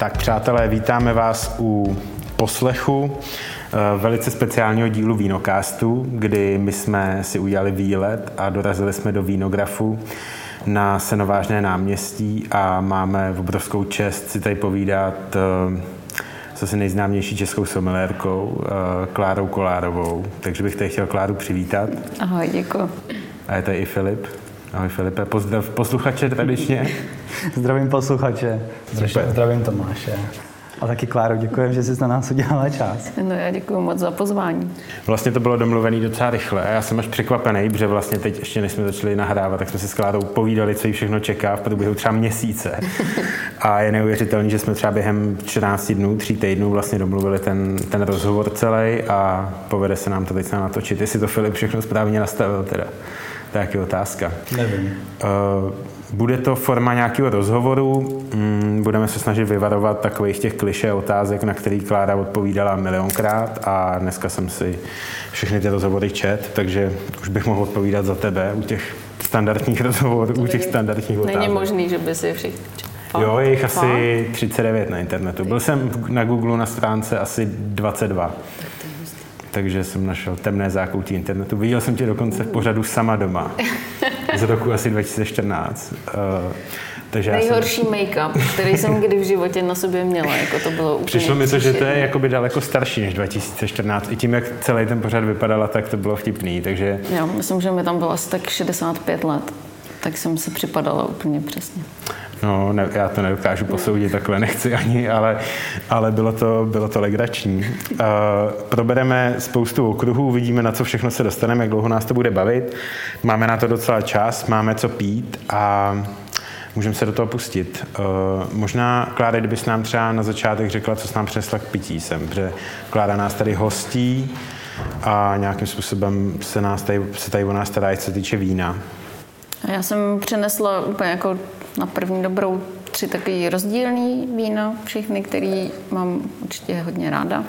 Tak, přátelé, vítáme vás u poslechu velice speciálního dílu Vínocastu, kdy my jsme si udělali výlet a dorazili jsme do Vínografu na Senovážné náměstí a máme obrovskou čest si tady povídat s asi nejznámější českou sommeliérkou Klárou Kolárovou. Takže bych tady chtěl Kláru přivítat. Ahoj, děkuji. A je tady i Filip. Ahoj Filipe, pozdrav posluchače tradičně. Zdravím posluchače, zdravím Tomáše. A taky Kláro, děkujem, že jsi na nás udělala čas. No já děkuji moc za pozvání. Vlastně to bylo domluvené docela rychle. Já jsem až překvapený, protože vlastně teď ještě než jsme začali nahrávat, tak jsme si s Klárou povídali, co jí všechno čeká v průběhu třeba měsíce. A je neuvěřitelný, že jsme třeba během 14 dnů, 3 týdnů vlastně domluvili ten rozhovor celý a povede se nám to teď natočit. Jestli to Filip všechno správně nastavil teda. To je taky otázka. Nevím. Bude to forma nějakého rozhovoru, budeme se snažit vyvarovat takových těch klišé otázek, na který Klára odpovídala milionkrát a dneska jsem si všechny ty rozhovory čet, takže už bych mohl odpovídat za tebe u těch standardních rozhovorů, u těch standardních otázek. Není možný, že by si všichni četl. Jo, je jich asi 39 na internetu. Byl jsem na Google na stránce asi 22. Takže jsem našel temné zákoutí internetu. Viděl jsem tě dokonce v pořadu Sama doma z roku asi 2014. Nejhorší make-up, který jsem kdy v životě na sobě měla. Jako to bylo úplně přišlo mi to, že to je jakoby daleko starší než 2014. I tím, jak celý ten pořad vypadala, tak to bylo vtipný. Takže... Jo, myslím, že mi tam bylo asi tak 65 let. Tak jsem se připadala úplně přesně. No, ne, já to nedokážu posoudit, takhle nechci ani, ale bylo to legrační. Probereme spoustu okruhů, uvidíme, na co všechno se dostaneme, jak dlouho nás to bude bavit. Máme na to docela čas, máme co pít a můžeme se do toho pustit. Možná, Klára, kdybys nám třeba na začátek řekla, co jsi nám přinesla k pití sem, protože Klára nás tady hostí a nějakým způsobem se tady o nás stará, co se týče vína. Já jsem přinesla úplně jako na první dobrou 3 takový rozdílný vína, všechny, který mám určitě hodně ráda.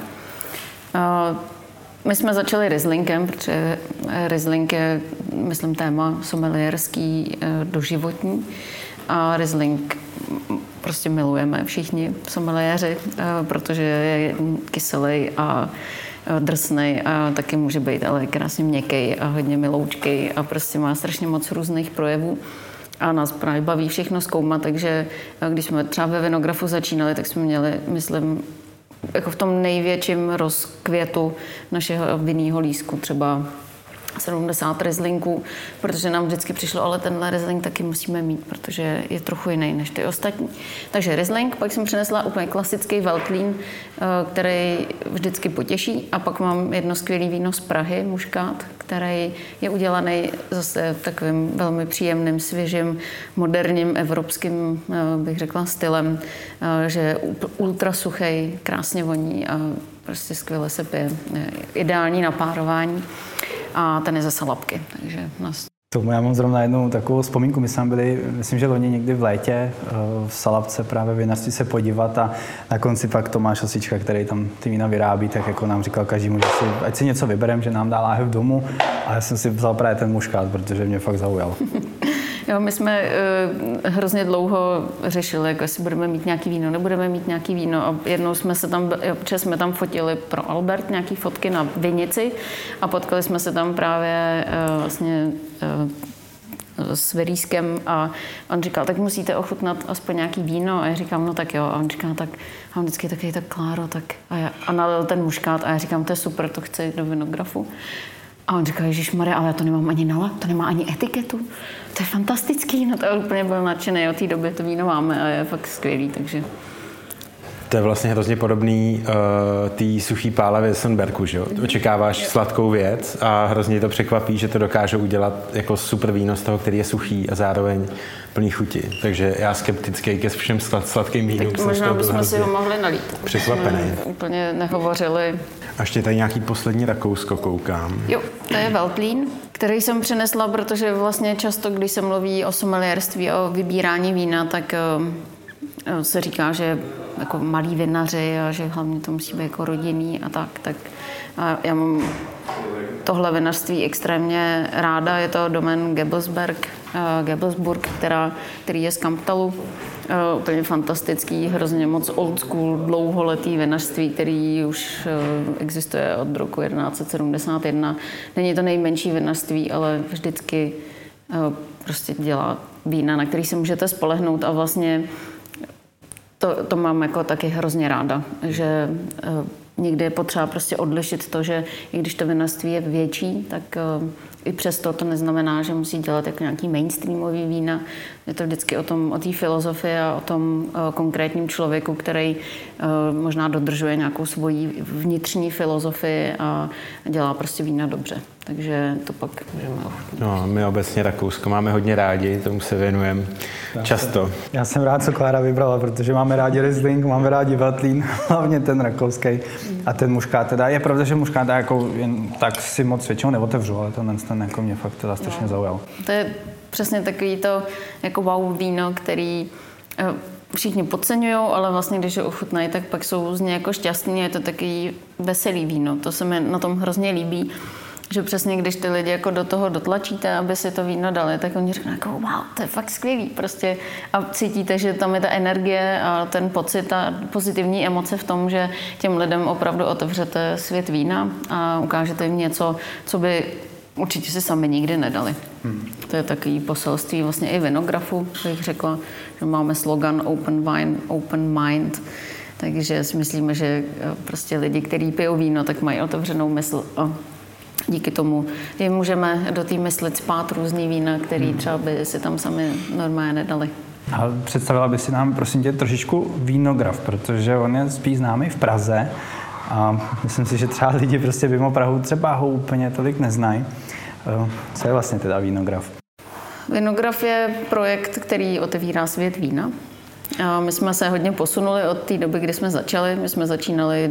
My jsme začali Rieslingem, protože Riesling je, myslím, téma sommelierský doživotní. A Riesling prostě milujeme všichni sommeliéři, protože je kyselý a drsnej a taky může být ale krásně měkkej a hodně miloučkej a prostě má strašně moc různých projevů a nás právě baví všechno zkoumat, takže když jsme třeba ve Vinografu začínali, tak jsme měli, myslím, jako v tom největším rozkvětu našeho vinného lístku třeba 70 Rieslingů, protože nám vždycky přišlo, ale tenhle Riesling taky musíme mít, protože je trochu jiný než ty ostatní. Takže Riesling, pak jsem přinesla úplně klasický Veltlín, který vždycky potěší a pak mám jedno skvělé víno z Prahy, muškát, který je udělaný zase takovým velmi příjemným, svěžím, moderním, evropským, bych řekla, stylem, že je ultra suchý, krásně voní a prostě skvěle se pije. Ideální na párování. A ten je ze Salapky, takže nás... Tomu já mám zrovna jednu takovou vzpomínku. My jsme byli, myslím, že loni někdy v létě v Salapce právě vinařství se podívat a na konci pak Tomáš Osička, který tam ty vína vyrábí, tak jako nám říkal každému, že ať si něco vyberem, že nám dá láhev domů a já jsem si vzal právě ten muškát, protože mě fakt zaujal. Jo, my jsme hrozně dlouho řešili, jako jestli budeme mít nějaký víno, nebudeme mít nějaký víno a jednou jsme tam fotili pro Albert nějaký fotky na vinici a potkali jsme se tam právě vlastně s Verískem a on říkal, tak musíte ochutnat aspoň nějaký víno a já říkám, no tak jo a on říká, tak a on vždycky takový, tak Kláro, tak a nalil ten muškát a já říkám, to je super, to chci do Vinografu. A on říkal, ježišmarja, ale já to nemám ani to nemá ani etiketu. To je fantastický, no to úplně byl nadšený, od té doby to víno máme a je fakt skvělý, takže... To je vlastně hrozně podobný té suchý pálavě Sonnenbergu, že jo? Očekáváš sladkou věc a hrozně to překvapí, že to dokážou udělat jako super víno z toho, který je suchý a zároveň plný chuti. Takže já skeptický ke všem sladkým vínům. Tak možná bychom si ho mohli nalít. Překvapený. Úplně nehovořili. A ještě tady nějaký poslední Rakousko koukám. Jo, to je Veltlín, který jsem přinesla, protože vlastně často, když se mluví o sommelierství a o vybírání vína, tak se říká, že jako malí vinaři a že hlavně to musí být jako rodinný a tak. A já mám tohle vinařství extrémně ráda. Je to domen Gebelsburg, který je z Kamptalu. Úplně fantastický, hrozně moc old school, dlouholetý vinařství, který už existuje od roku 1171. Není to nejmenší vinařství, ale vždycky prostě dělá vína, na který se můžete spolehnout a vlastně to mám jako taky hrozně ráda, že někdy je potřeba prostě odlišit to, že i když to vinařství je větší, tak i přesto to neznamená, že musí dělat jako nějaký mainstreamový vína. Je to vždycky o té filozofii a o tom konkrétním člověku, který možná dodržuje nějakou svoji vnitřní filozofii a dělá prostě vína dobře. Takže to pak můžeme ochutnat. No, my obecně Rakousko máme hodně rádi, tomu se věnujeme často. Já jsem rád, co Klára vybrala, protože máme rádi Riesling, máme rádi Veltlín, hlavně ten rakouský a ten muškát. Teda je pravda, že muškát jako jen tak si moc většinou neotevřu, ale ten jako mě fakt teda strašně zaujal. To je přesně takový to jako wow víno, který všichni podceňují, ale vlastně, když ho ochutnají, tak pak jsou z něj jako šťastní. Je to takový veselý víno. To se mi na tom hrozně líbí, že přesně když ty lidi jako do toho dotlačíte, aby si to víno dali, tak oni řeknou jako wow, to je fakt skvělý prostě a cítíte, že tam je ta energie a ten pocit a pozitivní emoce v tom, že těm lidem opravdu otevřete svět vína a ukážete jim něco, co by určitě si sami nikdy nedali. To je takový poselství vlastně i vinografu, bych řekla, že máme slogan Open Wine, Open Mind, takže si myslíme, že prostě lidi, kteří pijou víno, tak mají otevřenou mysl a díky tomu jim můžeme do té mysli cpát různý vína, který třeba by si tam sami normálně nedali. A představila by si nám, prosím tě, trošičku vínograf, protože on je spíš známý v Praze a myslím si, že třeba lidi prostě mimo Prahu třeba ho úplně tolik neznají. Co je vlastně teda vínograf? Vínograf je projekt, který otevírá svět vína. A my jsme se hodně posunuli od té doby, kdy jsme začali. My jsme začínali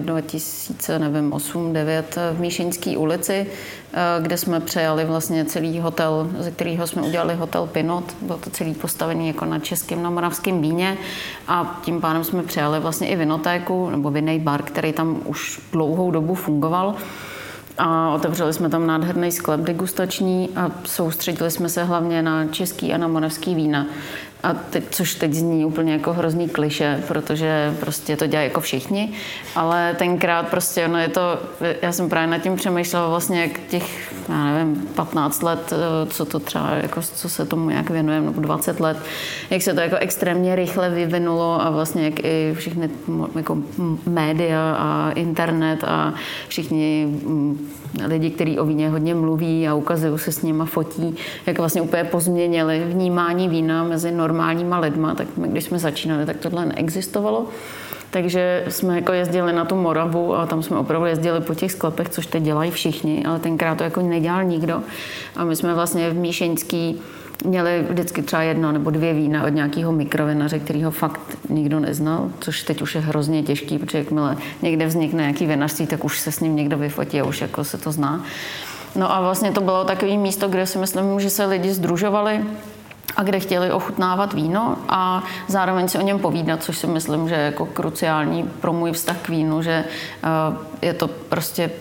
2008-2009 v Míšeňské ulici, kde jsme přejali vlastně celý hotel, ze kterého jsme udělali hotel Pinot. Bylo to celý postavený jako na českém, na moravském víně a tím pádem jsme přejali vlastně i vinotéku nebo vinný bar, který tam už dlouhou dobu fungoval. A otevřeli jsme tam nádherný sklep degustační a soustředili jsme se hlavně na český a na moravský vína. A což teď zní úplně jako hrozný klišé, protože prostě to dělají jako všichni, ale tenkrát prostě ono je to, já jsem právě nad tím přemýšlela vlastně jak těch, já nevím, 15 let, co to třeba, jako, co se tomu jak věnujeme, nebo 20 let, jak se to jako extrémně rychle vyvinulo a vlastně jak i všechny jako média a internet a všichni lidi, kteří o víně hodně mluví a ukazují se s nima, fotí, jak vlastně úplně pozměnili vnímání vína mezi normálníma lidma, tak my, když jsme začínali, tak tohle neexistovalo. Takže jsme jako jezdili na tu Moravu a tam jsme opravdu jezdili po těch sklepech, což teď dělají všichni, ale tenkrát to jako nedělal nikdo. A my jsme vlastně v Míšeňský měli vždycky třeba 1 nebo 2 vína od nějakého mikrovinaře, kterýho fakt nikdo neznal, což teď už je hrozně těžký, protože jakmile někde vznikne nějaký vinařství, tak už se s ním někdo vyfotí a už jako se to zná. No a vlastně to bylo takové místo, kde si myslím, že se lidi sdružovali a kde chtěli ochutnávat víno a zároveň si o něm povídat, což si myslím, že je jako kruciální pro můj vztah k vínu, že je to prostě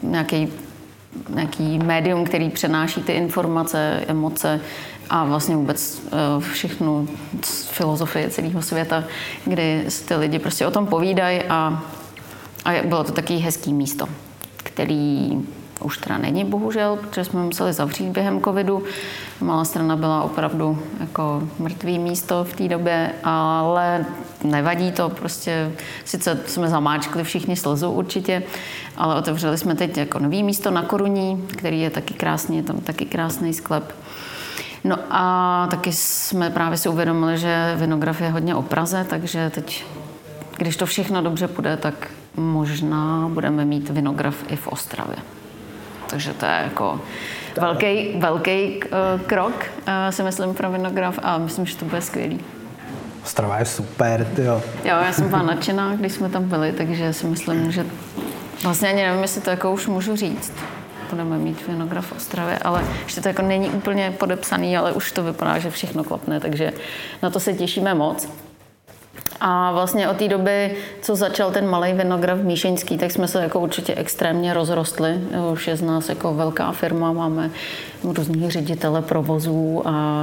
nějaký médium, který přenáší ty informace, emoce a vlastně vůbec všechnu filozofii celého světa, kdy ty lidi prostě o tom povídají a bylo to taky hezký místo, který už teda není, bohužel, protože jsme museli zavřít během covidu. Malá Strana byla opravdu jako mrtvý místo v té době, ale nevadí to, prostě sice jsme zamáčkli všichni slzu určitě, ale otevřeli jsme teď jako nový místo na Koruní, který je taky krásný, je tam taky krásný sklep. No a taky jsme právě si uvědomili, že vinograf je hodně o Praze, takže teď, když to všechno dobře půjde, tak možná budeme mít vinograf i v Ostravě. Takže to je jako velký krok, si myslím, pro vinograf a myslím, že to bude skvělý. Ostrava je super, tyjo. Jo, já jsem byla nadšená, když jsme tam byli, takže si myslím, že vlastně ani nevím, jestli to jako už můžu říct. Budeme mít vinograf v Ostravě, ale ještě to jako není úplně podepsaný, ale už to vypadá, že všechno klapne, takže na to se těšíme moc. A vlastně od té doby, co začal ten malý vinograd Míšeňský, tak jsme se jako určitě extrémně rozrostli. Už je z nás jako velká firma, máme různých ředitele provozů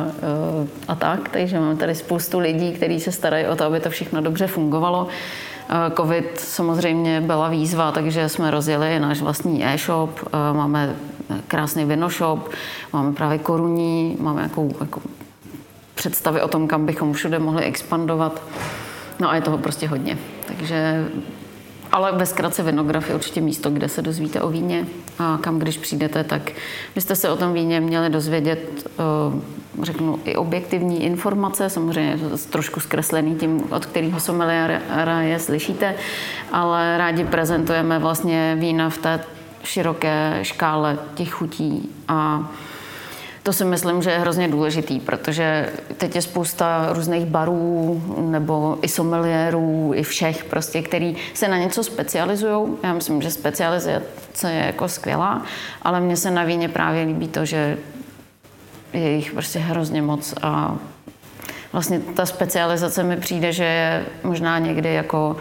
a tak, takže máme tady spoustu lidí, kteří se starají o to, aby to všechno dobře fungovalo. Covid samozřejmě byla výzva, takže jsme rozjeli náš vlastní e-shop, máme krásný vinoshop, máme právě korunní, máme jako představy o tom, kam bychom všude mohli expandovat. No a je toho prostě hodně. Takže, ale ve zkratce Vinograf je určitě místo, kde se dozvíte o víně a kam když přijdete, tak byste se o tom víně měli dozvědět, řeknu, i objektivní informace, samozřejmě trošku zkreslený tím, od kterého sommeliéra je slyšíte, ale rádi prezentujeme vlastně vína v té široké škále těch chutí a to si myslím, že je hrozně důležitý, protože teď je spousta různých barů nebo i sommeliérů, i všech prostě, který se na něco specializují. Já myslím, že specializace je jako skvělá, ale mně se na víně právě líbí to, že je jich prostě hrozně moc a vlastně ta specializace mi přijde, že je možná někdy jako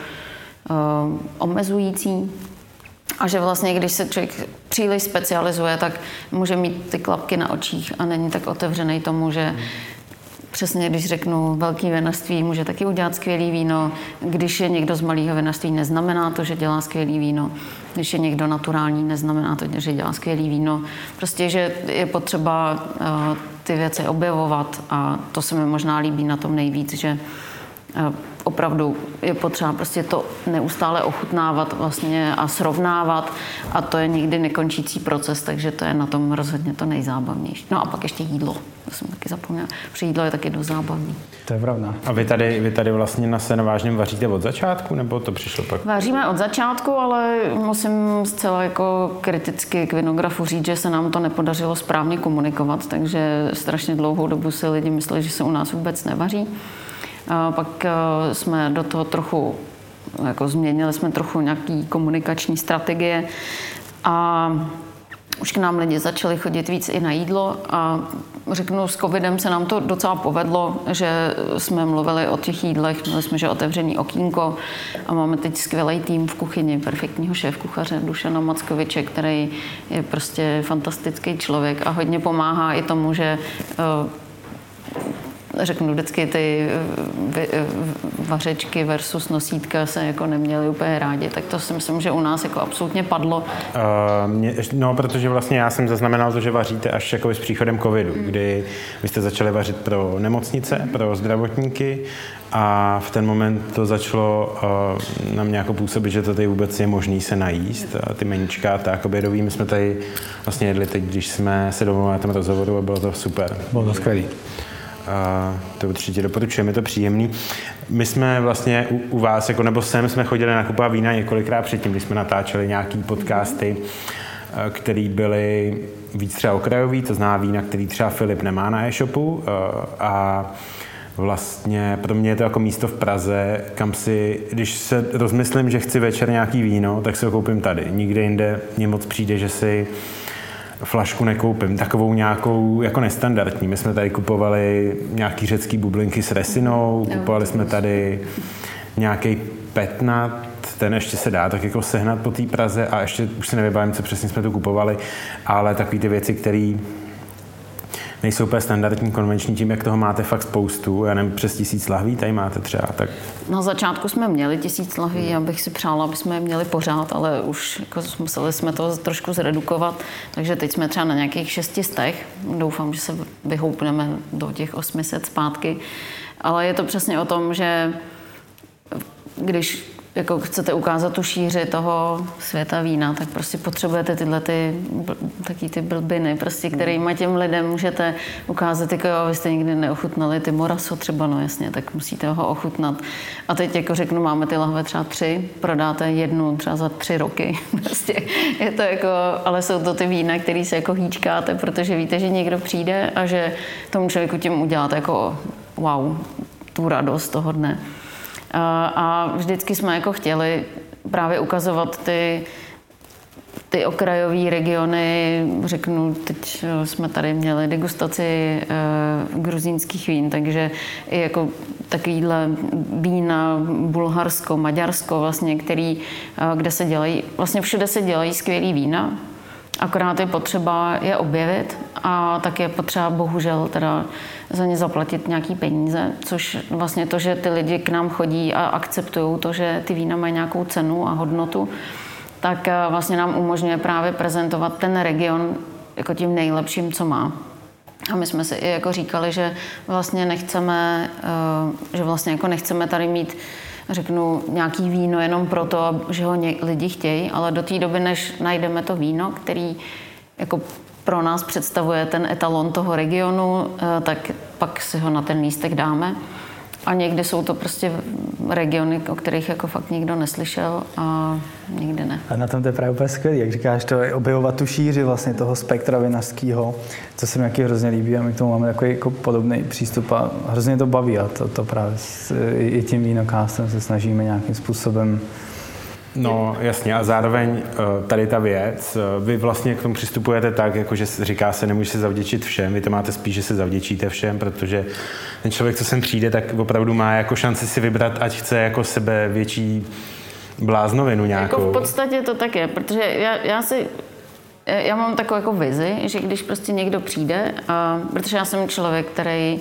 omezující. A že vlastně, když se člověk příliš specializuje, tak může mít ty klapky na očích a není tak otevřený tomu, že přesně, když řeknu velký vinařství, může taky udělat skvělý víno. Když je někdo z malého vinařství, neznamená to, že dělá skvělý víno. Když je někdo naturální, neznamená to, že dělá skvělý víno. Prostě, že je potřeba ty věci objevovat a to se mi možná líbí na tom nejvíc, že opravdu je potřeba prostě to neustále ochutnávat vlastně a srovnávat a to je nikdy nekončící proces, takže to je na tom rozhodně to nejzábavnější. No a pak ještě jídlo, to jsem taky zapomněla, protože jídlo je taky dost zábavný. To je pravda. A vy tady vlastně na Senovážném vaříte od začátku, nebo to přišlo pak? Vaříme od začátku, ale musím zcela jako kriticky k Vinografu říct, že se nám to nepodařilo správně komunikovat, takže strašně dlouhou dobu si lidi mysleli, že se u nás vůbec nevaří. A pak jsme do toho trochu, jako změnili jsme trochu nějaký komunikační strategie a už k nám lidi začali chodit víc i na jídlo a řeknu, s covidem se nám to docela povedlo, že jsme mluvili o těch jídlech, měli jsme, že otevřený okýnko a máme teď skvělý tým v kuchyni, perfektního šéfkuchaře Dušana Mackoviče, který je prostě fantastický člověk a hodně pomáhá i tomu, že řeknu vždycky ty vařečky versus nosítka se jako neměli úplně rádi, tak to si myslím, že u nás jako absolutně padlo. No, protože vlastně já jsem zaznamenal to, že vaříte až jako s příchodem covidu, kdy vy jste začali vařit pro nemocnice, pro zdravotníky a v ten moment to začalo na mě jako působit, že to tady vůbec je možný se najíst. Ty meníčka, tak obědový, my jsme tady vlastně jedli teď, když jsme se domluvili na tom rozhovoru a bylo to super. Bylo to skvělý. To určitě doporučujeme, je to příjemný. My jsme vlastně u vás, jako nebo sem, jsme chodili nakupovat vína několikrát předtím, když jsme natáčeli nějaký podcasty, které byly víc třeba okrajový, to znamená vína, který třeba Filip nemá na e-shopu a vlastně pro mě je to jako místo v Praze, kam si, když se rozmyslím, že chci večer nějaký víno, tak si ho koupím tady. Nikde jinde mně moc přijde, že si flašku nekoupím, takovou nějakou jako nestandardní. My jsme tady kupovali nějaký řecký bublinky s resinou, kupovali jsme tady nějaký petnat, ten ještě se dá tak jako sehnat po té Praze a ještě už si nevybavím, co přesně jsme tu kupovali, ale takový ty věci, které nejsou úplně standardní, konvenční, tím, jak toho máte fakt spoustu, já nevím, přes 1000 lahví, tady máte třeba, tak... Na začátku jsme měli 1000 lahví, já bych si přála, aby jsme je měli pořád, ale už jako museli jsme to trošku zredukovat, takže teď jsme třeba na nějakých 600, doufám, že se vyhoupneme do těch 800 zpátky, ale je to přesně o tom, že když jako chcete ukázat tu šíři toho světa vína, tak prostě potřebujete tyhle taky ty blbiny, prostě, kterýma těm lidem můžete ukázat, jako jo, vy jste nikdy neochutnali ty Moraso třeba, no jasně, tak musíte ho ochutnat. A teď jako řeknu, máme ty lahve třeba 3, prodáte jednu třeba za 3 roky. Prostě je to jako, ale jsou to ty vína, který se jako hýčkáte, protože víte, že někdo přijde a že tomu člověku tím uděláte jako wow, tu radost toho dne. A vždycky jsme jako chtěli právě ukazovat ty okrajové regiony. Řeknu, teď jsme tady měli degustaci gruzínských vín, takže i jako takovýhle vína Bulharsko, Maďarsko, vlastně, kde se dělají, vlastně všude se dělají skvělý vína, akorát je potřeba je objevit a tak je potřeba bohužel teda za ně zaplatit nějaký peníze, což vlastně to, že ty lidi k nám chodí a akceptují to, že ty vína mají nějakou cenu a hodnotu, tak vlastně nám umožňuje právě prezentovat ten region jako tím nejlepším, co má. A my jsme si i jako říkali, že vlastně nechceme tady mít, řeknu, nějaký víno jenom proto, že ho lidi chtějí, ale do té doby, než najdeme to víno, který jako pro nás představuje ten etalon toho regionu, tak pak si ho na ten lístek dáme. A někdy jsou to prostě regiony, o kterých jako fakt nikdo neslyšel a nikdy ne. A na tom to je právě úplně skvělý, jak říkáš, to je objevovat tu šíři vlastně toho spektra vinařského, co se mi taky hrozně líbí a my k tomu máme takový jako podobný přístup a hrozně to baví a to právě i tím vínokástem se snažíme nějakým způsobem. No jasně a zároveň tady ta věc, vy vlastně k tomu přistupujete tak, jako že říká se, nemůže se zavděčit všem, vy to máte spíš, že se zavděčíte všem, protože ten člověk, co sem přijde, tak opravdu má jako šanci si vybrat, ať chce jako sebe větší bláznovinu nějakou. Jako v podstatě to tak je, protože já mám takovou jako vizi, že když prostě někdo přijde, protože já jsem člověk, který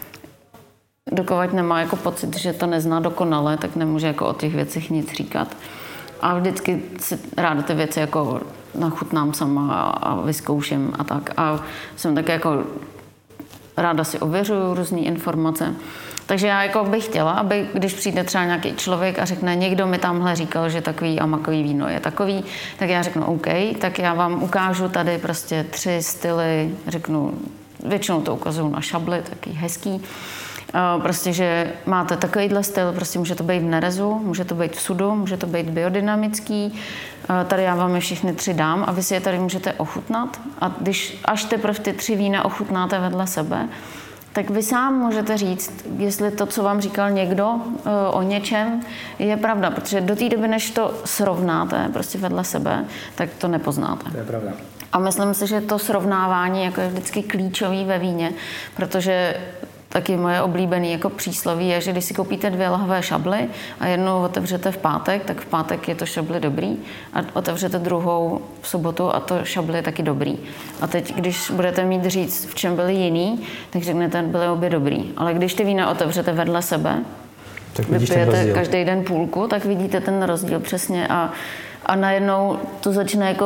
dokud nemá jako pocit, že to nezná dokonale, tak nemůže jako o těch věcech nic říkat. A vždycky si ráda ty věci jako nachutnám sama a vyzkouším a tak. A jsem tak jako ráda si ověřuju různé informace. Takže já jako bych chtěla, aby když přijde třeba nějaký člověk a řekne, někdo mi tamhle říkal, že takový a makový víno je takový, tak já řeknu OK, tak já vám ukážu tady prostě 3 styly, řeknu, většinou to ukazuju na šabli, taky hezký. Prostě, že máte takovýhle styl, prostě může to být v nerezu, může to být v sudu, může to být biodynamický. Tady já vám je všechny 3 dám a vy si je tady můžete ochutnat. A až teprve ty 3 vína ochutnáte vedle sebe, tak vy sám můžete říct, jestli to, co vám říkal někdo o něčem, je pravda. Protože do té doby, než to srovnáte prostě vedle sebe, tak to nepoznáte. To je pravda. A myslím si, že to srovnávání jako je vždycky klíčový ve víně, protože taky moje oblíbené jako přísloví je, že když si koupíte 2 lahve šably a jednou otevřete v pátek, tak v pátek je to šably dobrý a otevřete druhou v sobotu a to šably je taky dobrý. A teď, když budete mít říct, v čem byly jiný, tak řeknete, byly obě dobrý. Ale když ty vína otevřete vedle sebe, vypijete každý den půlku, tak vidíte ten rozdíl přesně a najednou to začne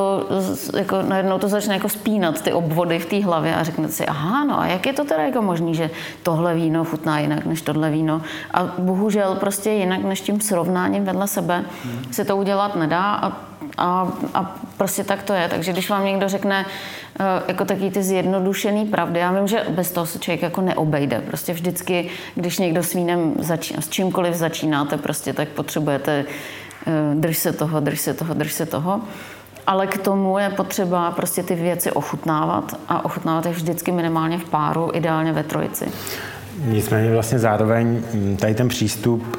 jako spínat ty obvody v té hlavě a řeknete si, aha, no a jak je to teda jako možný, že tohle víno chutná jinak než tohle víno. A bohužel prostě jinak než tím srovnáním vedle sebe se to udělat nedá a prostě tak to je. Takže když vám někdo řekne jako taky ty zjednodušený pravdy, já vím, že bez toho se člověk jako neobejde. Prostě vždycky, když někdo s vínem s čímkoliv začínáte, prostě tak potřebujete drž se toho. Ale k tomu je potřeba prostě ty věci ochutnávat a ochutnávat je vždycky minimálně v páru, ideálně ve trojici. Nicméně vlastně zároveň tady ten přístup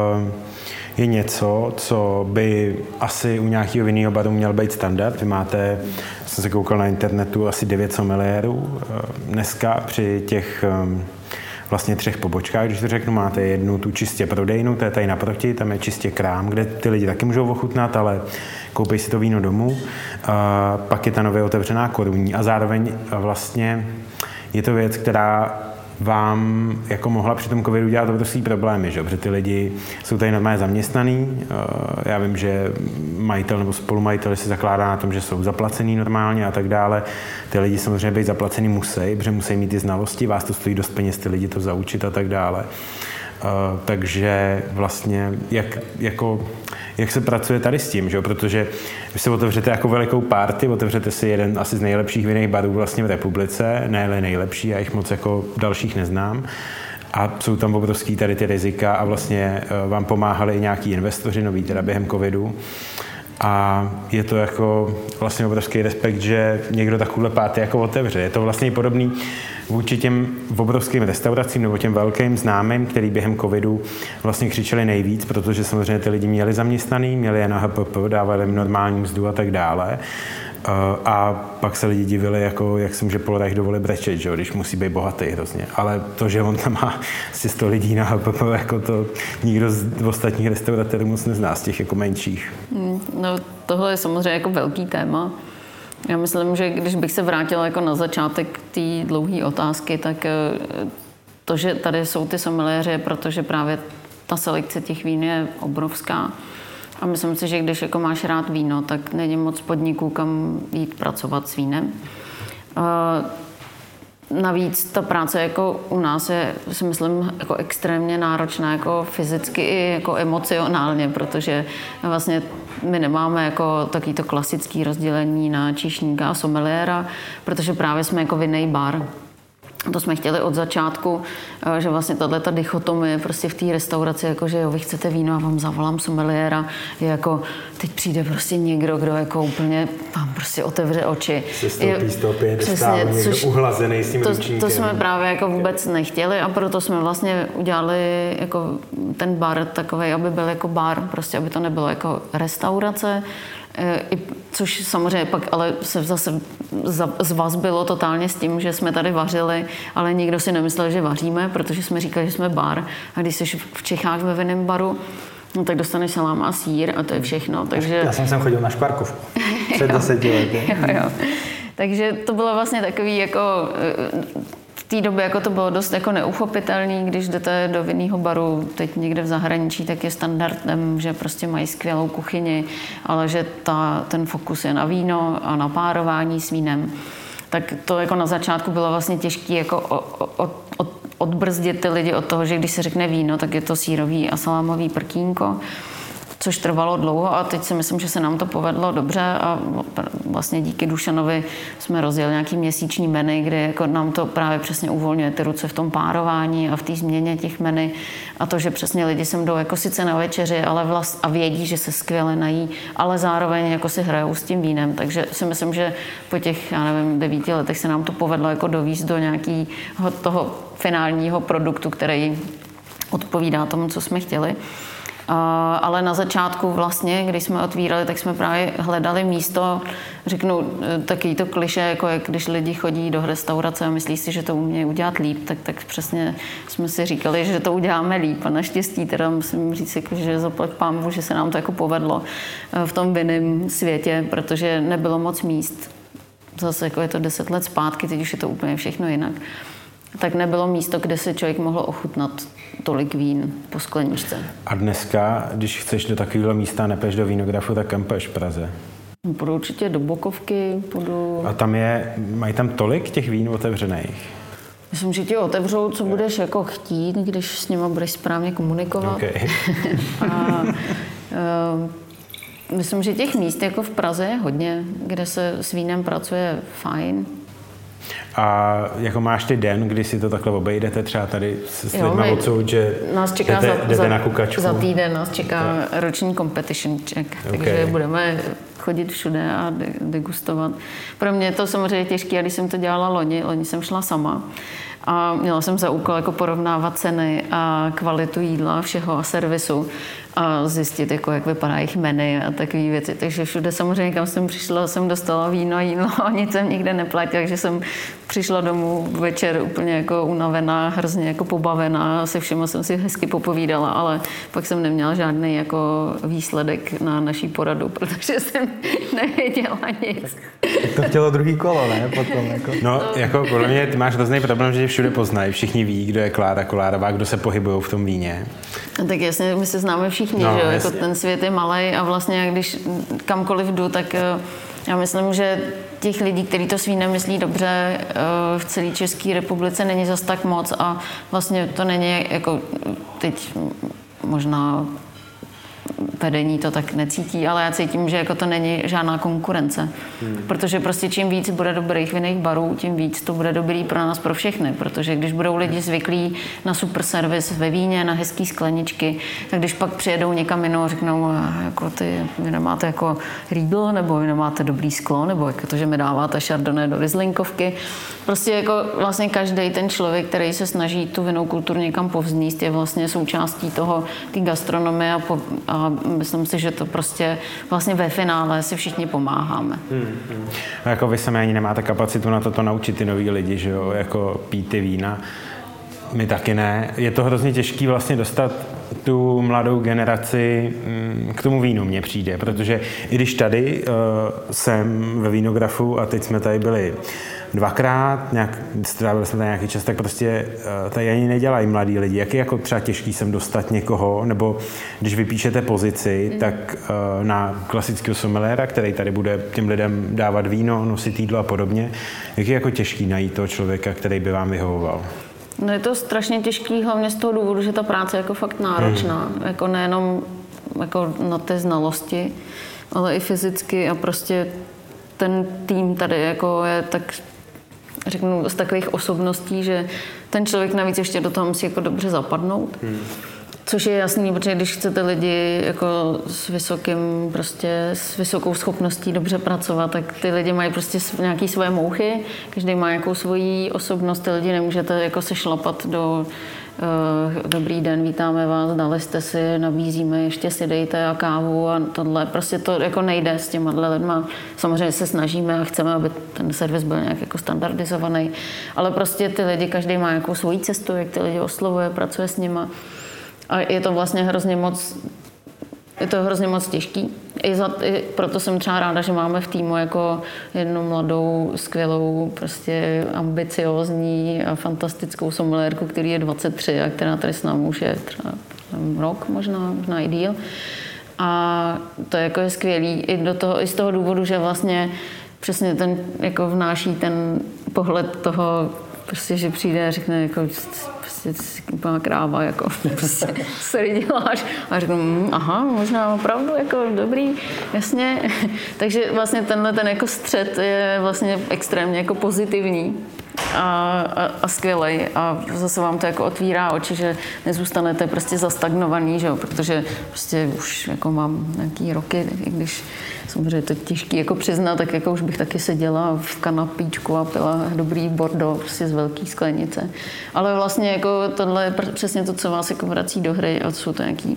je něco, co by asi u nějakého vinného baru měl být standard. Vy máte, jsem se koukal na internetu, asi 9 someliérů dneska při těch vlastně 3 pobočkách, když to řeknu, máte jednu tu čistě prodejnu, to je tady naproti, tam je čistě krám, kde ty lidi taky můžou ochutnat, ale koupí si to víno domů. Pak je ta nově otevřená Korunní a zároveň vlastně je to věc, která vám jako mohla při tom covidu dělat obrovský problémy, že? Protože ty lidi jsou tady normálně zaměstnaný. Já vím, že majitel nebo spolumajitel se zakládá na tom, že jsou zaplacený normálně a tak dále. Ty lidi samozřejmě být zaplacený musí, protože musí mít ty znalosti, vás to stojí dost peněz ty lidi to zaučit a tak dále. Takže vlastně jak se pracuje tady s tím, že? Protože vy se otevřete jako velikou party, otevřete si jeden asi z nejlepších vinných barů vlastně v republice, ne nejlepší, já jich moc jako dalších neznám. A jsou tam obrovský tady ty rizika a vlastně vám pomáhali i nějaký investoři noví teda během covidu. A je to jako vlastně obrovský respekt, že někdo takovouhle party jako otevře. Je to vlastně podobný vůči těm obrovským restauracím nebo těm velkým známým, který během covidu vlastně křičeli nejvíc, protože samozřejmě ty lidi měli zaměstnaný, měli je na HPP, dávali jim normální mzdu a tak dále. A pak se lidi divili, jako, jak se může Paul Reich dovolit brečet, že, když musí být bohatý hrozně. Ale to, že on tam má asi 100 lidí na HPP, jako to nikdo z ostatních restauratérů moc nezná, z těch jako menších. No, tohle je samozřejmě jako velký téma. Já myslím, že když bych se vrátila jako na začátek té dlouhé otázky, tak to, že tady jsou ty someliéři, protože právě ta selekce těch vín je obrovská. A myslím si, že když jako máš rád víno, tak není moc podniků, kam jít pracovat s vínem. Navíc ta práce jako u nás je, si myslím, jako extrémně náročná jako fyzicky i jako emocionálně, protože vlastně my nemáme jako takovýto klasický rozdělení na číšníka a someliéra, protože právě jsme jako vinný bar. To jsme chtěli od začátku, že vlastně tato dichotomie prostě v té restauraci, jako že jo, vy chcete víno a vám zavolám someliéra, je jako teď přijde prostě někdo, kdo jako úplně vám prostě otevře oči. Se stoupí z toho piedestálu, někdo uhlazený s tím ručníkem. To jsme právě jako vůbec nechtěli a proto jsme vlastně udělali jako ten bar takovej, aby byl jako bar, prostě aby to nebylo jako restaurace, což samozřejmě pak ale se zase zvazbilo totálně s tím, že jsme tady vařili, ale nikdo si nemyslel, že vaříme, protože jsme říkali, že jsme bar. A když jsi v Čechách ve vinném baru, no, tak dostaneš salám a sýr a to je všechno. Takže... Já jsem sem chodil na škvarkovku před 10 lety. Jo. Takže to bylo vlastně takový jako... V té době jako to bylo dost jako neuchopitelný, když jdete do vinného baru teď někde v zahraničí, tak je standardem, že prostě mají skvělou kuchyni, ale že ten fokus je na víno a na párování s vínem. Tak to jako na začátku bylo vlastně těžké jako odbrzdit ty lidi od toho, že když se řekne víno, tak je to sýrový a salámový prkínko, což trvalo dlouho a teď si myslím, že se nám to povedlo dobře a vlastně díky Dušanovi jsme rozjeli nějaký měsíční menu, kde jako nám to právě přesně uvolňuje ty ruce v tom párování a v té změně těch menu a to, že přesně lidi sem jdou jako sice na večeři, ale a vědí, že se skvěle nají, ale zároveň jako si hrajou s tím vínem, takže si myslím, že po těch, já nevím, 9 letech se nám to povedlo jako dovízt do nějakého toho finálního produktu, který odpovídá tomu, co jsme chtěli. Ale na začátku vlastně, když jsme otvírali, tak jsme právě hledali místo, řeknu taky to klišé, jako jak když lidi chodí do restaurace a myslí si, že to umějí udělat líp, tak přesně jsme si říkali, že to uděláme líp a naštěstí teda musím říct, jako, že zaplať pánbůh, že se nám to jako povedlo v tom vinném světě, protože nebylo moc míst. Zase jako je to 10 let zpátky, teď už je to úplně všechno jinak. Tak nebylo místo, kde se člověk mohl ochutnat tolik vín po skleničce. A dneska, když chceš do takového místa, nepeš do Vínografu, tak kam půjdeš v Praze? Půjdu určitě do Bokovky, půjdu... A mají tam tolik těch vín otevřených? Myslím, že ti otevřou, co budeš jako chtít, když s nima budeš správně komunikovat. Okay. Myslím, že těch míst jako v Praze je hodně, kde se s vínem pracuje fajn. A jako máš ty den, kdy si to takhle obejdete třeba tady s lidma odsud, že nás čeká jdete na kukačku? Za týden nás čeká roční competition check, takže budeme chodit všude a degustovat. Pro mě je to samozřejmě těžké, a když jsem to dělala loni jsem šla sama a měla jsem za úkol jako porovnávat ceny a kvalitu jídla, všeho a servisu a zjistit, jako, jak vypadá jejich menu a takové věci. Takže všude samozřejmě, kam jsem přišla, jsem dostala víno a jídlo a nic jsem nikde neplatila, takže jsem přišla domů večer úplně jako unavená, hrozně jako pobavená, se všema jsem si hezky popovídala, ale pak jsem neměla žádný jako výsledek na naší poradu, protože jsem nevěděla nic. Tak to chtělo druhý kolo, ne? Potom, jako. No, jako podle mě ty máš hrozný problém, že všude poznají, všichni ví, kdo je Klára Kolárová, kdo se pohybují v tom víně. Tak jasně, my se známe všichni, že jo, jako ten svět je malej a vlastně když kamkoliv jdu, tak já myslím, že těch lidí, kteří to s vínem myslí dobře, v celé České republice není zas tak moc a vlastně to není jako teď možná vedení to tak necítí, ale já cítím, že jako to není žádná konkurence. Protože prostě čím víc bude dobrých vinných barů, tím víc to bude dobrý pro nás, pro všechny. Protože když budou lidi zvyklí na super servis ve víně, na hezký skleničky, tak když pak přijedou někam jinou a řeknou, jako vy nemáte jako Riedl, nebo vy nemáte dobrý sklo, nebo jako to, že mi dáváte Chardonnay do Rieslingovky. Prostě jako vlastně každý ten člověk, který se snaží tu vinnou kulturu někam povznést, je vlastně součástí toho, té gastronomie a myslím si, že to prostě vlastně ve finále si všichni pomáháme. A jako vy sami ani nemáte kapacitu na to naučit ty nový lidi, že jo, jako pít ty vína. My taky ne. Je to hrozně těžký vlastně dostat tu mladou generaci k tomu vínu, mně přijde, protože i když tady jsem ve Vínografu a teď jsme tady byli dvakrát, strávili jsme tady nějaký čas, tak prostě tady ani nedělají mladí lidi. Jak je jako třeba těžký sem dostat někoho, nebo když vypíšete pozici, tak na klasického sommeliéra, který tady bude těm lidem dávat víno, nosit jídlo a podobně, jak je jako těžký najít toho člověka, který by vám vyhovoval? No je to strašně těžký, hlavně z toho důvodu, že ta práce je jako fakt náročná. Jako nejenom jako na té znalosti, ale i fyzicky a prostě ten tým tady jako je tak, řeknu, z takových osobností, že ten člověk navíc ještě do toho musí jako dobře zapadnout. Což je jasný, protože když chcete lidi jako s vysokou schopností dobře pracovat, tak ty lidi mají prostě nějaké svoje mouchy, každý má nějakou svoji osobnost, ty lidi nemůžete jako se šlapat do dobrý den, vítáme vás, dali jste si, nabízíme, ještě si dejte a kávu a tohle. Prostě to jako nejde s těma lidma. Samozřejmě se snažíme a chceme, aby ten servis byl nějak jako standardizovaný, ale prostě ty lidi, každý má nějakou svoji cestu, jak ty lidi oslovuje, pracuje s nima. A je to vlastně hrozně moc těžký. I proto jsem třeba ráda, že máme v týmu jako jednu mladou, skvělou, prostě ambiciózní a fantastickou sommelierku, který je 23 a která tady s námi už je třeba rok, možná i díl. A to jako je skvělý i z toho důvodu, že vlastně přesně ten jako vnáší ten pohled toho, prostě, že přijde a řekne jako úplná kráva, jako prostě, co tady děláš? A řeknu, aha, možná opravdu, jako dobrý, jasně. Takže vlastně tenhle ten jako střed je vlastně extrémně jako pozitivní a skvělej. A zase vám to jako otvírá oči, že nezůstanete prostě zastagnovaný, že jo? Protože prostě už jako mám nějaký roky, i když samozřejmě to těžký jako přiznat, tak jako už bych taky seděla v kanapíčku a pila dobrý bordeaux prostě z velký sklenice. Ale vlastně jako tohle je přesně to, co vás jako vrací do hry a jsou to nějaký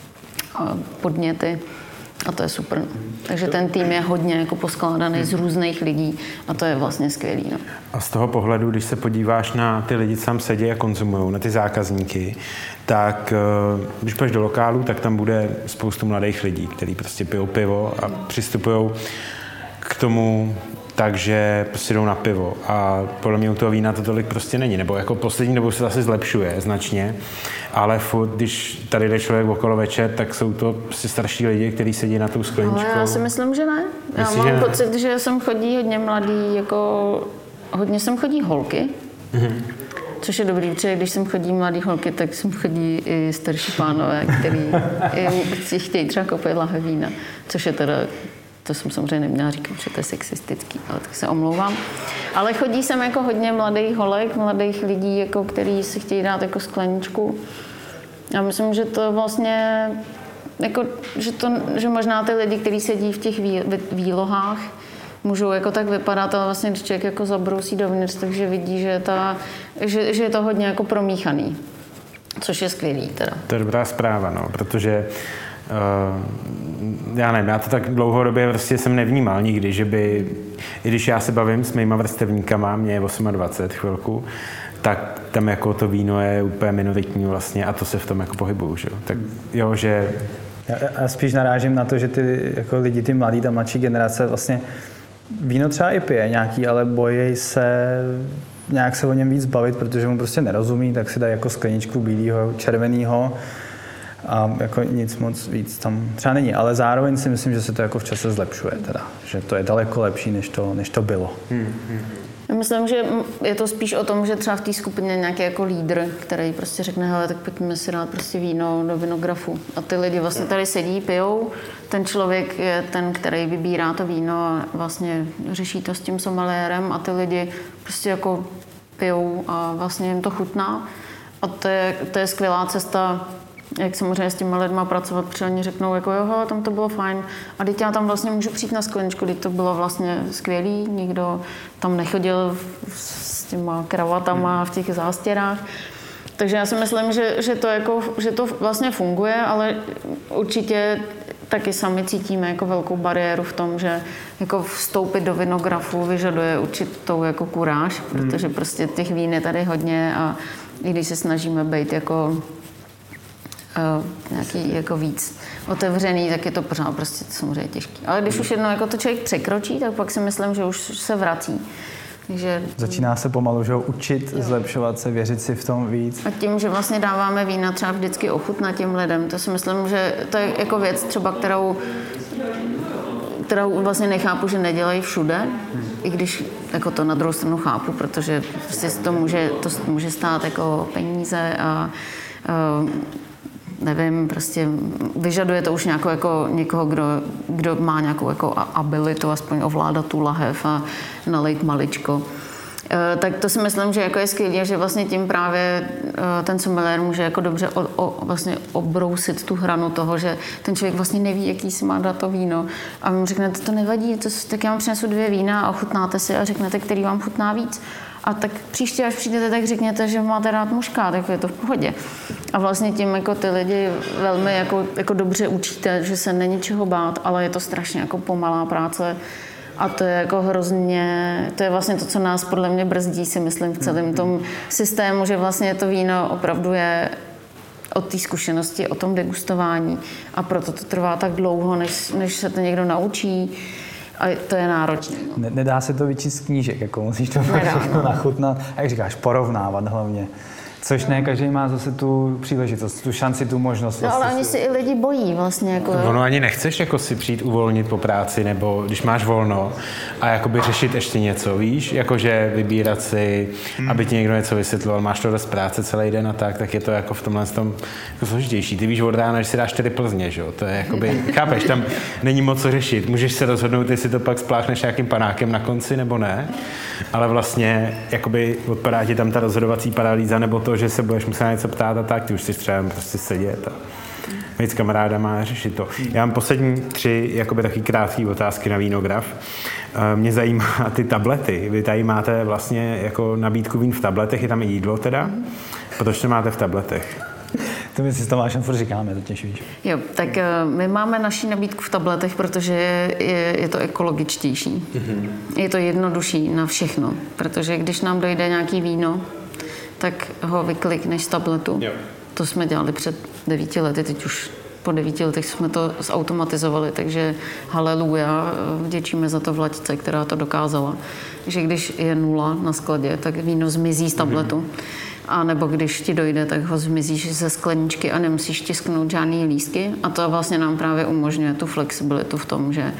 podněty. A to je super. Takže ten tým je hodně jako poskládaný z různých lidí a to je vlastně skvělý. No. A z toho pohledu, když se podíváš na ty lidi, co tam sedí a konzumují, na ty zákazníky, tak když půjdeš do lokálu, tak tam bude spoustu mladých lidí, kteří prostě pijou pivo a přistupují k tomu takže prostě jdou na pivo. A podle mě u toho vína to tolik prostě není. Nebo jako poslední dobou se zase zlepšuje značně, ale furt, když tady jde člověk okolo večer, tak jsou to prostě starší lidi, kteří sedí na tou skleničkou. Ale já si myslím, že ne. Já mám pocit, že sem chodí hodně mladý, jako hodně sem chodí holky. Což je dobrý, protože když sem chodí mladý holky, tak sem chodí i starší pánové, který si chtějí třeba koupit lahve vína, což je teda, to jsem samozřejmě neměla říkat, že to je sexistický, ale tak se omlouvám. Ale chodí sem jako hodně mladých holek, mladých lidí, jako, který si chtějí dát jako skleničku. Já myslím, že to vlastně, jako, že možná ty lidi, kteří sedí v těch výlohách, můžou jako tak vypadat, ale vlastně když člověk jako zabrousí dovnitř, takže vidí, že je to hodně jako promíchaný, což je skvělý teda. To je dobrá zpráva, no, protože já nevím, já to tak dlouhodobě prostě jsem nevnímal nikdy, že by, i když já se bavím s mýma vrstevníkama, mě je 28 chvilku, tak tam jako to víno je úplně minoritní vlastně a to se v tom jako pohybuju, že jo. Tak jo, že... Já spíš narážím na to, že ty jako lidi, ty mladí, ta mladší generace vlastně víno třeba i pije nějaký, ale bojí se nějak se o něm víc bavit, protože mu prostě nerozumí, tak si dají jako skleničku bílého, červeného a jako nic moc víc tam třeba není. Ale zároveň si myslím, že se to jako v čase zlepšuje teda, že to je daleko lepší, než to bylo. Já myslím, že je to spíš o tom, že třeba v té skupině nějaký jako lídr, který prostě řekne, hele, tak pojďme si dát prostě víno do vinografu. A ty lidi vlastně tady sedí, pijou. Ten člověk je ten, který vybírá to víno a vlastně řeší to s tím someliérem a ty lidi prostě jako pijou a vlastně jim to chutná. A to je skvělá cesta, jak samozřejmě s těmi lidma pracovat, protože oni řeknou, jako jo, hele, tam to bylo fajn. A teď já tam vlastně můžu přijít na skleničku, teď to bylo vlastně skvělý, nikdo tam nechodil s těma kravatama v těch zástěrách. Takže já si myslím, že to vlastně funguje, ale určitě taky sami cítíme jako velkou bariéru v tom, že jako vstoupit do vinografu vyžaduje určitou jako kuráž, protože prostě těch vín je tady hodně a i když se snažíme být jako nějaký jako víc otevřený, tak je to pořád prostě samozřejmě těžký. Ale když už jednou jako to člověk překročí, tak pak si myslím, že už se vrací. Takže začíná se pomalu, že učit, zlepšovat se, věřit si v tom víc. A tím, že vlastně dáváme vína třeba vždycky ochutnat těm lidem, to si myslím, že to je jako věc třeba, kterou vlastně nechápu, že nedělají všude, i když jako to na druhou stranu chápu, protože prostě to může stát jako peníze a nevím, prostě vyžaduje to už nějakou jako někoho, kdo má nějakou jako abilitu, aspoň ovládat tu lahev a nalejt maličko. Tak to si myslím, že jako je skvělé, že vlastně tím právě ten sommelier může jako dobře vlastně obrousit tu hranu toho, že ten člověk vlastně neví, jaký si má dát to víno. A my mu řeknete, to nevadí, tak já vám přinesu 2 vína a ochutnáte si a řeknete, který vám chutná víc. A tak příště, až přijdete, tak řekněte, že máte rád muškát, tak je to v pohodě. A vlastně tím jako ty lidi velmi jako dobře učíte, že se není čeho bát, ale je to strašně jako pomalá práce. A to je jako hrozně, to je vlastně to, co nás podle mě brzdí, si myslím, v celém tom systému, že vlastně to víno opravdu je o té zkušenosti, o tom degustování a proto to trvá tak dlouho, než se to někdo naučí a to je náročné. Nedá se to vyčíst z knížek, jako musíš to všechno nachutnat a jak říkáš, porovnávat hlavně. Což ne každý má zase tu příležitost, tu šanci, tu možnost. No, ale oni si i lidi bojí vlastně. Jako, ono ani nechceš jako si přijít uvolnit po práci, nebo když máš volno a jakoby řešit ještě něco, víš? Jakože vybírat si, aby ti někdo něco vysvětloval, máš to dost práce celý den a tak je to jako v tomhle tom jako složitější. Ty víš od rána, že si dáš 4 Plzně, že jo? To je jakoby, chápeš, tam není moc co řešit. Můžeš se rozhodnout, jestli to pak spláchneš nějakým panákem na konci, nebo ne. Ale vlastně jakoby odpadá ti tam ta rozhodovací paralýza, nebo to, že se budeš muset něco ptát a tak, ty už si třeba prostě sedět a být s kamarádama a řešit to. Já mám poslední 3 jakoby taky krátké otázky na Vínograf. Mě zajímá ty tablety. Vy tady máte vlastně jako nabídku vín v tabletech, je tam i jídlo teda. Proč to máte v tabletech? To my si s Tomášem furt říkáme, to těž víš. Jo, tak my máme naši nabídku v tabletech, protože je to ekologičtější. Mm-hmm. Je to jednodušší na všechno, protože když nám dojde nějaký víno, tak ho vyklikneš z tabletu. Jo. To jsme dělali před 9 lety, teď už po 9 letech jsme to zautomatizovali, takže haleluja, vděčíme za to Vlaďce, která to dokázala. Že když je 0 na skladě, tak víno zmizí z tabletu. Mm-hmm. A nebo když ti dojde, tak ho zmizíš ze skleničky a nemusíš tisknout žádný lístky. A to vlastně nám právě umožňuje tu flexibilitu v tom, že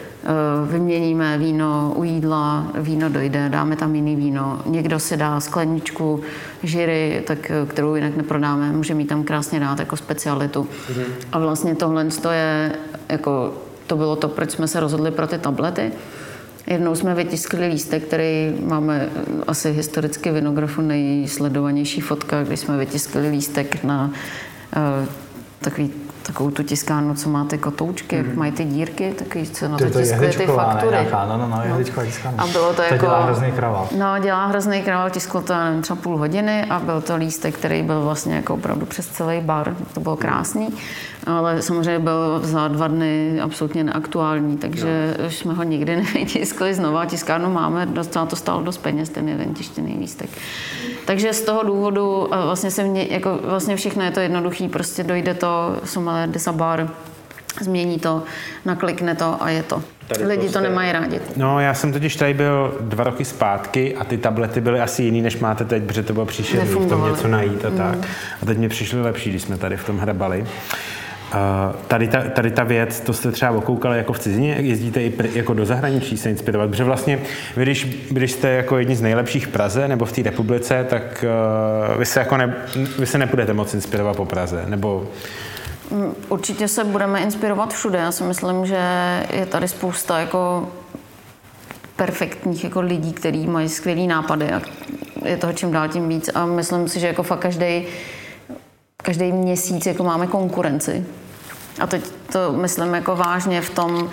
vyměníme víno u jídla, víno dojde, dáme tam jiný víno. Někdo si dá skleničku žiry, kterou jinak neprodáme, může mít tam krásně dát jako specialitu. A vlastně tohle to bylo to, proč jsme se rozhodli pro ty tablety. Jednou jsme vytiskli lístek, který máme asi historicky Vinografu nejsledovanější fotka, když jsme vytiskli lístek na takovou tu tiskárnu, co má ty kotoučky, jak mají ty dírky, takový, co na to tiskly ty faktury. Jehličková tiskárna. A bylo to jako... dělá hrozný kravál. No, dělá hrozný kravál, tisklo to, nevím, třeba půl hodiny a byl to lístek, který byl vlastně jako opravdu přes celý bar. To bylo krásný, ale samozřejmě byl za 2 dny absolutně neaktuální, takže už jsme ho nikdy nevytiskli znova. Tiskárnu máme, docela to stálo dost peněz, ten jeden tištěný lístek. Takže z toho důvodu vlastně všechno je to jednoduchý, prostě dojde to, sommelier de sa bar, změní to, naklikne to a je to. Lidi to nemají rádi. No, já jsem totiž tady byl 2 roky zpátky a ty tablety byly asi jiný, než máte teď, protože to bylo příšerný v tom něco najít a tak. A teď mě přišly lepší, když jsme tady v tom hrabali. Tady ta věc, to jste třeba okoukali jako v cizině, jezdíte i jako do zahraničí se inspirovat, protože vlastně vy, když jste jako jedni z nejlepších v Praze nebo v té republice, tak vy se nepůjdete moc inspirovat po Praze, nebo... Určitě se budeme inspirovat všude. Já si myslím, že je tady spousta jako perfektních jako lidí, kteří mají skvělý nápady a je toho čím dál tím víc a myslím si, že jako fakt každý měsíc jako máme konkurenci. A teď to myslím jako vážně v tom,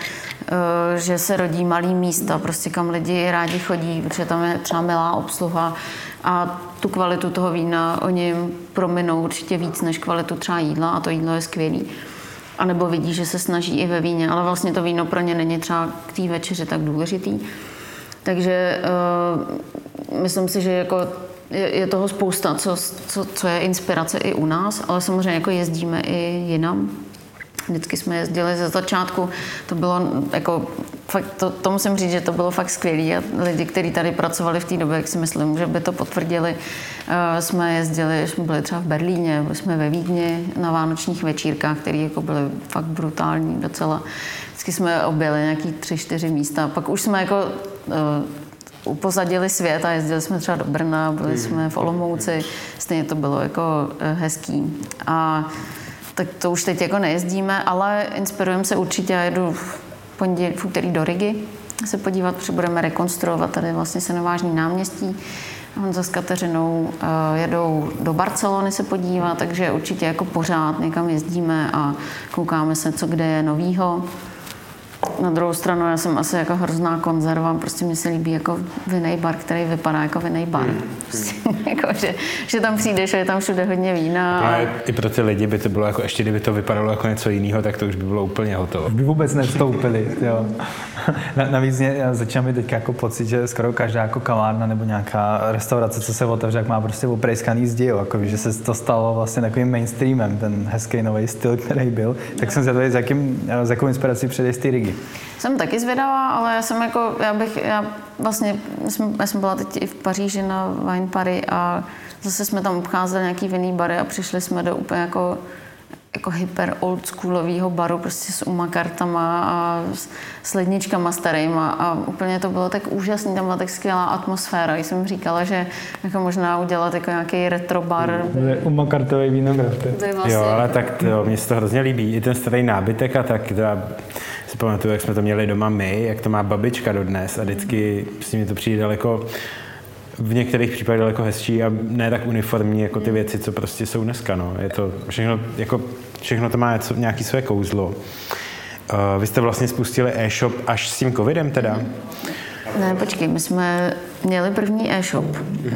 že se rodí malý místa, prostě kam lidi rádi chodí, protože tam je třeba milá obsluha a tu kvalitu toho vína oni prominou určitě víc než kvalitu třeba jídla a to jídlo je skvělý. A nebo vidí, že se snaží i ve víně, ale vlastně to víno pro ně není třeba k té večeři tak důležitý. Takže myslím si, že jako je toho spousta, co je inspirace i u nás, ale samozřejmě jako jezdíme i jinam. Vždycky jsme jezdili ze začátku, to bylo jako, fakt, to musím říct, že to bylo fakt skvělý a lidi, kteří tady pracovali v té době, jak si myslím, že by to potvrdili, jsme jezdili, jsme byli třeba v Berlíně, byli jsme ve Vídni na vánočních večírkách, které jako byly fakt brutální docela. Vždycky jsme objeli nějaký 3-4 místa, pak už jsme jako upozadili svět a jezdili jsme třeba do Brna, byli jsme v Olomouci, stejně to bylo jako hezký. A tak to už teď jako nejezdíme, ale inspirujeme se určitě, já jedu v úterý do Rigy se podívat, protože budeme rekonstruovat tady vlastně Senovážní náměstí. Honza s Kateřinou jedou do Barcelony se podívat, takže určitě jako pořád někam jezdíme a koukáme se, co kde je novýho. Na druhou stranu já jsem asi jako hrozná konzerva, prostě mi se líbí jako vinný bar, který vypadá jako vinný bar. Prostě, jako, že tam přijdeš a je tam všude hodně vína. A i pro ty lidi by to bylo jako, ještě kdyby to vypadalo jako něco jiného, tak to už by bylo úplně hotovo. Už by vůbec nevstoupili, jo. Navíc já začínám mít teď jako pocit, že skoro každá jako kavárna nebo nějaká restaurace, co se otevře, jak má prostě oprejskaný zdi, jako, že se to stalo vlastně takovým mainstreamem, ten hezký nový styl, který byl. Tak jsem zvědavý, s jakou inspirací přijdeš z té Rigy. Jsem taky zvědavá, ale já jsem byla teď i v Paříži na Wine Paris a zase jsme tam obcházeli nějaký vinný bary a přišli jsme do úplně jako hyper oldschoolového baru, prostě s umakartama a s ledničkama starýma a úplně to bylo tak úžasný, tam byla tak skvělá atmosféra. Jsem říkala, že jako možná udělat jako nějaký retro bar. Umakartový vinograd. Vlastně... Jo, ale tak to, mně se to hrozně líbí. I ten starý nábytek a tak si pamatuju, jak jsme to měli doma my, jak to má babička dodnes a vždycky prostě mi to přijde daleko v některých případech daleko hezčí a ne tak uniformní jako ty věci, co prostě jsou dneska. No. Je to všechno to má nějaký své kouzlo. Vy jste vlastně spustili e-shop až s tím covidem teda? Ne, počkej, my jsme měli první e-shop,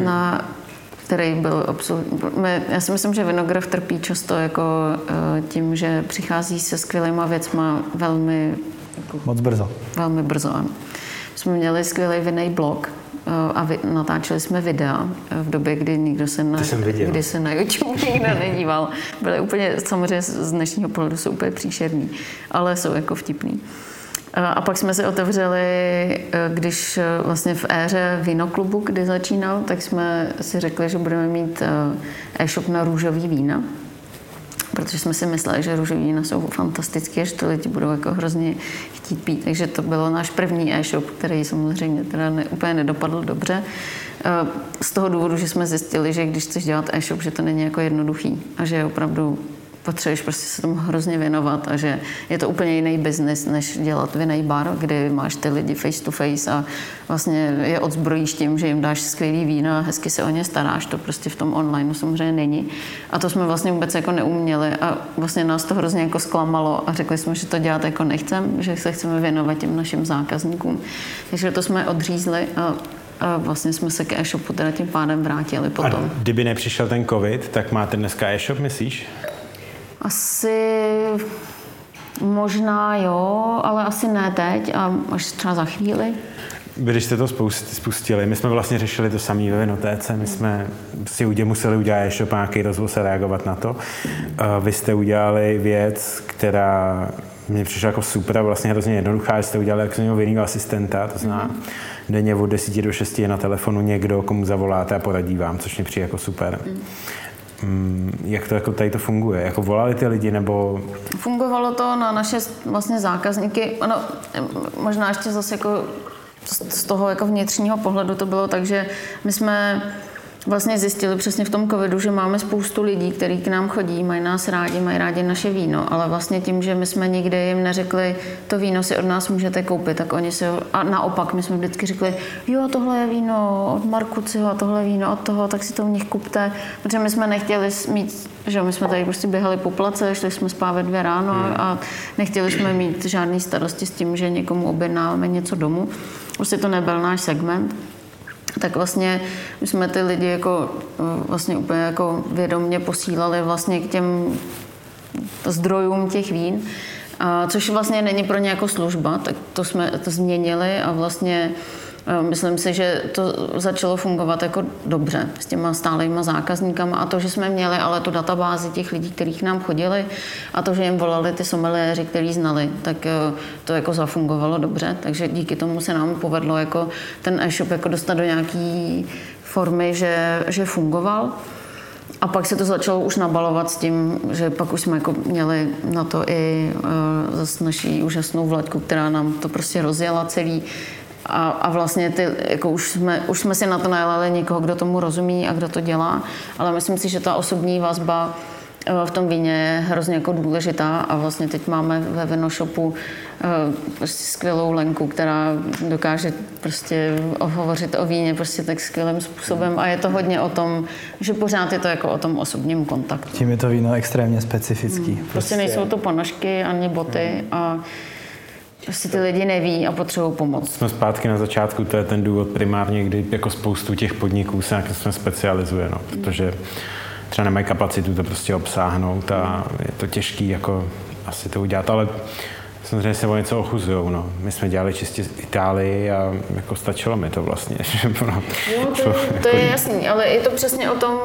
který byl absolutně... Já si myslím, že Vinograf trpí často jako tím, že přichází se skvělýma věcma velmi... Moc brzo. Velmi brzo, ano. Jsme měli skvělý vinný blog a natáčeli jsme videa v době, kdy kdy se na YouTube nikdo nedíval. Byly úplně, samozřejmě z dnešního pohledu jsou úplně příšerný, ale jsou jako vtipný. A pak jsme se otevřeli, když vlastně v éře Vinoklubu, kdy začínal, tak jsme si řekli, že budeme mít e-shop na růžový vína. Protože jsme si mysleli, že růžový vína jsou fantastické, že to lidi budou jako hrozně chtít pít. Takže to bylo náš první e-shop, který samozřejmě teda úplně nedopadl dobře. Z toho důvodu, že jsme zjistili, že když chceš dělat e-shop, že to není jako jednoduchý a že opravdu potřebuješ prostě se tomu hrozně věnovat a že je to úplně jiný biznis, než dělat vinný bar, kdy máš ty lidi face to face a vlastně je odzbrojíš tím, že jim dáš skvělý víno a hezky se o ně staráš. To prostě v tom online samozřejmě není. A to jsme vlastně vůbec jako neuměli a vlastně nás to hrozně jako zklamalo a řekli jsme, že to dělat jako nechceme, že se chceme věnovat těm našim zákazníkům. Takže to jsme odřízli a vlastně jsme se k e-shopu teda tím pádem vrátili potom. A kdyby nepřišel ten covid, tak máte dneska e-shop, myslíš? Asi možná jo, ale asi ne teď a až třeba za chvíli. Když jste to spustili, my jsme vlastně řešili to samé ve Vinotéce, my jsme si museli udělat e-shop a nějaký rozvoz a reagovat na to. Vy jste udělali věc, která mě přišla jako super a vlastně hrozně jednoduchá, jste udělali jako vinného asistenta, to znamená denně od 10 do 6 je na telefonu někdo, komu zavoláte a poradí vám, což mě přijde jako super. Jak to jako tady to funguje? Jako volali ty lidi nebo... Fungovalo to na naše vlastně zákazníky. Ano, možná ještě zase jako z toho jako vnitřního pohledu to bylo tak, že my jsme vlastně zjistili přesně v tom covidu, že máme spoustu lidí, kteří k nám chodí, mají nás rádi, mají rádi naše víno, ale vlastně tím, že my jsme nikdy jim neřekli, to víno si od nás můžete koupit, tak oni si ho, a naopak my jsme vždycky řekli, jo, tohle je víno od Markuciho a tohle víno od toho, tak si to u nich kupte, protože my jsme nechtěli mít, že my jsme tady prostě běhali po place, šli jsme spát ve 2 ráno a nechtěli jsme mít žádný starosti s tím, že někomu objednáváme něco domů. Prostě to nebyl náš segment. Tak vlastně my jsme ty lidi jako vlastně úplně jako vědomě posílali vlastně k těm zdrojům těch vín, což vlastně není pro ně jako služba, tak to jsme to změnili a vlastně myslím si, že to začalo fungovat jako dobře s těma stálejma zákazníkama a to, že jsme měli ale tu databázi těch lidí, kteří k nám chodili a to, že jim volali ty sommeliéři, který znali, tak to jako zafungovalo dobře, takže díky tomu se nám povedlo jako ten e-shop jako dostat do nějaký formy, že fungoval. A pak se to začalo už nabalovat s tím, že pak už jsme jako měli na to i zase naší úžasnou Vlaďku, která nám to prostě rozjela celý. A vlastně jako už jsme si na to najeli někoho, kdo tomu rozumí a kdo to dělá, ale myslím si, že ta osobní vazba v tom víně je hrozně jako důležitá a vlastně teď máme ve Vinoshopu prostě skvělou Lenku, která dokáže prostě hovořit o víně prostě tak skvělým způsobem a je to hodně o tom, že pořád je to jako o tom osobním kontaktu. Tím je to víno extrémně specifický. Prostě nejsou to ponožky ani boty a prostě ty lidi neví a potřebují pomoc. Jsme zpátky na začátku, to je ten důvod primárně, kdy jako spoustu těch podniků se nějak jsme specializuje, no, protože třeba nemají kapacitu to prostě obsáhnout a je to těžký jako asi to udělat, ale samozřejmě se o něco ochuzujou, no. My jsme dělali čistě z Itálii a jako stačilo mi to vlastně. Jo, to je jasný, ale je to přesně o tom,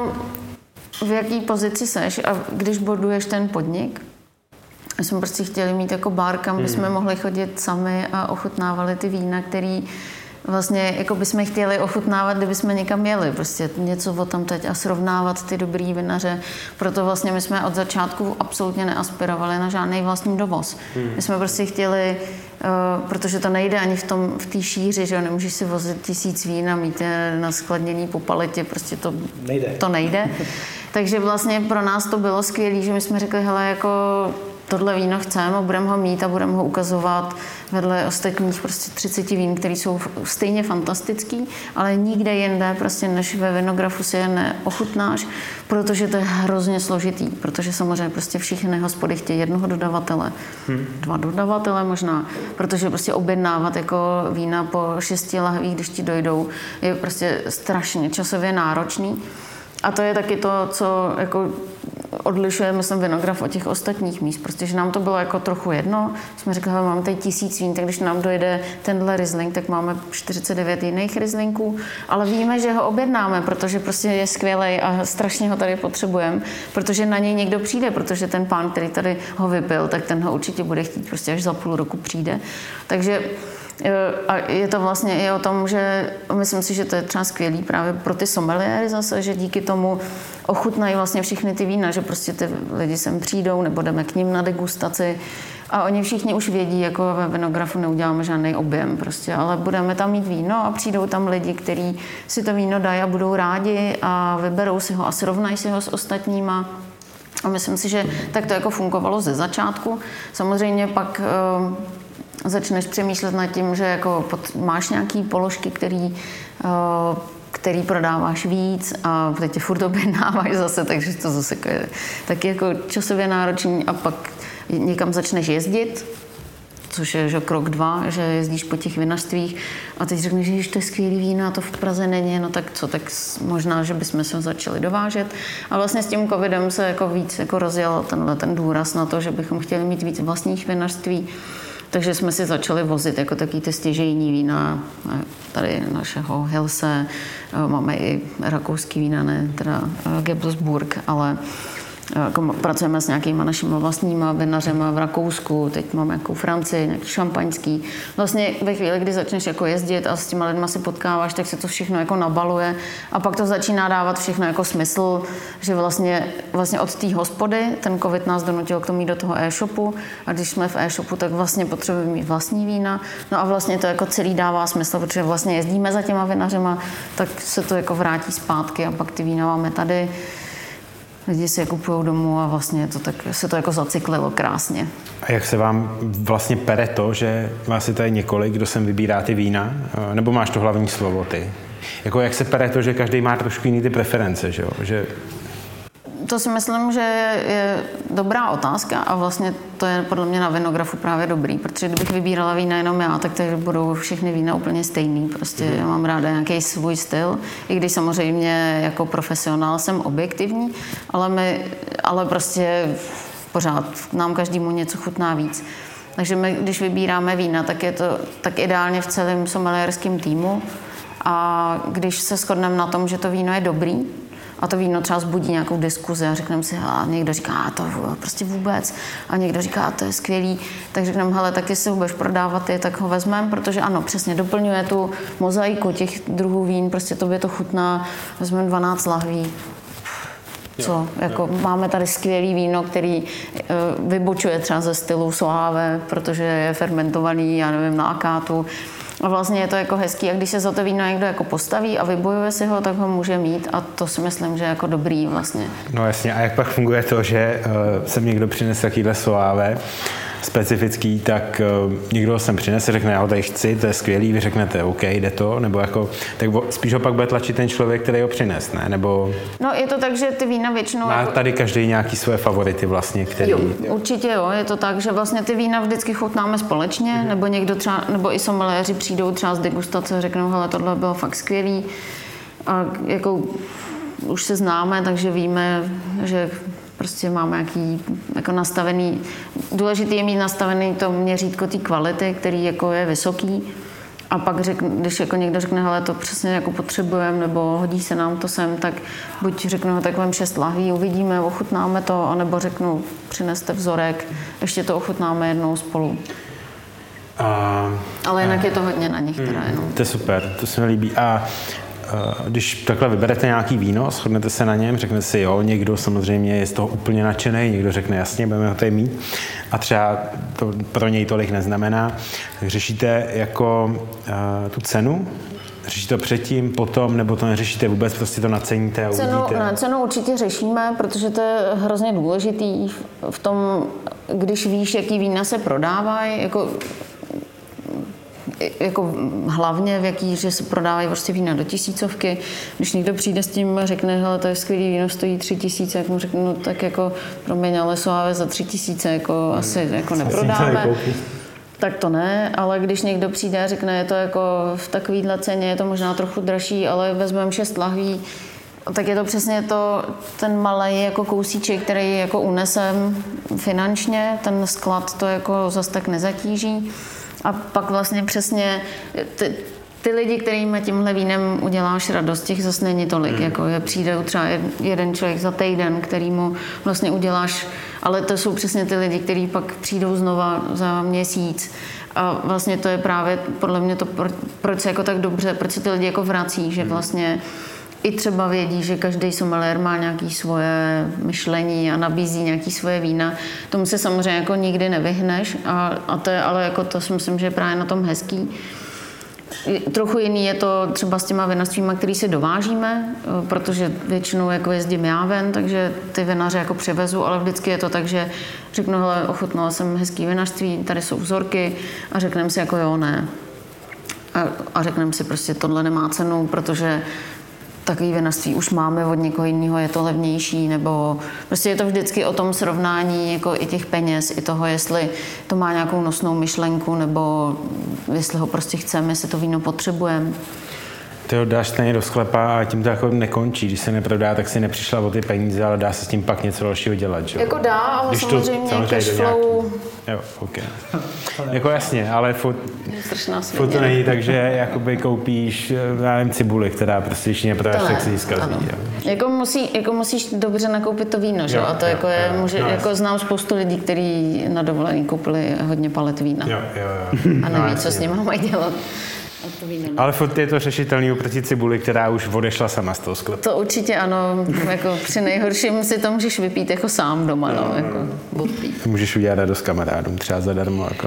v jaký pozici seš a když boduješ ten podnik. My jsme prostě chtěli mít jako bar, kam bychom mohli chodit sami a ochutnávali ty vína, který vlastně jako bychom chtěli ochutnávat, kdybychom někam jeli. Prostě něco o tam teď a srovnávat ty dobrý vinaře. Proto vlastně my jsme od začátku absolutně neaspirovali na žádný vlastní dovoz. My jsme prostě chtěli, protože to nejde ani v té šíři, že nemůžeš si vozit 1000 vín a mít je naskladněný po paletě, prostě to nejde. Takže vlastně pro nás to bylo skvělé, že my jsme řekli, hele, jako tohle víno chceme a budeme ho mít a budeme ho ukazovat vedle ostatních prostě 30 vín, které jsou stejně fantastický, ale nikde jinde prostě než ve Vinografu si je neochutnáš, protože to je hrozně složitý, protože samozřejmě prostě všechny hospody chtějí jednoho dodavatele, 2 dodavatele možná, protože prostě objednávat jako vína po 6 lahvích, když ti dojdou, je prostě strašně časově náročný. A to je taky to, co jako odlišuje, myslím, Vinograf od těch ostatních míst. Prostě, že nám to bylo jako trochu jedno. Jsme řekli, že máme tady 1000 vín, tak když nám dojde tenhle Riesling, tak máme 49 jiných Rieslingů, ale víme, že ho objednáme, protože prostě je skvělej a strašně ho tady potřebujeme, protože na něj někdo přijde, protože ten pán, který tady ho vypil, tak ten ho určitě bude chtít, prostě až za půl roku přijde. Takže a je to vlastně i o tom, že myslím si, že to je třeba skvělý právě pro ty sommeliéry zase, že díky tomu ochutnají vlastně všechny ty vína, že prostě ty lidi sem přijdou nebo jdeme k ním na degustaci a oni všichni už vědí, jako ve Vinografu neuděláme žádný objem prostě, ale budeme tam mít víno a přijdou tam lidi, kteří si to víno dají a budou rádi a vyberou si ho a srovnají si ho s ostatníma. A myslím si, že tak to jako fungovalo ze začátku. Samozřejmě pak začneš přemýšlet nad tím, že jako máš nějaký položky, který prodáváš víc a teď tě furt objednáváš zase, takže to zase je taky jako časově náročný a pak někam začneš jezdit, což je že krok 2, že jezdíš po těch vinařstvích a teď řekneš, že to je skvělý víno a to v Praze není, no tak co, tak možná, že bychom se ho začali dovážet. A vlastně s tím covidem se jako víc jako rozjel ten důraz na to, že bychom chtěli mít víc vlastních vinařství. Takže jsme si začali vozit jako taky ty stěžejní vína, tady našeho Hilse, máme i rakouský vína, ne teda Gebelsburg, ale Jako pracujeme s nějakýma našimi vlastníma vinařema v Rakousku, teď máme jako Francii, nějaký šampaňský. Vlastně ve chvíli, kdy začneš jako jezdit a s těma lidma si potkáváš, tak se to všechno jako nabaluje a pak to začíná dávat všechno jako smysl, že vlastně od té hospody, ten covid nás donutil k tomu jít do toho e-shopu a když jsme v e-shopu, tak vlastně potřebujeme mít vlastní vína. No a vlastně to jako celý dává smysl, protože vlastně jezdíme za těma vinařema, tak se to jako vrátí zpátky a pak ty vína máme tady. Lidi si je kupují domů a vlastně se to jako zacyklilo krásně. A jak se vám vlastně pere to, že vás je tady několik, kdo sem vybírá ty vína? Nebo máš to hlavní slovo ty? Jako jak se pere to, že každý má trošku jiný ty preference, že jo? Že... To si myslím, že je dobrá otázka a vlastně to je podle mě na Vinografu právě dobrý, protože kdybych vybírala vína jenom já, tak tady budou všechny vína úplně stejný. Prostě já mám ráda nějaký svůj styl, i když samozřejmě jako profesionál jsem objektivní, ale prostě pořád nám každému něco chutná víc. Takže my, když vybíráme vína, tak je to tak ideálně v celém sommelierském týmu a když se shodneme na tom, že to víno je dobrý, a to víno třeba zbudí nějakou diskuzi a řekneme si, a někdo říká, to prostě vůbec, a někdo říká, to je skvělý, tak řekneme, hele, tak jestli ho budeš prodávat, tak ho vezmeme, protože ano, přesně doplňuje tu mozaiku těch druhů vín, prostě tobě to chutná, vezmeme 12 lahví. Co? Jako, máme tady skvělý víno, který vybočuje třeba ze stylu Soave, protože je fermentovaný, já nevím, na akátu. A vlastně je to jako hezký a když se za to víno někdo jako postaví a vybojuje si ho, tak ho může mít a to si myslím, že je jako dobrý vlastně. No jasně, a jak pak funguje to, že sem někdo přinese takovýhle Soave specifický, tak někdo sem přinese, řekne, já ho tady chci, to je skvělý, vy řeknete, OK, jde to, nebo jako, tak spíš ho pak bude tlačit ten člověk, který ho přines, ne? Nebo... No je to tak, že ty vína většinou... Má tady každý nějaký svoje favority vlastně, který... Jo, určitě jo, je to tak, že vlastně ty vína vždycky chutnáme společně, nebo někdo třeba, nebo i sommeliéři přijdou třeba z degustace a řeknou, hele, tohle bylo fakt skvělý a jako už se známe, takže víme, že prostě máme nějaký jako nastavený, důležité je mít nastavený to měřítko té kvality, který jako je vysoký. A pak když jako někdo řekne, hele, to přesně jako potřebujeme, nebo hodí se nám to sem, tak buď řeknu, tak vám 6 lahví, uvidíme, ochutnáme to, anebo řeknu, přineste vzorek, ještě to ochutnáme jednou spolu. Ale jinak je to hodně na nich teda jenom. To je super, to se mi líbí. A když takhle vyberete nějaký víno, shodnete se na něm, řeknete si jo, někdo samozřejmě je z toho úplně nadšený, někdo řekne jasně, budeme ho tady mít a třeba to pro něj tolik neznamená, tak řešíte jako tu cenu, řešíte to předtím, potom, nebo to neřešíte vůbec, prostě to naceníte a uvidíte? Cenu určitě řešíme, protože to je hrozně důležitý v tom, když víš, jaký vína se prodávají, jako hlavně v jaký, že se prodávají prostě vína do 1000. Když někdo přijde s tím a řekne, hele, to je skvělý víno, stojí 3000, jak mu řeknu, no tak jako promiň, ale Soave za 3000 jako asi jako neprodáme. Tak to ne, ale když někdo přijde a řekne, je to jako v takovýhle ceně, je to možná trochu dražší, ale vezmeme 6 lahví, tak je to přesně ten malej jako kousíček, který jako unesem finančně, ten sklad to jako zas tak nezatíží. A pak vlastně přesně ty lidi, kterým tímhle vínem uděláš radost, těch zase není tolik. Jako přijde třeba jeden člověk za týden, kterýmu vlastně uděláš, ale to jsou přesně ty lidi, kteří pak přijdou znova za měsíc. A vlastně to je právě podle mě to, proč se jako tak dobře, proč se ty lidi jako vrací, že vlastně i třeba vědí, že každý sommeliér má nějaké svoje myšlení a nabízí nějaké svoje vína. Tomu se samozřejmě jako nikdy nevyhneš a to je ale jako to si myslím, že je právě na tom hezký. Trochu jiný je to třeba s těma vinařstvíma, který si dovážíme, protože většinou jako jezdím já ven, takže ty vinaře jako přivezu, ale vždycky je to tak, že řeknu, hele, ochutnala jsem hezký vinařství, tady jsou vzorky a řekneme si jako jo, ne. A řekneme si prostě tohle nemá cenu, protože takový vinařství už máme od někoho jiného, je to levnější, nebo prostě je to vždycky o tom srovnání jako i těch peněz, i toho, jestli to má nějakou nosnou myšlenku, nebo jestli ho prostě chceme, jestli to víno potřebujeme. Ty ho dáš stejně do sklepa a tím to jako nekončí. Když se neprodá, tak si nepřišla o ty peníze, ale dá se s tím pak něco dalšího dělat, že? Jako dá, ale Když samozřejmě cash flow... Jo, ok. Jako jasně, ale furt to není tak, že jakoby koupíš, já nevím, cibuli, která prostě, když neprodáš, tak si ji zkazí. Jako musíš dobře nakoupit to víno, že? A to jako je, jako znám spoustu lidí, kteří na dovolený koupili hodně palet vína. Jo. A neví, co s ním mají dělat. Ale furt je to řešitelný oproti cibuli, která už odešla sama z toho sklepa. To určitě ano, jako při nejhorším si to můžeš vypít jako sám doma, jako odpít. Můžeš udělat radost kamarádům, třeba zadarmo, jako.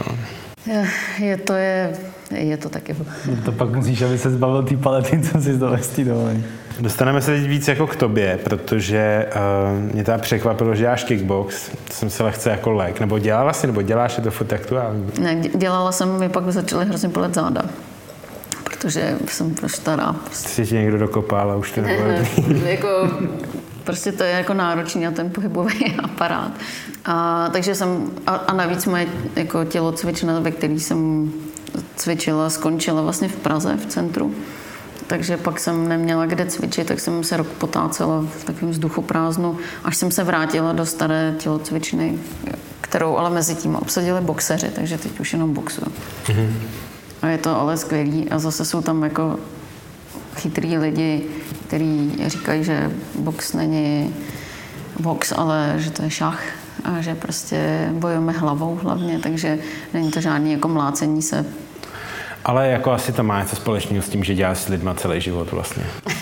Je to taky. To pak musíš, aby se zbavil té palety, co si dovést dovolení. Dostaneme se teď víc jako k tobě, protože mě teda překvapilo, že děláš kickbox. To jsem se lehce jako lék. Nebo dělala si, nebo děláš, je to furt aktuální? Ne, dělala jsem, mi pak začaly hrozně bolet záda. Protože jsem prostě stará. Si ti někdo dokopal a už to nebolí. Jako, prostě to je jako náročný na ten pohybový aparát. Takže jsem, a navíc moje jako tělocvična, ve který jsem cvičila, skončila vlastně v Praze, v centru. Takže pak jsem neměla kde cvičit, tak jsem se rok potácela v takovém vzduchoprázdnu, až jsem se vrátila do staré tělocvičny, kterou ale mezi tím obsadili boxeři, takže teď už jenom boxuju. Mm-hmm. A je to ale skvělý a zase jsou tam jako chytrý lidi, kteří říkají, že box není box, ale že to je šach a že prostě bojujeme hlavou hlavně, takže není to žádný jako mlácení se. Ale jako asi to má něco společného s tím, že děláš s lidma celý život vlastně.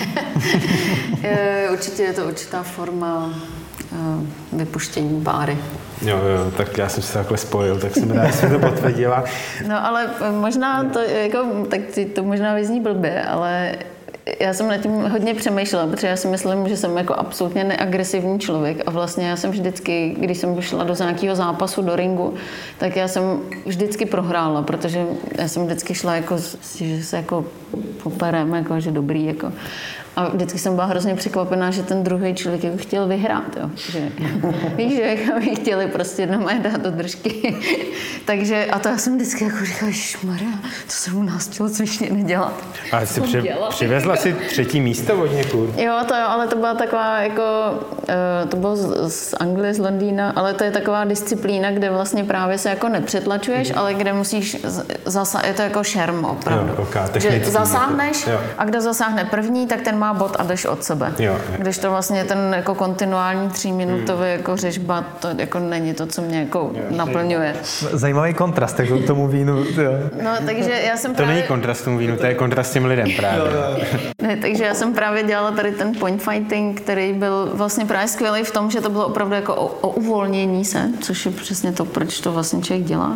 Určitě je to určitá forma vypuštění páry. Jo, tak já jsem se takhle spojil, tak jsem rád, že jsem to potvrdila. No ale možná to, jako, tak to možná vyzní blbě, ale já jsem nad tím hodně přemýšlela, protože já si myslím, že jsem jako absolutně neagresivní člověk a vlastně já jsem vždycky, když jsem šla do nějakého zápasu, do ringu, tak já jsem vždycky prohrála, protože já jsem vždycky šla jako, že se jako poperem, jako, že dobrý, jako. A vždycky jsem byla hrozně překvapená, že ten druhý člověk jako chtěl vyhrát, jo. Že, víš, že jako by chtěli prostě jednou dát do držky. Takže, a to já jsem vždycky jako říkala, ježišmarja, to jsem u nás tělocvičně nedělat. Ale jsi přivezla si 3. místo od někud? Jo, ale to byla taková jako, to bylo z Anglie, z Londýna, ale to je taková disciplína, kde vlastně právě se jako nepřetlačuješ, ale kde musíš je to jako šerm opravdu. Jo, okay, že zasáhneš a kdo zasáhne první, tak ten má bod a jdeš od sebe. Jo. Když to vlastně ten jako kontinuální 3minutový jako řežba, to jako není to, co mě jako naplňuje. Zajímavý kontrast jako k tomu vínu. Jo. No, takže já jsem to není kontrast tomu vínu, to je kontrast těm lidem právě. Ne, takže já jsem právě dělala tady ten point fighting, který byl vlastně právě skvělý v tom, že to bylo opravdu jako o uvolnění se, což je přesně to, proč to vlastně člověk dělá.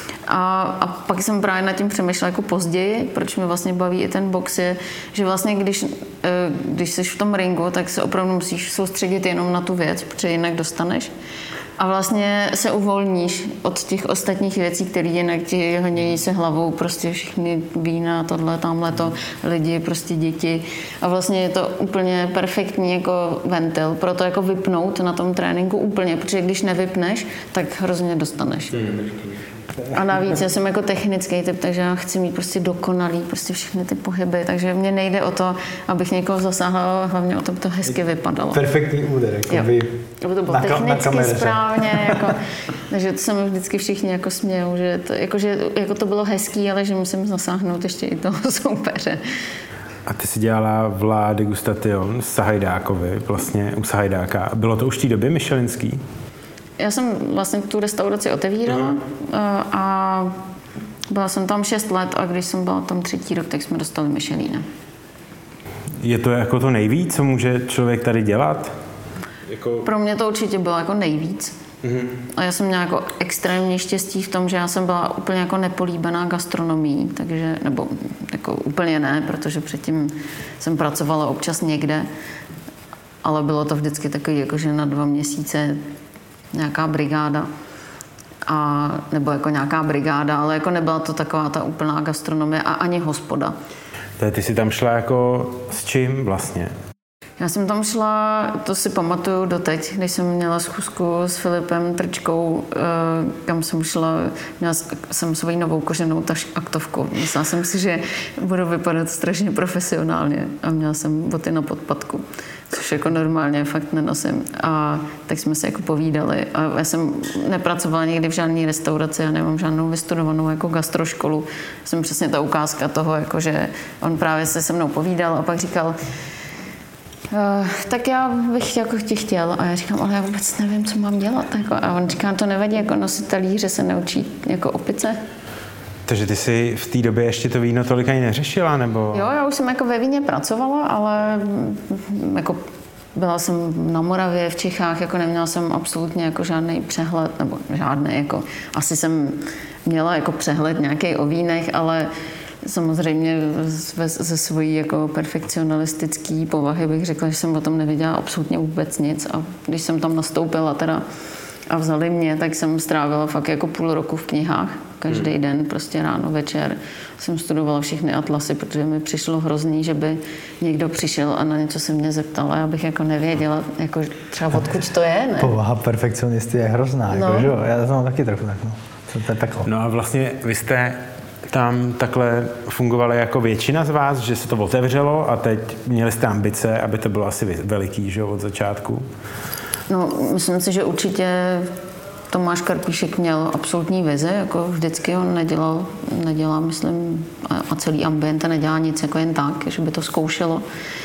A pak jsem právě nad tím přemýšlela jako později, proč mě vlastně baví i ten box, je, že vlastně když jsi v tom ringu, tak se opravdu musíš soustředit jenom na tu věc, protože jinak dostaneš. A vlastně se uvolníš od těch ostatních věcí, které jinak ti honějí se hlavou, prostě všechny vína, tohle, tamhleto, lidi, prostě děti. A vlastně je to úplně perfektní jako ventil pro to jako vypnout na tom tréninku úplně, protože když nevypneš, tak hrozně dostaneš. A navíc já jsem jako technický typ, takže já chci mít prostě dokonalý prostě všechny ty pohyby, takže mně nejde o to, abych někoho zasáhla, hlavně o to, aby to hezky vypadalo. Perfektní úder, jako by aby to bylo technicky správně, jako, takže to se mi vždycky všichni jako smějou, že to bylo hezký, ale že musím zasáhnout ještě i toho soupeře. A ty jsi dělala v La Degustation s Sahajdákovi, vlastně u Sahajdáka. Bylo to už v té době michelinský? Já jsem vlastně tu restauraci otevírala a byla jsem tam 6 let a když jsem byla tam 3. rok, tak jsme dostali Michelina. Je to jako to nejvíc, co může člověk tady dělat? Pro mě to určitě bylo jako nejvíc. Mm-hmm. A já jsem měla jako extrémně štěstí v tom, že já jsem byla úplně jako nepolíbená gastronomií, takže, nebo jako úplně ne, protože předtím jsem pracovala občas někde, ale bylo to vždycky takový, jakože na 2 měsíce nějaká brigáda. Nebo jako nějaká brigáda, ale jako nebyla to taková ta úplná gastronomie a ani hospoda. Ty jsi tam šla jako s čím vlastně? Já jsem tam šla, to si pamatuju doteď, když jsem měla schůzku s Filipem Trčkou, kam jsem šla, měla jsem svoji novou koženou aktovku. Myslela jsem si, že budu vypadat strašně profesionálně a měla jsem boty na podpatku, což jako normálně fakt nenosím. A tak jsme se jako povídali. A já jsem nepracovala nikdy v žádné restauraci, já nemám žádnou vystudovanou jako gastroškolu. Jsem přesně ta ukázka toho, jako že on právě se mnou povídal a pak říkal, tak já bych jako tě chtěl. A já říkám, ale já vůbec nevím, co mám dělat. Jako, a on říká, to nevadí, jako nosit talíře se neučí jako opice. Takže ty jsi v té době ještě to víno tolik ani neřešila, nebo? Jo, já už jsem jako ve víně pracovala, ale jako byla jsem na Moravě, v Čechách, jako neměla jsem absolutně jako žádný přehled, nebo žádný, jako asi jsem měla jako přehled nějaký o vínech, ale samozřejmě ze svojí jako perfekcionalistické povahy bych řekla, že jsem o tom nevěděla absolutně vůbec nic. A když jsem tam nastoupila teda a vzali mě, tak jsem strávila fakt jako půl roku v knihách. Každý den, prostě ráno, večer jsem studovala všechny atlasy, protože mi přišlo hrozný, že by někdo přišel a na něco se mě zeptal a já bych jako nevěděla, jako třeba odkud to je, ne? Povaha perfekcionisty je hrozná, No. jako, že jo? Já to mám taky trochu tak, no. To je peklo. No a vlastně vy jste tam takhle fungovali jako většina z vás, že se to otevřelo a teď měli jste ambice, aby to bylo asi veliký, že jo, od začátku? No, myslím si, že určitě Tomáš Karpíšek měl absolutní vizi, jako vždycky on nedělá, myslím, a celý ambient nedělá nic jako jen tak, že by to zkoušelo.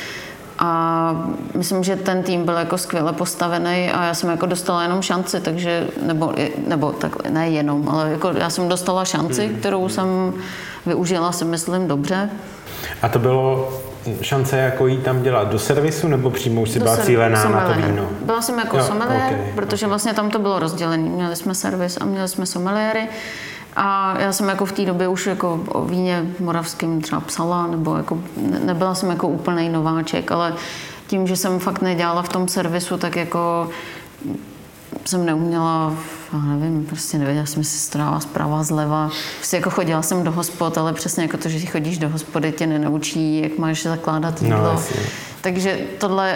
A myslím, že ten tým byl jako skvěle postavený a já jsem jako dostala jenom šanci, takže, nebo tak, ne jenom, ale jako já jsem dostala šanci, kterou jsem využila, si myslím, dobře. A to bylo šance jako jít tam dělat do servisu, nebo přímo už si byla cílená na to víno? Byla jsem jako sommeliér, protože vlastně tam to bylo rozdělené. Měli jsme servis a měli jsme sommeliéry. A já jsem jako v té době už jako o víně moravském třeba psala, nebo jako nebyla jsem jako úplnej nováček, ale tím, že jsem fakt nedělala v tom servisu, tak jako jsem neuměla, já nevím, prostě nevěděla jsem si strava zprava, zleva. Prostě jako chodila jsem do hospod, ale přesně jako to, že chodíš do hospody, tě nenaučí, jak máš zakládat jídlo. No, takže tohle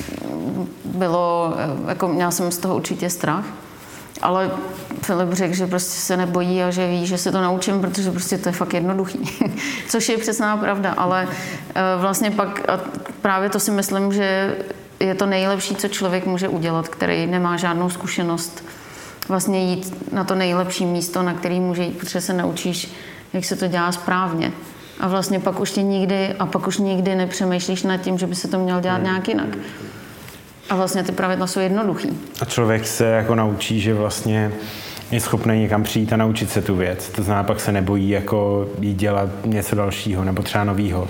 bylo, jako měla jsem z toho určitě strach. Ale Filip řekl, že prostě se nebojí a že ví, že se to naučím, protože prostě to je fakt jednoduchý. Což je přesná pravda, ale vlastně pak a právě to si myslím, že je to nejlepší, co člověk může udělat, který nemá žádnou zkušenost, vlastně jít na to nejlepší místo, na který může jít, protože se naučíš, jak se to dělá správně. A vlastně pak už nikdy nepřemýšlíš nad tím, že by se to měl dělat nějak jinak. A vlastně ty pravidla jsou jednoduchý. A člověk se jako naučí, že vlastně je schopný někam přijít a naučit se tu věc. To znamená, pak se nebojí jako jít dělat něco dalšího nebo třeba novýho.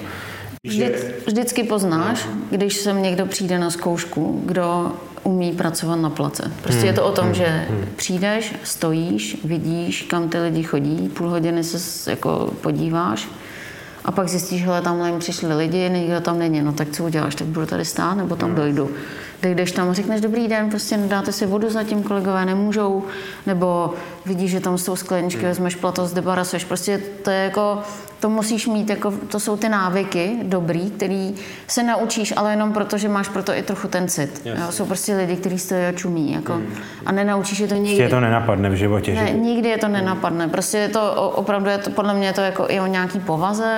Vždycky poznáš, když sem někdo přijde na zkoušku, kdo umí pracovat na place. Prostě je to o tom, že přijdeš, stojíš, vidíš, kam ty lidi chodí, půl hodiny se jako podíváš a pak zjistíš, že tamhle jim přišli lidi, nikdo tam není, no tak co uděláš, tak budu tady stát nebo tam dojdu. Jdeš tam a řekneš dobrý den, prostě dáte si vodu, zatím kolegové nemůžou, nebo vidíš, že tam z toho skleničky vezmeš plato, zdebarasuješ, prostě to je jako, to musíš mít, jako, to jsou ty návyky dobrý, který se naučíš, ale jenom proto, že máš proto i trochu ten cit. Jo, jsou prostě lidi, kteří stojí a čumí, jako, a nenaučíš je to nikdy. Je to nenapadne v životě. Ne, že? nikdy je to nenapadne, prostě je to opravdu, je to, podle mě je to jako i o nějaký povaze,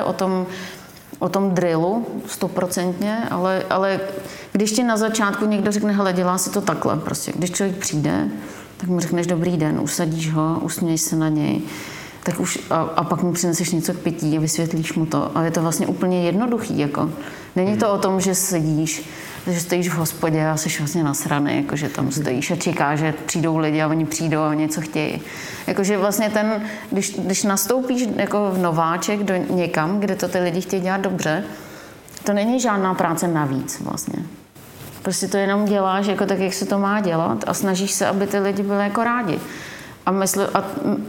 o tom drillu, 100%, ale když ti na začátku někdo řekne, hele, dělá si to takhle, prostě, když člověk přijde, tak mu řekneš dobrý den, usadíš ho, usměješ se na něj, tak už, a pak mu přineseš něco k pití a vysvětlíš mu to. A je to vlastně úplně jednoduchý, jako. Není to o tom, že sedíš, že stojíš v hospodě a jsi vlastně nasraný, jako, že tam stojíš a čekáš, že přijdou lidi a oni přijdou a něco chtějí. Jakože vlastně když nastoupíš jako nováček do někam, kde to ty lidi chtějí dělat dobře, to není žádná práce navíc vlastně. Prostě to jenom děláš jako tak, jak se to má dělat a snažíš se, aby ty lidi byli jako rádi. A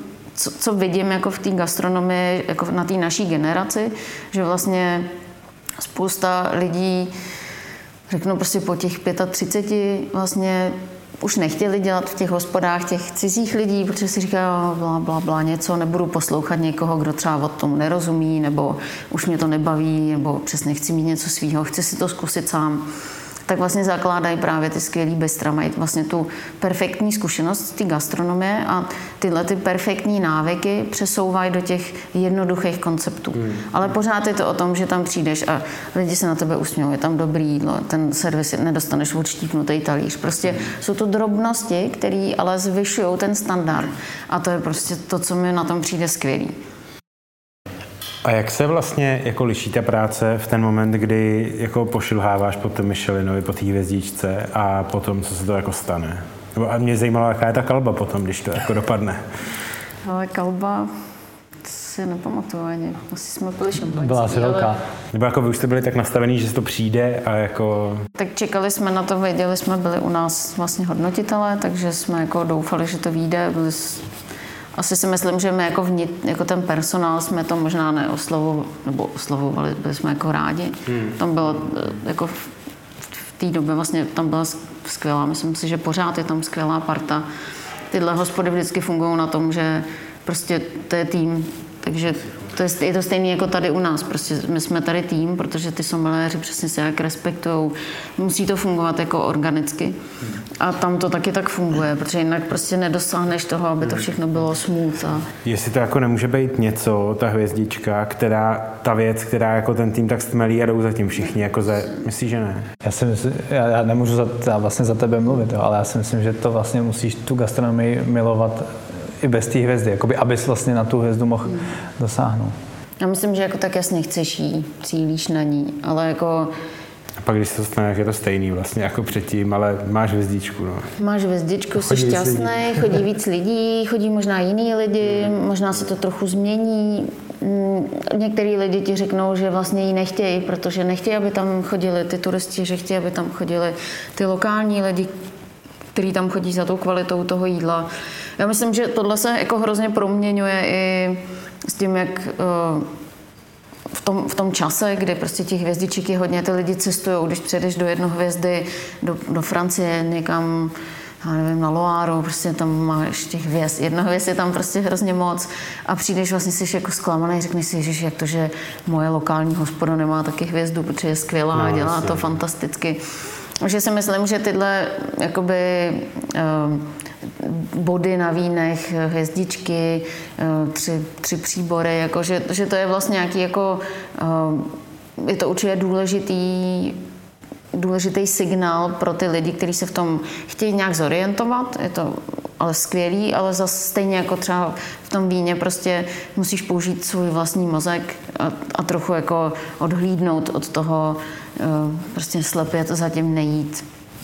co vidím jako v té gastronomii, jako na té naší generaci, že vlastně spousta lidí, řeknu prostě po těch 35, vlastně už nechtěli dělat v těch hospodách těch cizích lidí, protože si říkají, bla, něco, nebudu poslouchat někoho, kdo třeba o tomu nerozumí, nebo už mě to nebaví, nebo přesně chci mít něco svýho, chci si to zkusit sám. tak vlastně zakládají právě ty skvělý bistra, mají vlastně tu perfektní zkušenost z té gastronomie a tyhle ty perfektní návyky přesouvají do těch jednoduchých konceptů. Ale pořád je to o tom, že tam přijdeš a lidi se na tebe usmějí, je tam dobrý jídlo, ten servis nedostaneš odštípnutý talíř. Prostě jsou to drobnosti, které ale zvyšují ten standard. A to je prostě to, co mi na tom přijde skvělý. A jak se vlastně jako liší ta práce v ten moment, kdy jako pošilháváš po tom Michelinovi, po té hvězdičce a potom, co se to jako stane? A mě zajímalo, jaká je ta kalba potom, když to jako dopadne. Ale kalba si nepamatuju ani. Asi jsme byli šampaňský. Byla asi velká. Nebo jako vy už jste byli tak nastavený, že se to přijde a jako... Tak čekali jsme na to, věděli jsme, byli u nás vlastně hodnotitelé, takže jsme jako doufali, že to vyjde. Asi si myslím, že my jako ten personál jsme to možná oslavovali, byli jsme jako rádi. Tam bylo jako v té době vlastně tam byla skvělá, myslím si, že pořád je tam skvělá parta. Tyhle hospody vždycky fungují na tom, že prostě to je tým, takže je to stejné jako tady u nás. Prostě my jsme tady tým, protože ty someliéři přesně se jak respektujou. Musí to fungovat jako organicky. A tam to taky tak funguje, protože jinak prostě nedosáhneš toho, aby to všechno bylo smooth. Jestli to jako nemůže být něco, ta hvězdička, ta věc, která jako ten tým tak stmelí a jdou za tím všichni, jako myslíš, že ne? Já nemůžu vlastně za tebe mluvit, jo, ale já si myslím, že to vlastně musíš tu gastronomii milovat i bez té hvězdy, jakoby, abys vlastně na tu hvězdu mohl dosáhnout. Já myslím, že jako tak jasně chceš jí, cílíš na ní, ale jako... A pak, když se to stane, je to stejný vlastně jako předtím, ale máš hvězdičku, no. Máš hvězdičku, jsi šťastný, chodí víc lidí, chodí možná jiný lidi, možná se to trochu změní. Některý lidi ti řeknou, že vlastně ji nechtějí, protože nechtějí, aby tam chodili ty turisti, že chtějí, aby tam chodili ty lokální lidi, kteří tam chodí za tou kvalitou toho jídla. Já myslím, že tohle se jako hrozně proměňuje i s tím, jak v tom čase, kdy prostě těch hvězdiček je hodně, ty lidi cestujou, když přijedeš do jednohvězdy, do Francie, někam, já nevím, na Loáru, prostě tam máš těch hvězd, jednohvězd je tam prostě hrozně moc a přijdeš vlastně jsi jako zklamaný, řekneš si, ježiš, jak to, že moje lokální hospoda nemá taky hvězdu, protože je skvělá, dělá to fantasticky. Takže si myslím, že tyhle jakoby body na vínech, hvězdičky, tři příbory, jako, že to je vlastně nějaký jako, je to určitě důležitý signál pro ty lidi, kteří se v tom chtějí nějak zorientovat, je to ale skvělý, ale zase stejně jako třeba v tom víně prostě musíš použít svůj vlastní mozek a trochu jako odhlídnout od toho, prostě slepě to zatím nejít.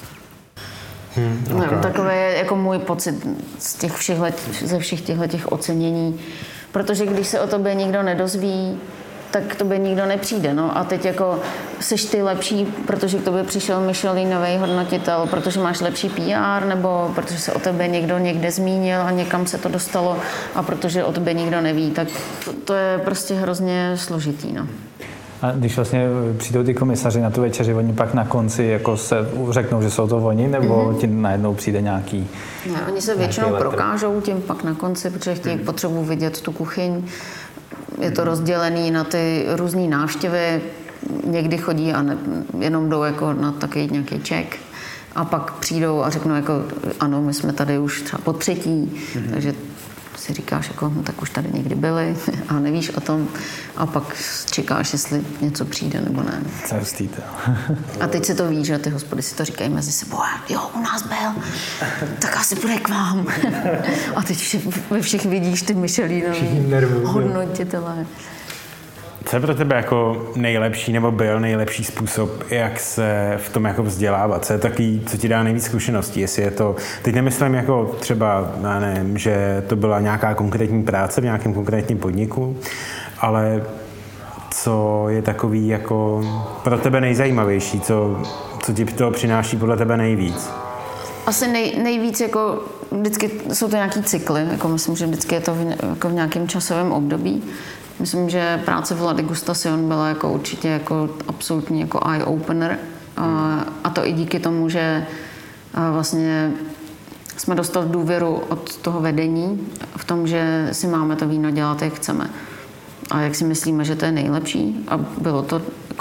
Okay. Takové je jako můj pocit ze všech těch ocenění, protože když se o tobě nikdo nedozví, tak k tobě nikdo nepřijde. No. A teď jako seš ty lepší, protože k tobě přišel Michelin-nový hodnotitel, protože máš lepší PR, nebo protože se o tebe někdo někde zmínil a někam se to dostalo a protože o tobě nikdo neví, tak to je prostě hrozně složitý. No. A když vlastně přijdou ty komisaři na tu večeři, oni pak na konci jako se řeknou, že jsou to oni, nebo ti najednou přijde nějaký... Ne, oni se většinou prokážou tím pak na konci, protože chtějí potřebu vidět tu kuchyň. Je to rozdělený na ty různé návštěvy. Někdy chodí a jenom jdou jako na takový nějaký check. A pak přijdou a řeknou jako ano, my jsme tady už třeba po třetí. Takže si říkáš jako, no tak už tady někdy byli a nevíš o tom. A pak čekáš, jestli něco přijde nebo ne. Co hustý. A teď se to ví, že ty hospody si to říkají mezi sebou. Jo, u nás byl, tak asi bude k vám. A teď ve všech vidíš ty Michelinovi hodnotitelé. Co je pro tebe jako nejlepší nebo byl nejlepší způsob, jak se v tom jako vzdělávat? Co je takový, co ti dá nejvíc zkušeností? Jestli je to, teď nemyslím jako třeba, nevím, že to byla nějaká konkrétní práce v nějakém konkrétním podniku, ale co je takový jako pro tebe nejzajímavější, co ti toho přináší podle tebe nejvíc? Asi nejvíc jako vždycky jsou to nějaký cykly, jako myslím, že vždycky je to jako v nějakém časovém období. Myslím, že práce v La Degustation byla jako určitě jako absolutní jako eye-opener a to i díky tomu, že vlastně jsme dostali důvěru od toho vedení v tom, že si máme to víno dělat, jak chceme. A jak si myslíme, že to je nejlepší a bylo to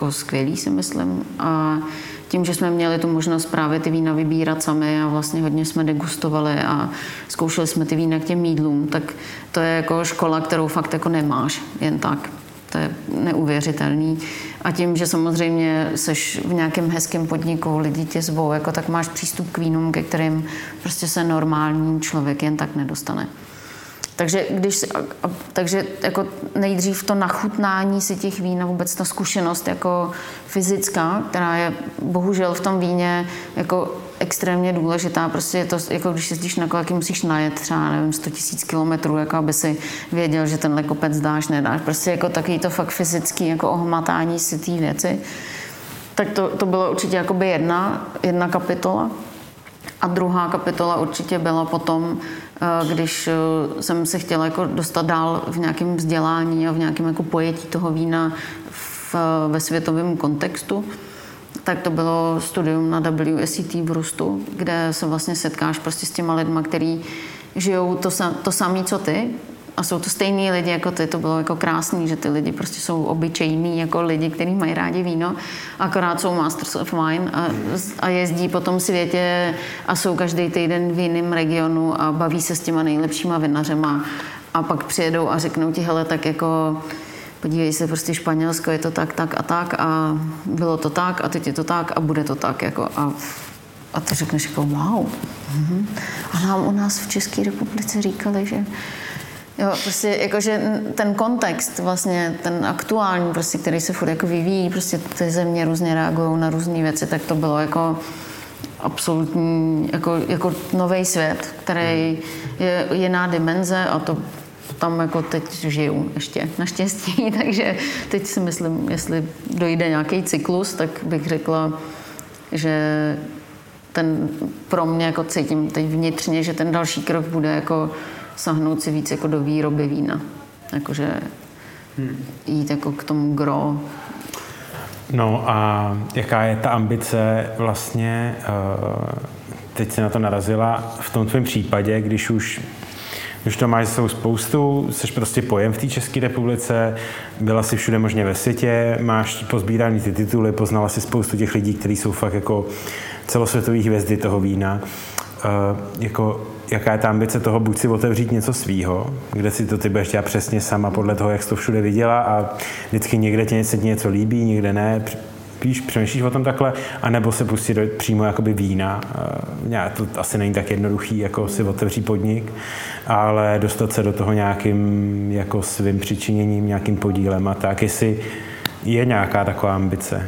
jako skvělý, si myslím. A tím, že jsme měli tu možnost právě ty vína vybírat sami a vlastně hodně jsme degustovali a zkoušeli jsme ty vína k těm jídlům, tak to je jako škola, kterou fakt jako nemáš jen tak. To je neuvěřitelný. A tím, že samozřejmě seš v nějakém hezkém podniku, lidi tě zvou, jako tak máš přístup k vínům, ke kterým prostě se normální člověk jen tak nedostane. Takže jako nejdřív to nachutnání si těch vín a vůbec ta zkušenost jako fyzická, která je bohužel v tom víně jako extrémně důležitá. Prostě je to, jako když jezdíš na kole, musíš najet třeba, nevím, 100 000 kilometrů, jako aby si věděl, že tenhle kopec dáš, nedáš. Prostě jako takový to fakt fyzický jako ohmatání si té věci. Tak to bylo určitě jakoby jedna kapitola. A druhá kapitola určitě byla potom, když jsem se chtěla jako dostat dál v nějakém vzdělání a v nějakém jako pojetí toho vína ve světovém kontextu, tak to bylo studium na WSET v Rustu, kde se vlastně setkáš prostě s těma lidma, který žijou to samé, co ty, a jsou to stejní lidi jako ty. To bylo jako krásný, že ty lidi prostě jsou obyčejní jako lidi, kteří mají rádi víno, akorát jsou Masters of Wine a jezdí po tom světě a jsou každý týden v jiném regionu a baví se s těma nejlepšíma vinařema a pak přijedou a řeknou ti, hele, tak jako podívej se, prostě Španělsko je to tak a bylo to tak a teď je to tak a bude to tak jako a ty řekneš jako wow. A nám u nás v České republice říkali, že jo, prostě jakože ten kontext vlastně, ten aktuální, prostě, který se furt jako vyvíjí, prostě ty země různě reagují na různé věci, tak to bylo jako absolutní, jako nový svět, který je jiná dimenze a to tam jako teď žiju ještě, naštěstí, takže teď si myslím, jestli dojde nějaký cyklus, tak bych řekla, že ten pro mě jako cítím teď vnitřně, že ten další krok bude jako sahnout si víc jako do výroby vína. Jakože jít jako k tomu gro. No a jaká je ta ambice vlastně, teď se na to narazila, v tom tvém případě, když už to máš za sebou spoustu, jsi prostě pojem v té České republice, byla si všude možně ve světě, máš pozbíraný ty tituly, poznala si spoustu těch lidí, kteří jsou fakt jako celosvětové hvězdy toho vína. Jako, jaká je ta ambice toho, buď si otevřít něco svýho, kde si to ty budeš dělat přesně sama podle toho, jak jsi to všude viděla a vždycky někde tě něco líbí, někde ne, přemýšlíš o tom takhle, anebo se pustit přímo jakoby vína. To asi není tak jednoduchý, jako si otevřít podnik, ale dostat se do toho nějakým jako svým přičiněním, nějakým podílem a tak, jestli je nějaká taková ambice.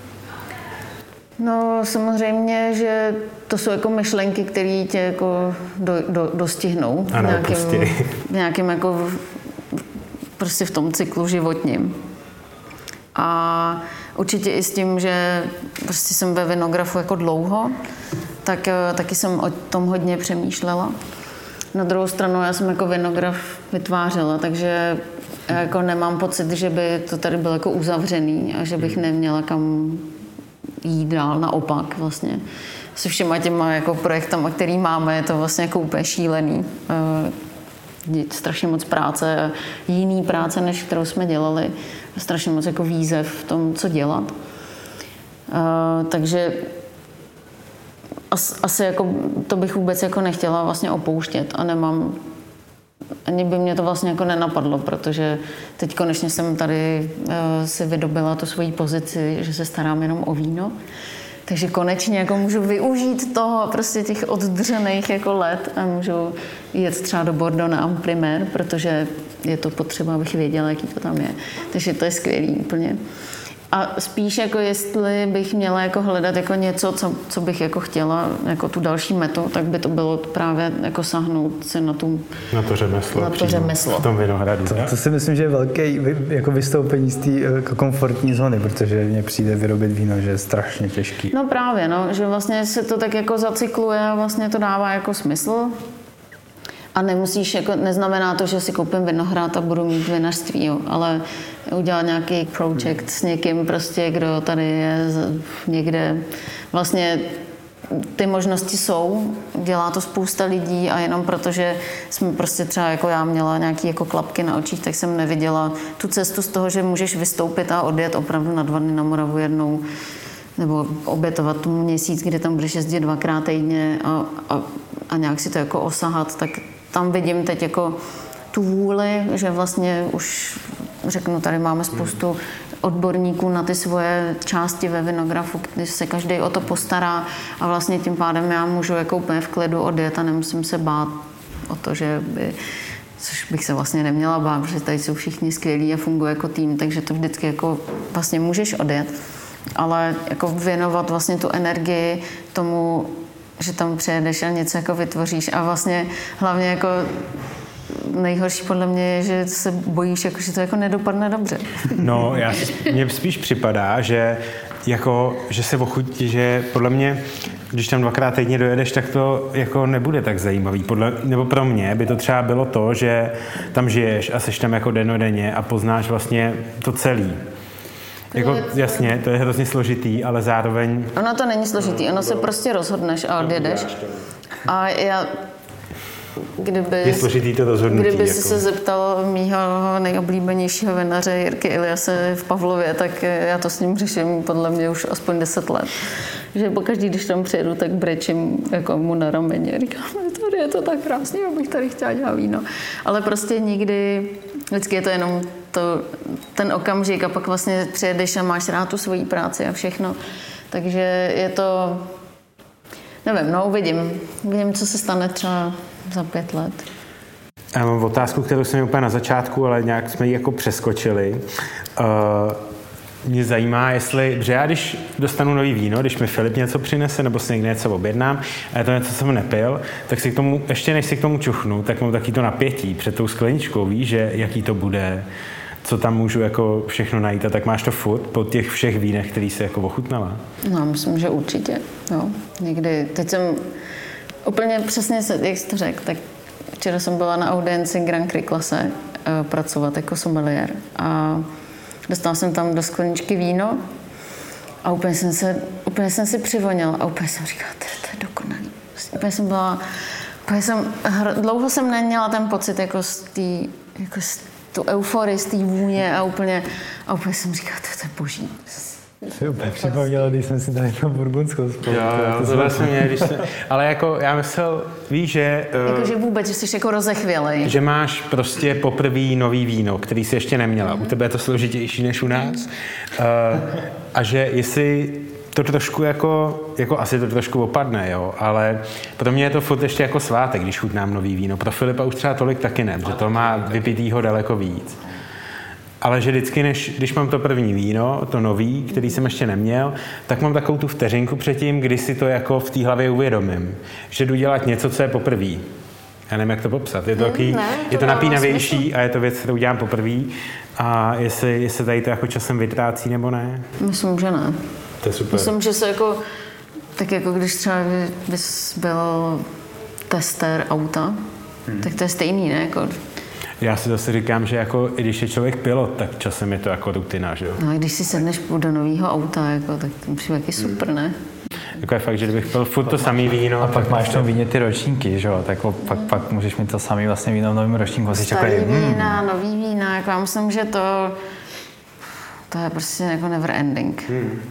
No samozřejmě, že to jsou jako myšlenky, které tě jako dostihnou v nějakém jako prostě v tom cyklu životním. A určitě i s tím, že prostě jsem ve vinografu jako dlouho, tak taky jsem o tom hodně přemýšlela. Na druhou stranu já jsem jako vinograf vytvářela, takže já jako nemám pocit, že by to tady bylo jako uzavřený a že bych neměla kam jít dál, naopak vlastně. Se všema těma jako projektama, který máme, je to vlastně jako úplně šílený. Strašně moc práce, jiný práce, než kterou jsme dělali. Strašně moc jako výzev v tom, co dělat. Takže asi jako to bych vůbec jako nechtěla vlastně opouštět a nemám, ani by mě to vlastně jako nenapadlo, protože teď konečně jsem tady si vydobila tu svoji pozici, že se starám jenom o víno. Takže konečně jako můžu využít toho prostě těch oddřených jako let a můžu jet třeba do Bordeaux na Amprimer, protože je to potřeba, abych věděla, jaký to tam je. Takže to je skvělý úplně. A spíš jako jestli bych měla jako hledat jako něco, co bych jako chtěla, jako tu další metu, tak by to bylo právě jako sahnout se na to řemeslo. V tom vinohradu. To si myslím, že je velké jako vystoupení z té jako komfortní zóny, protože mně přijde vyrobit víno, že je strašně těžký. No právě, no, že vlastně se to tak jako zacykluje a vlastně to dává jako smysl. A nemusíš, jako, neznamená to, že si koupím vinohrad a budu mít vinařství, jo, ale udělat nějaký projekt s někým prostě, kdo tady je někde. Vlastně ty možnosti jsou, dělá to spousta lidí a jenom protože jsme prostě třeba jako já měla nějaký jako klapky na očích, tak jsem neviděla tu cestu z toho, že můžeš vystoupit a odjet opravdu na 2 dny na Moravu jednou nebo obětovat tu měsíc, kdy tam budeš jezdit 2krát týdně a nějak si to jako osahat, tak tam vidím teď jako tu vůli, že vlastně už řeknu, tady máme spoustu odborníků na ty svoje části ve Vinografu, když se každý o to postará a vlastně tím pádem já můžu jako úplně v klidu odjet a nemusím se bát o to, že což bych se vlastně neměla bát, protože tady jsou všichni skvělí a funguje jako tým, takže to vždycky jako vlastně můžeš odjet, ale jako věnovat vlastně tu energii tomu, že tam přijedeš a něco jako vytvoříš a vlastně hlavně jako nejhorší podle mě je, že se bojíš, jako, že to jako nedopadne dobře. No, mně spíš připadá, že se ochutí, že podle mě, když tam 2krát týdně dojedeš, tak to jako nebude tak zajímavý. Nebo pro mě by to třeba bylo to, že tam žiješ a seš tam jako dennodenně a poznáš vlastně to celý. Jako, jasně, to je hrozně složitý, ale zároveň... Ono to není složitý, ono se prostě rozhodneš a odjedeš. A já... je složitý to rozhodnutí. Kdyby si jako. se zeptal mýho nejoblíbenějšího vinaře Jirky Iliase v Pavlově, tak já to s ním řeším podle mě už aspoň 10 let. Že pokaždý, když tam přijedu, tak brečím jako mu na rameni. Říkám, tady je to tak krásný, abych tady chtěla dělat víno. Ale prostě nikdy, vždycky je to jenom ten okamžik a pak vlastně přijedeš a máš rád tu svoji práci a všechno. Takže je to, nevím, no uvidím, co se stane třeba za 5 let. Já mám otázku, kterou jsem úplně na začátku, ale nějak jsme ji jako přeskočili. Mě zajímá, protože já když dostanu nový víno, když mi Filip něco přinese, nebo si někde něco objednám, a je to něco, co jsem nepil, tak si k tomu, ještě než si k tomu čuchnu, tak mám taky to napětí před tou skleničkou, víš, že jaký to bude, co tam můžu jako všechno najít, a tak máš to furt po těch všech vínech, který jsi jako ochutnala? No, myslím, že určitě, jo. Někdy, teď jsem úplně přesně, jak jsi to řekl, tak včera jsem byla na audienci Grand Cru klase pracovat jako sommelier a dostala jsem tam do skleničky víno a úplně jsem si přivonila a úplně jsem říkala, to je dokonalý. Dlouho jsem neměla ten pocit jako tu euforii, z té vůně a úplně jsem říkala, to je boží. Se úplně připomnělo, když jsme si dali to burgundskou spolu. Jo, to vlastně mě, ale jako já myslel, víš, že... Jakože vůbec, že jsi jako rozechvělej. Že máš prostě poprvé nový víno, který jsi ještě neměla. U tebe je to složitější než u nás. A že jestli to trošku jako asi to trošku opadne, jo, ale pro mě je to furt ještě jako svátek, když chutnám nový víno. Pro Filipa už třeba tolik taky ne, protože to má vypitýho daleko víc. Ale že vždycky, když mám to první víno, to nový, který jsem ještě neměl, tak mám takovou tu vteřinku předtím, kdy si to jako v té hlavě uvědomím. Že jdu dělat něco, co je poprvé. Já nevím, jak to popsat. Je to, je to napínavější a je to věc, kterou dělám poprvé. A jestli tady to jako časem vytrácí nebo ne? Myslím, že ne. To je super. Myslím, že se jako, tak jako když třeba bys byl tester auta, tak to je stejný, ne? Jako, já si zase říkám, že jako, i když je člověk pilot, tak časem je to jako rutina, že jo? No a když si sedneš do nového auta, jako, tak to přijde taky super, ne? Jako je fakt, že kdybych pil furt to samý víno... A pak máš v tom víně ty ročníky, že jo? Tak pak můžeš mít to samý vlastně víno v novém ročníku. Starý vína, nový vína, jako já myslím, že to je prostě jako never ending.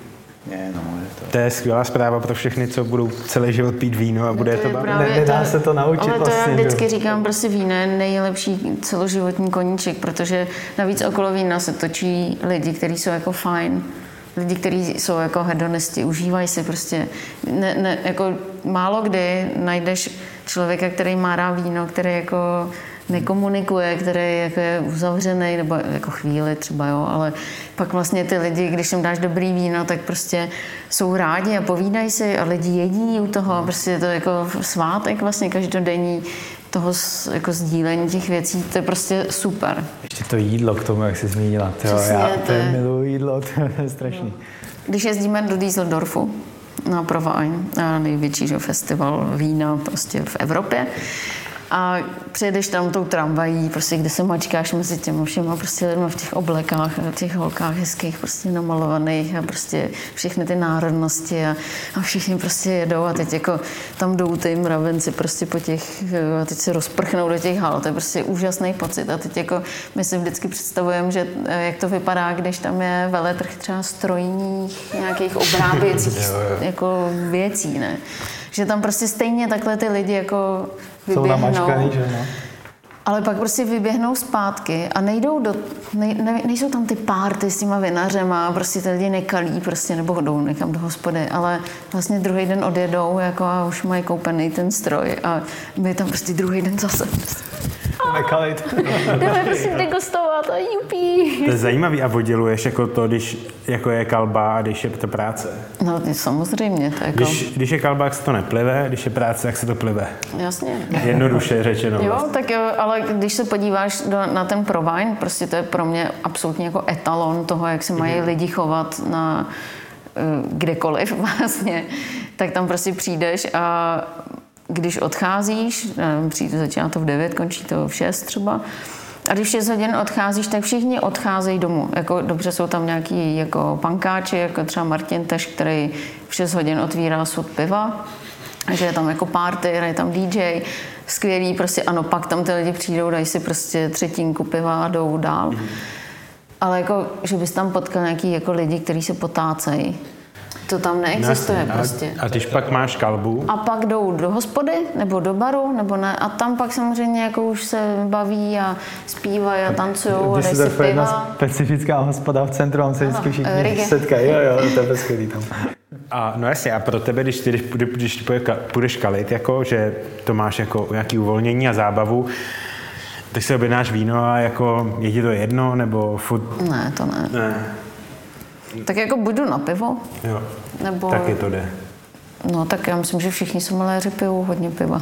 To je skvělá zpráva pro všechny, co budou celý život pít víno a bude to bavit. Nedá se to naučit. Ale to vlastně, já vždycky říkám, prostě víno je nejlepší celoživotní koníček, protože navíc okolo vína se točí lidi, kteří jsou jako fajn. Lidi, kteří jsou jako hedonisti, užívají si prostě. Jako málo kdy najdeš člověka, který má rád víno, který jako nekomunikuje, který jako je uzavřený, nebo jako chvíli třeba, jo, ale pak vlastně ty lidi, když jim dáš dobrý víno, tak prostě jsou rádi a povídají si a lidi jedí u toho, prostě je to jako svátek vlastně každodenní toho jako sdílení těch věcí, to je prostě super. Ještě to jídlo k tomu, jak jsi zmínila. Já miluji jídlo, to je strašný. Když jezdíme do Düsseldorfu na Provine, největší festival vína prostě v Evropě, A přijedeš tam tou tramvají, prostě, kde se mačkáš mezi těmi všema prostě lidmi v těch oblekách, v těch holkách hezkých, prostě namalovaných a prostě všechny ty národnosti a všichni prostě jedou a teď jako tam jdou ty mravenci prostě po těch, a teď se rozprchnou do těch hal, to je prostě úžasný pocit a teď jako my si vždycky představujeme, že jak to vypadá, když tam je veletrh třeba strojních nějakých obráběcích jako věcí, ne? Že tam prostě stejně takhle ty lidi jako vyběhnou. Jsou namačkaný, že no? Ale pak prostě vyběhnou zpátky a nejsou tam ty párty s těma vinařema, prostě ty lidi nekalí prostě, nebo jdou někam do hospody, ale vlastně druhý den odjedou jako a už mají koupený ten stroj a my tam prostě druhý den zase. Nekalit. Jdeme prostě degustovat a jupí. To je zajímavý a odděluješ jako to, když jako je kalba a když je to práce. No samozřejmě. To jako... Když je kalba, tak se to neplive, když je práce, tak se to plive. Jasně. Jednoduše řečeno. Jo, vlastně. tak jo, ale když se podíváš na ten provine, prostě to je pro mě absolutně jako etalon toho, jak se mají lidi chovat na kdekoliv vlastně, tak tam prostě přijdeš a když odcházíš, začíná to v 9, končí to v 6 třeba, a když v 6 hodin odcházíš, tak všichni odcházejí domů. Jako, dobře jsou tam nějaký jako pankáči, jako třeba Martin Teš, který v 6 hodin otvírá sud piva, že je tam jako party, je tam DJ, skvělý, prostě ano, pak tam ty lidi přijdou, dají si prostě třetinku piva a jdou dál. Ale jako, že bys tam potkal nějaký jako lidi, kteří se potácejí, to tam neexistuje prostě. A když pak máš kalbu? A pak jdou do hospody, nebo do baru, nebo ne. A tam pak samozřejmě jako už se baví a zpívají a tancujou a dají si piva. Jedna specifická hospoda v centru, tam se vždycky všichni setkají. Jo, to je skvělý tam. A no jasně, a pro tebe, když půjdeš kalit, jako, že to máš jako nějaký uvolnění a zábavu, tak si objednáš víno a jako je ti to jedno, nebo furt... Ne, to ne. Tak jako budu na pivo. Jo, nebo... taky to jde. No tak já myslím, že všichni sommeliéři pijou hodně piva.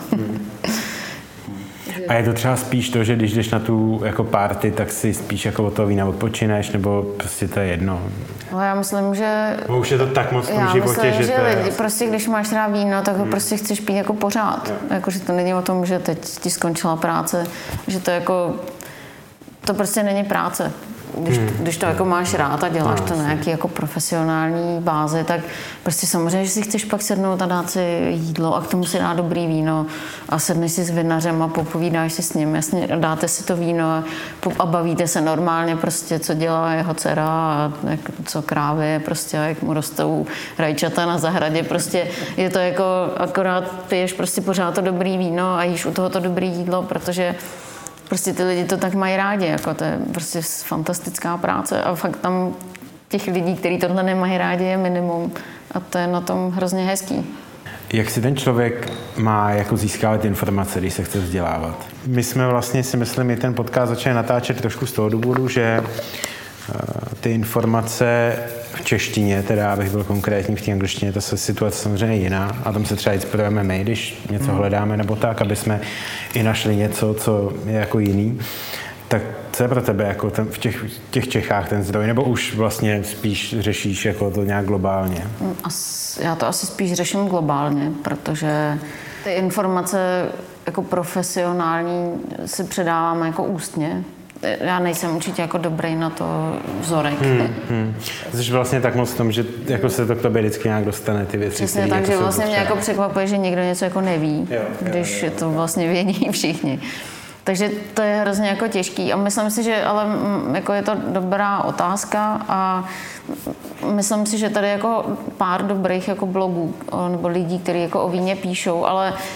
A je to třeba spíš to, že když jdeš na tu jako party, tak si spíš jako od toho vína odpočineš, nebo prostě to je jedno? No já myslím, že... Bo už je to tak moc v tom životě, myslím, že to je... lidi, prostě když máš rád víno, tak ho prostě chceš pít jako pořád. Jako, že to není o tom, že teď ti skončila práce, že to jako... To prostě není práce. Když to jako máš rád a děláš to na nějaký jako profesionální bázi, tak prostě samozřejmě, že si chceš pak sednout a dát si jídlo a k tomu si dát dobrý víno a sedneš si s vinařem a popovídáš si s ním, jasně, dáte si to víno a bavíte se normálně prostě, co dělá jeho dcera a co krávy prostě, jak mu rostou rajčata na zahradě, prostě je to jako akorát piješ prostě pořád to dobrý víno a jíš u toho to dobrý jídlo, protože prostě ty lidi to tak mají rádi, jako to je prostě fantastická práce a fakt tam těch lidí, kteří tohle nemají rádi, je minimum a to je na tom hrozně hezký. Jak si ten člověk má jako získávat informace, když se chce vzdělávat? My jsme vlastně si myslím, že ten podcast začali natáčet trošku z toho důvodu, že ty informace v češtině, teda abych byl konkrétní v té angličtině, ta situace samozřejmě jiná a tam se třeba inspirujeme my, když něco hledáme nebo tak, aby jsme i našli něco, co je jako jiný. Tak co je pro tebe jako v těch Čechách ten zdroj, nebo už vlastně spíš řešíš jako to nějak globálně? Já to asi spíš řeším globálně, protože ty informace jako profesionální si předáváme jako ústně. Já nejsem určitě jako dobrý na to vzorek. Jsi vlastně tak moc v tom, že jako se to k tobě vždycky nějak dostane ty věci. Přesně tak, že vlastně mě jako překvapuje, že někdo něco jako neví, když to vlastně vědí všichni. Takže to je hrozně jako těžký a myslím si, že ale jako je to dobrá otázka a myslím si, že tady jako pár dobrých jako blogů nebo lidí, kteří jako o víně píšou,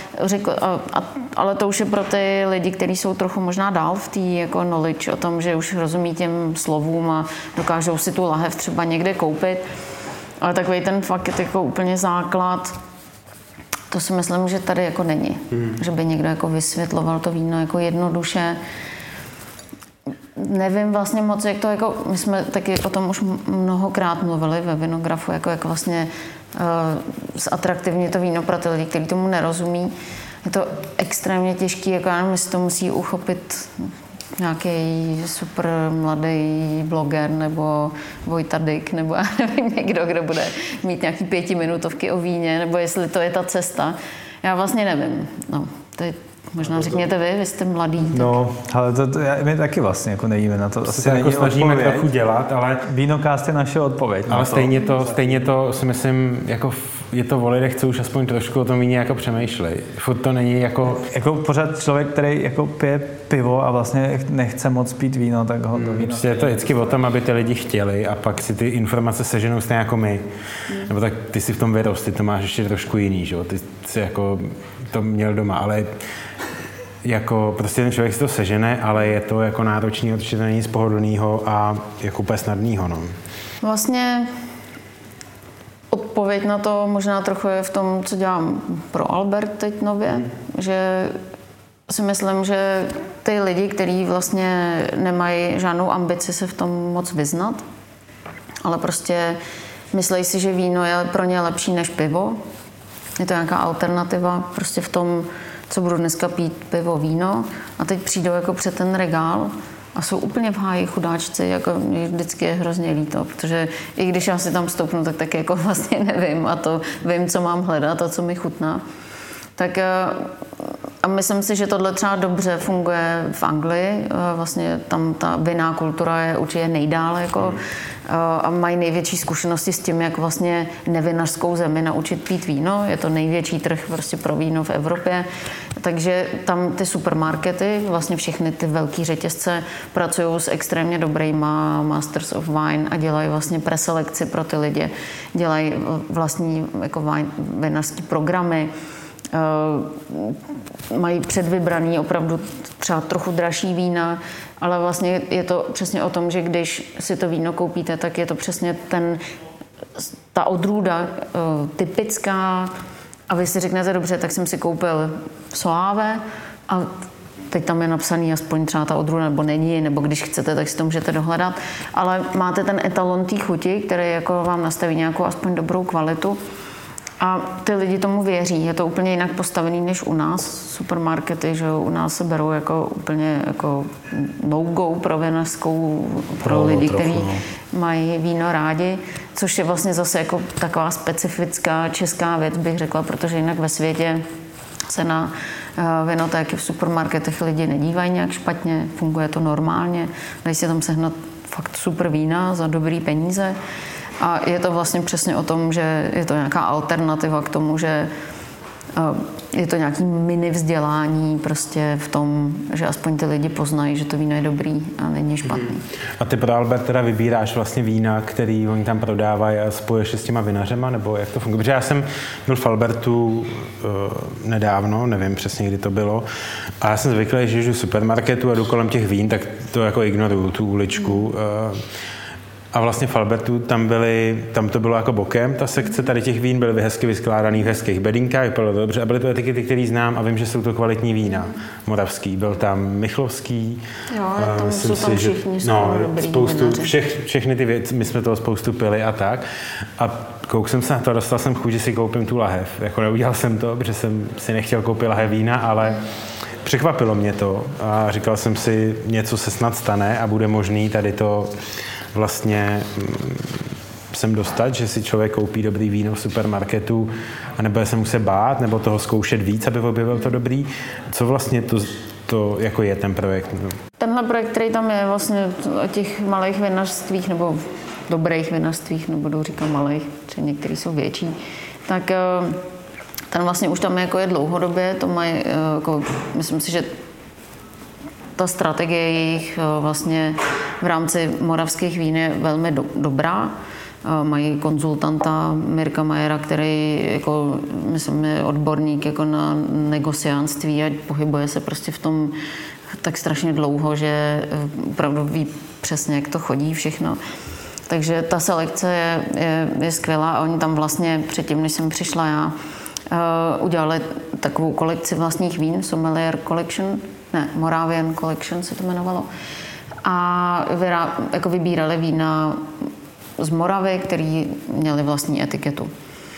ale to už je pro ty lidi, kteří jsou trochu možná dál v té jako knowledge o tom, že už rozumí těm slovům a dokážou si tu lahev třeba někde koupit. Ale takový ten fakt jako úplně základ, to si myslím, že tady jako není. Že by někdo jako vysvětloval to víno jako jednoduše. Nevím vlastně moc, jak to jako, my jsme taky o tom už mnohokrát mluvili ve Vinografu, jak vlastně zatraktivně to víno pro ty lidi, kteří tomu nerozumí. Je to extrémně těžký, jako já nevím, jestli to musí uchopit nějaký super mladý bloger nebo Vojta Dyk, nebo já nevím, někdo, kdo bude mít nějaký 5minutovky o víně, nebo jestli to je ta cesta. Já vlastně nevím. No, Možná řekněte vy jste mladý. No, ale my taky vlastně jako nevíme na to. Asi jako snažíme trochu dělat, ale... Vínokast je naše odpověď. Ale stejně to si myslím, jako je to o lidech, co už aspoň trošku o tom víně jako přemýšlej. Furt to není jako... Jako pořád člověk, který jako pije pivo a vlastně nechce moc pít víno, tak ho to víno... Prostě je to vždycky o tom, aby ty lidi chtěli a pak si ty informace seženou stejně jako my. Nebo tak ty si v tom vyrost, ty to máš ještě trošku jiný, že jo? Ty si jako to měl doma, ale jako prostě ten člověk si to sežene, ale je to jako náročný, protože to není nic pohodlného a jako úplně snadnýho, no. Vlastně odpověď na to možná trochu je v tom, co dělám pro Albert teď nově, že si myslím, že ty lidi, kteří vlastně nemají žádnou ambici se v tom moc vyznat, ale prostě myslejí si, že víno je pro ně lepší než pivo. Je to nějaká alternativa prostě v tom, co budu dneska pít pivo, víno a teď přijdou jako před ten regál a jsou úplně v háji chudáčci, jako mě vždycky je hrozně líto, protože i když já si tam stoupnu, tak taky jako vlastně nevím a to vím, co mám hledat a co mi chutná. Tak a myslím si, že tohle třeba dobře funguje v Anglii, vlastně tam ta vinná kultura je určitě nejdále jako, a mají největší zkušenosti s tím, jak vlastně nevinařskou zemi naučit pít víno. Je to největší trh prostě pro víno v Evropě. Takže tam ty supermarkety, vlastně všechny ty velký řetězce pracují s extrémně dobrýma Masters of Wine a dělají vlastně preselekci pro ty lidi. Dělají vlastní jako vinařský programy. Mají předvybraný opravdu třeba trochu dražší vína, ale vlastně je to přesně o tom, že když si to víno koupíte, tak je to přesně ta odrůda typická a vy si řeknete, dobře, tak jsem si koupil Soave a teď tam je napsaný aspoň třeba ta odrůda, nebo není, nebo když chcete, tak si to můžete dohledat, ale máte ten etalon té chuti, který jako vám nastaví nějakou aspoň dobrou kvalitu. A ty lidi tomu věří. Je to úplně jinak postavený než u nás. Supermarkety, že u nás se berou jako úplně jako no-go pro vinařskou, pro lidi, kteří mají víno rádi, což je vlastně zase jako taková specifická česká věc, bych řekla, protože jinak ve světě se na vinotéky v supermarketech lidi nedívají nějak špatně, funguje to normálně, dají si tam sehnat fakt super vína za dobrý peníze. A je to vlastně přesně o tom, že je to nějaká alternativa k tomu, že je to nějaký mini vzdělání prostě v tom, že aspoň ty lidi poznají, že to víno je dobrý a není špatný. A ty pro Albert teda vybíráš vlastně vína, který oni tam prodávají a spojuješ se s těma vinařema, nebo jak to funguje? Protože já jsem byl v Albertu nedávno, nevím přesně, kdy to bylo, a já jsem zvyklý, že jdu v supermarketu a jdu kolem těch vín, tak to jako ignoruju, tu uličku. A vlastně v Albertu tam to bylo jako bokem, ta sekce tady těch vín byly hezky vyskládaný v hezkých bedinkách, vypadalo to dobře a byly to etikety, který znám a vím, že jsou to kvalitní vína moravský. Byl tam Michlovský. Jo, tam jsou tam všichni dobrý spoustu, všechny ty věci, my jsme toho spoustu pili a tak. A kouk jsem se na to, dostal jsem chuť, že si koupím tu lahev. Jako neudělal jsem to, protože jsem si nechtěl koupit lahev vína, ale překvapilo mě to a říkal jsem si, něco se snad stane a bude možný tady to vlastně sem dostat, že si člověk koupí dobrý víno v supermarketu a nebude se muset bát, nebo toho zkoušet víc, aby objevil to dobrý. Co vlastně to jako je ten projekt? Tenhle projekt, který tam je vlastně o těch malých vinařstvích, nebo dobrých vinařstvích, nebudou říkat malých, protože některý jsou větší, tak ten vlastně už tam jako je dlouhodobě, to mají, jako, myslím si, že ta strategie jejich vlastně v rámci moravských vín je velmi dobrá. Mají konzultanta Mirka Majera, který jako, myslím, je odborník jako na negociánství a pohybuje se prostě v tom tak strašně dlouho, že opravdu ví přesně, jak to chodí všechno. Takže ta selekce je skvělá a oni tam vlastně předtím, než jsem přišla já, udělali takovou kolekci vlastních vín, Sommelier Collection, Moravian Collection se to jmenovalo. A jako vybírali vína z Moravy, který měli vlastní etiketu.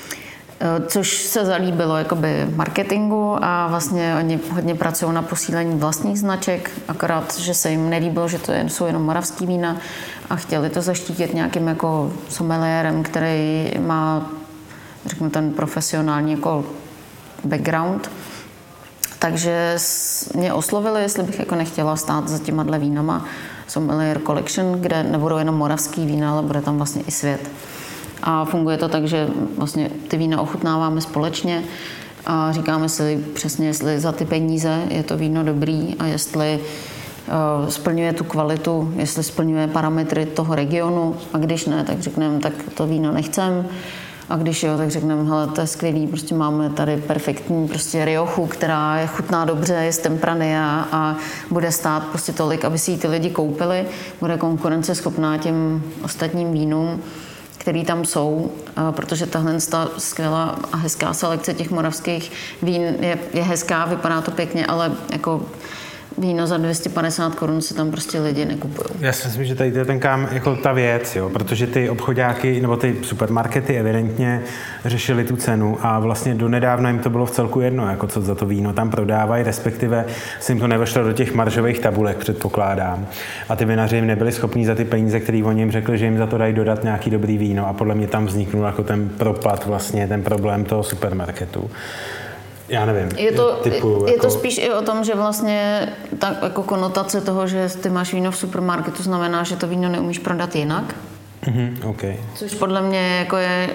Což se zalíbilo jakoby marketingu a vlastně oni hodně pracují na posílení vlastních značek, akorát, že se jim nelíbilo, že to jsou jenom moravský vína a chtěli to zaštítit nějakým jako sommeliérem, který má, řeknu, ten profesionální jako background. Takže mě oslovili, jestli bych jako nechtěla stát za těma vínama Sommelier Collection, kde nebudou jenom moravský vína, ale bude tam vlastně i svět. A funguje to tak, že vlastně ty vína ochutnáváme společně a říkáme si přesně, jestli za ty peníze je to víno dobrý a jestli splňuje tu kvalitu, jestli splňuje parametry toho regionu a když ne, tak řekneme, tak to víno nechcem. A když jo, tak řekneme, hele, to je skvělý, prostě máme tady perfektní prostě riochu, která je chutná dobře, je z Tempranillo a bude stát prostě tolik, aby si ji ty lidi koupili, bude konkurenceschopná těm ostatním vínům, který tam jsou, protože tahle skvělá a hezká selekce těch moravských vín je hezká, vypadá to pěkně, ale jako víno za 250 korun si tam prostě lidi nekupují. Já si myslím, že tady to je jako ta věc, jo, protože ty obchodáky nebo ty supermarkety evidentně řešili tu cenu a vlastně donedávna jim to bylo v celku jedno, jako co za to víno tam prodávají, respektive se jim to nevešlo do těch maržových tabulek, předpokládám. A ty vinaři jim nebyli schopní za ty peníze, které oni jim řekli, že jim za to dají dodat nějaký dobrý víno a podle mě tam vzniknul jako ten propad, vlastně ten problém toho supermarketu. Já nevím. Je to spíš i o tom, že vlastně ta jako konotace toho, že ty máš víno v supermarketu, znamená, že to víno neumíš prodat jinak. Okay. Což podle mě jako je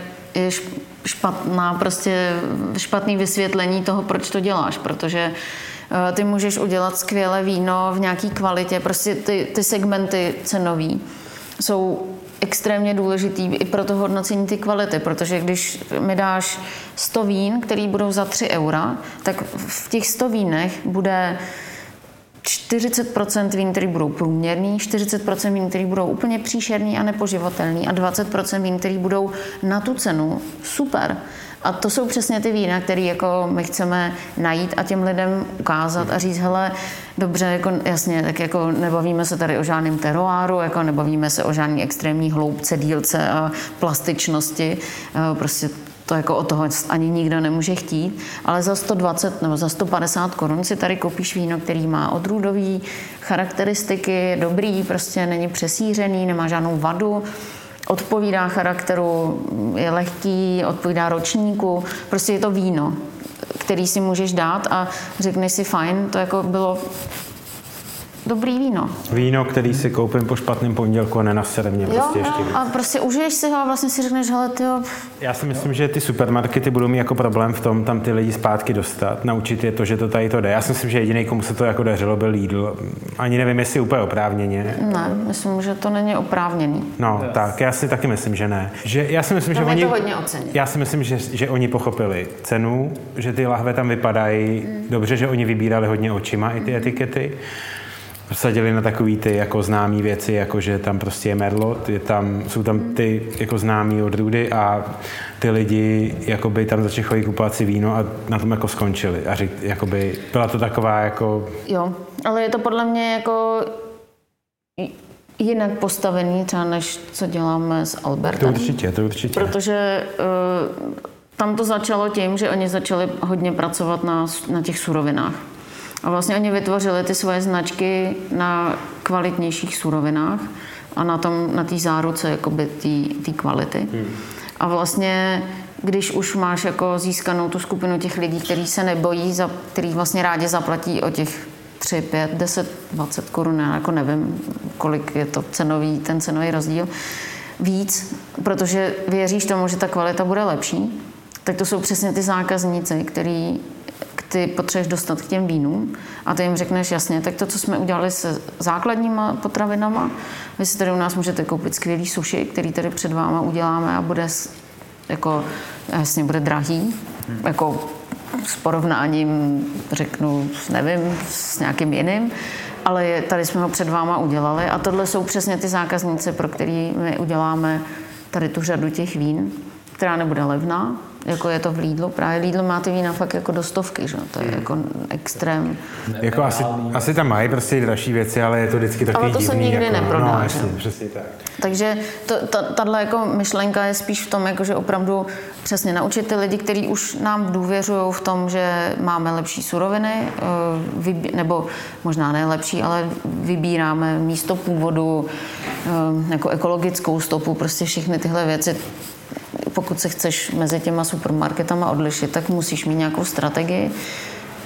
špatný vysvětlení toho, proč to děláš, protože ty můžeš udělat skvělé víno v nějaký kvalitě, prostě ty segmenty cenový jsou extrémně důležitý i pro to hodnocení ty kvality, protože když mi dáš 100 vín, který budou za 3 eura, tak v těch 100 vínech bude 40% vín, který budou průměrný, 40% vín, který budou úplně příšerný a nepoživatelný a 20% vín, který budou na tu cenu super. A to jsou přesně ty vína, které jako my chceme najít a těm lidem ukázat a říct, hele, dobře, jako jasně, tak jako nebavíme se tady o žádném teroáru, jako nebavíme se o žádný extrémní hloubce, dílce a plastičnosti, prostě to jako od toho ani nikdo nemůže chtít, ale za 120 nebo za 150 korun si tady koupíš víno, který má odrůdové charakteristiky, je dobrý, prostě není přesířený, nemá žádnou vadu, odpovídá charakteru, je lehký, odpovídá ročníku, prostě je to víno, který si můžeš dát a řekneš si fajn, to jako bylo dobrý víno. Víno, který si koupím po špatném pondělku a nenasere mě prostě ještě víc. A prostě užiješ si ho a vlastně si řekneš, hele tyjo. Já si myslím, že ty supermarkety budou mít jako problém v tom, tam ty lidi zpátky dostat, naučit je to, že to tady to jde. Já si myslím, že jediný, komu se to jako dařilo, byl Lidl. Ani nevím, jestli úplně oprávněně. Ne, myslím, že to není oprávněný. No, tak, já si taky myslím, že ne. Já si myslím, že oni to hodně ocení. Já si myslím, že oni pochopili cenu, že ty lahve tam vypadají dobře, že oni vybírali hodně očima i ty etikety. Vsadili na takový ty jako známý věci, jako že tam prostě je Merlot, jsou tam ty jako známý odrůdy a ty lidi jakoby tam začali chodit kupovat si víno a na tom jako skončili. A jakoby byla to taková jako... Jo, ale je to podle mě jako jinak postavený třeba než co děláme s Albertem. To určitě. Protože tam to začalo tím, že oni začali hodně pracovat na těch surovinách. A vlastně oni vytvořili ty svoje značky na kvalitnějších surovinách a na té záruce jakoby té kvality. A vlastně, když už máš jako získanou tu skupinu těch lidí, kteří se nebojí, který vlastně rádi zaplatí o těch 3, 5, 10, 20 korun, já jako nevím, kolik je to ten cenový rozdíl, víc, protože věříš tomu, že ta kvalita bude lepší, tak to jsou přesně ty zákazníci, který ty potřebuješ dostat k těm vínům a ty jim řekneš jasně, tak to, co jsme udělali se základníma potravinama, vy si tady u nás můžete koupit skvělý sushi, který tady před váma uděláme a bude jako, jasně, bude drahý, jako s porovnáním, řeknu, nevím, s nějakým jiným, ale tady jsme ho před váma udělali a tohle jsou přesně ty zákazníci, pro který my uděláme tady tu řadu těch vín, která nebude levná, jako je to v Lidlu. Právě Lidl má ty vína fakt jako do 100, že? To je jako extrém. Jako asi tam mají prostě dražší věci, ale je to vždycky takový divný. Ale to se nikdy jako, neprodá. No, jasně, přesně tak. Takže tahle jako myšlenka je spíš v tom, jako, že opravdu přesně naučit ty lidi, kteří už nám důvěřují v tom, že máme lepší suroviny, nebo možná ne lepší, ale vybíráme místo původu, jako ekologickou stopu, prostě všechny tyhle věci. Pokud se chceš mezi těma supermarketama odlišit, tak musíš mít nějakou strategii.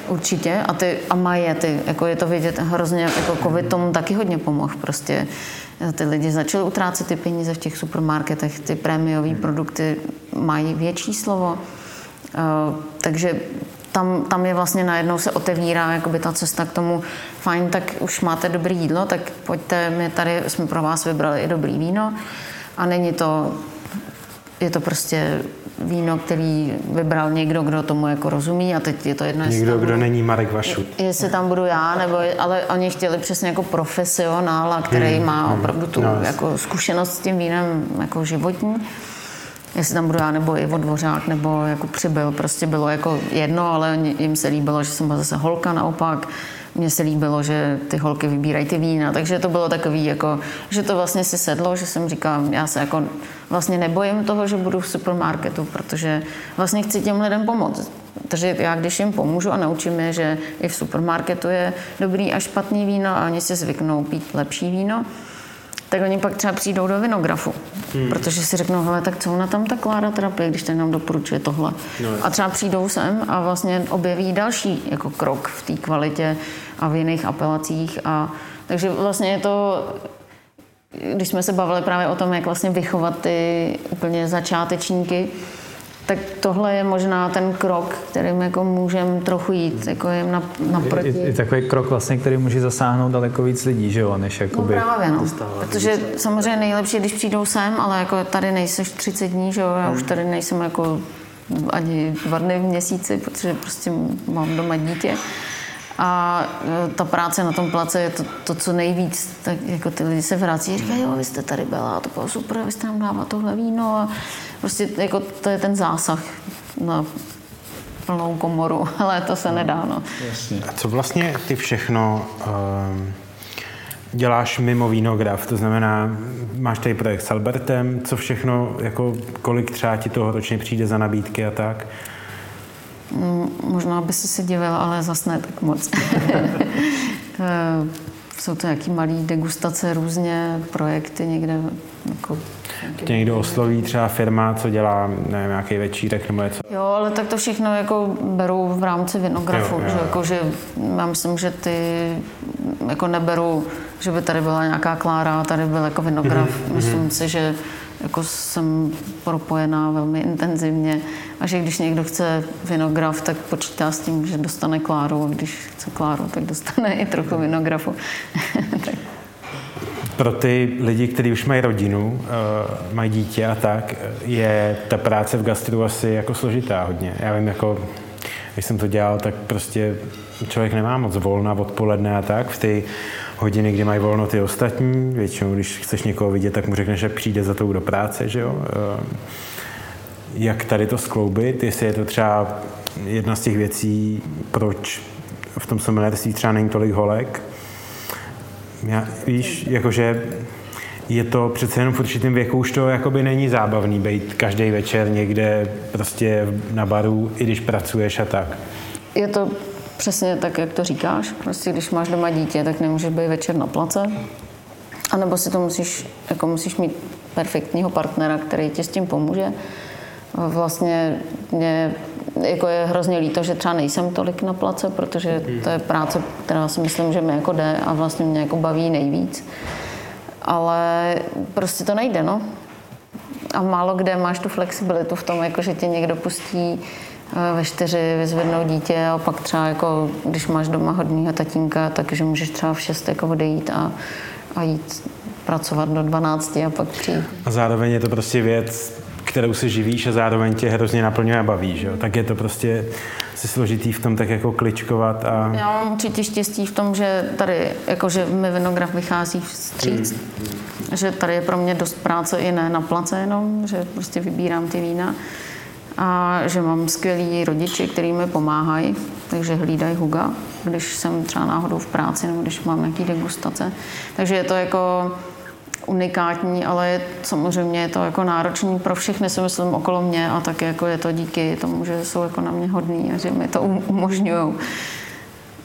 Určitě a mají jako je to vidět hrozně, jako covid tomu taky hodně pomohl prostě. Ty lidi začali utrácet ty peníze v těch supermarketech, ty prémiové produkty mají větší slovo, takže tam je vlastně najednou se otevírá jakoby ta cesta k tomu, fajn, tak už máte dobré jídlo, tak pojďte, my tady jsme pro vás vybrali i dobrý víno a je to prostě víno, který vybral někdo, kdo tomu jako rozumí a teď je to jedno, někdo, kdo není Marek Vašut. Jestli tam budu já, ale oni chtěli přesně jako profesionála, který má opravdu tu jako zkušenost s tím vínem jako životní. Jestli tam budu já, nebo Ivo Dvořák, nebo jako Přibyl, prostě bylo jako jedno, ale jim se líbilo, že jsem byla zase holka naopak. Mně se líbilo, že ty holky vybírají ty vína, takže to bylo takový, jako, že to vlastně si sedlo, že jsem říkala, já se jako vlastně nebojím toho, že budu v supermarketu, protože vlastně chci těm lidem pomoct. Takže já, když jim pomůžu a naučím je, že i v supermarketu je dobrý a špatný víno a oni si zvyknou pít lepší víno, tak oni pak třeba přijdou do Vinografu, protože si řeknou, hele, tak co ona tam ta Klára terapie, když ten nám doporučuje tohle. No. A třeba přijdou sem a vlastně objeví další jako krok v té kvalitě a v jiných apelacích. Takže vlastně je to, když jsme se bavili právě o tom, jak vlastně vychovat ty úplně začátečníky, tak tohle je možná ten krok, kterým jako můžeme trochu jít, jako jim naproti. Je takový krok vlastně, který může zasáhnout daleko víc lidí, že jo, než jakoby... No právě, no. Protože samozřejmě nejlepší, když přijdou sem, ale jako tady nejseš 30 dní, že jo, já už tady nejsem jako ani 2 dny v měsíci, protože prostě mám doma dítě. A ta práce na tom place je to co nejvíc, tak jako ty lidi se vrací a říkají, jo, vy jste tady byla, to bylo super, vy jste nám dává tohle víno a prostě jako to je ten zásah na plnou komoru, ale to se nedá, no. A co vlastně ty všechno děláš mimo Vinograf, to znamená, máš tady projekt s Albertem, co všechno, jako kolik třeba ti toho ročně přijde za nabídky a tak? Možná by si divil, ale zase ne tak moc. Jsou to nějaký malý degustace, různě projekty někde. Jako, tě někdo osloví, třeba firma, co dělá, nevím, nějaký večírek nebo něco? Jo, ale tak to všechno jako berou v rámci Vinografu. Jo. Že, jako, že já myslím, že ty jako neberu, že by tady byla nějaká Klára, tady byl jako Vinograf. Myslím si, že jako jsem propojená velmi intenzivně a že když někdo chce Vinograf, tak počítá s tím, že dostane Kláru a když chce Kláru, tak dostane i trochu Vinografu. Pro ty lidi, kteří už mají rodinu, mají dítě a tak, je ta práce v gastru asi jako složitá hodně. Já vím, jako, když jsem to dělal, tak prostě člověk nemá moc volna odpoledne a tak. V ty hodiny, kdy mají volno ty ostatní, většinou, když chceš někoho vidět, tak mu řekneš, že přijde za tou do práce, že jo. Jak tady to skloubit, jestli je to třeba jedna z těch věcí, proč v tom sommelierství třeba není tolik holek. Víš, jakože je to přece jenom v určitém věku už to jakoby není zábavný být každý večer někde prostě na baru, i když pracuješ a tak. Je to přesně tak, jak to říkáš. Prostě když máš doma dítě, tak nemůžeš být večer na place. A nebo si to musíš mít perfektního partnera, který ti s tím pomůže. Vlastně mě jako je hrozně líto, že třeba nejsem tolik na place, protože to je práce, která si myslím, že mi jako jde a vlastně mě jako baví nejvíc. Ale prostě to nejde, no. A málo kde máš tu flexibilitu v tom, jako že tě někdo pustí ve 4 vyzvednout dítě a pak třeba jako, když máš doma hodnýho tatínka, takže můžeš třeba v 6 jako odejít a jít pracovat do 12 a pak přijít. A zároveň je to prostě věc, kterou se živíš a zároveň tě hrozně naplňuje a baví, že jo? Tak je to prostě si složitý v tom tak jako kličkovat a... Já mám určitě štěstí v tom, že tady, jakože mi Vinograf vychází vstříc, že tady je pro mě dost práce i ne na place jenom, že prostě vybírám ty vína a že mám skvělý rodiče, který mi pomáhají, takže hlídají Huga, když jsem třeba náhodou v práci nebo když mám nějaký degustace. Takže je to jako unikátní, ale samozřejmě je to jako náročný pro všechny, si myslím, okolo mě a tak jako je to díky tomu, že jsou jako na mě hodný a že mi to umožňují.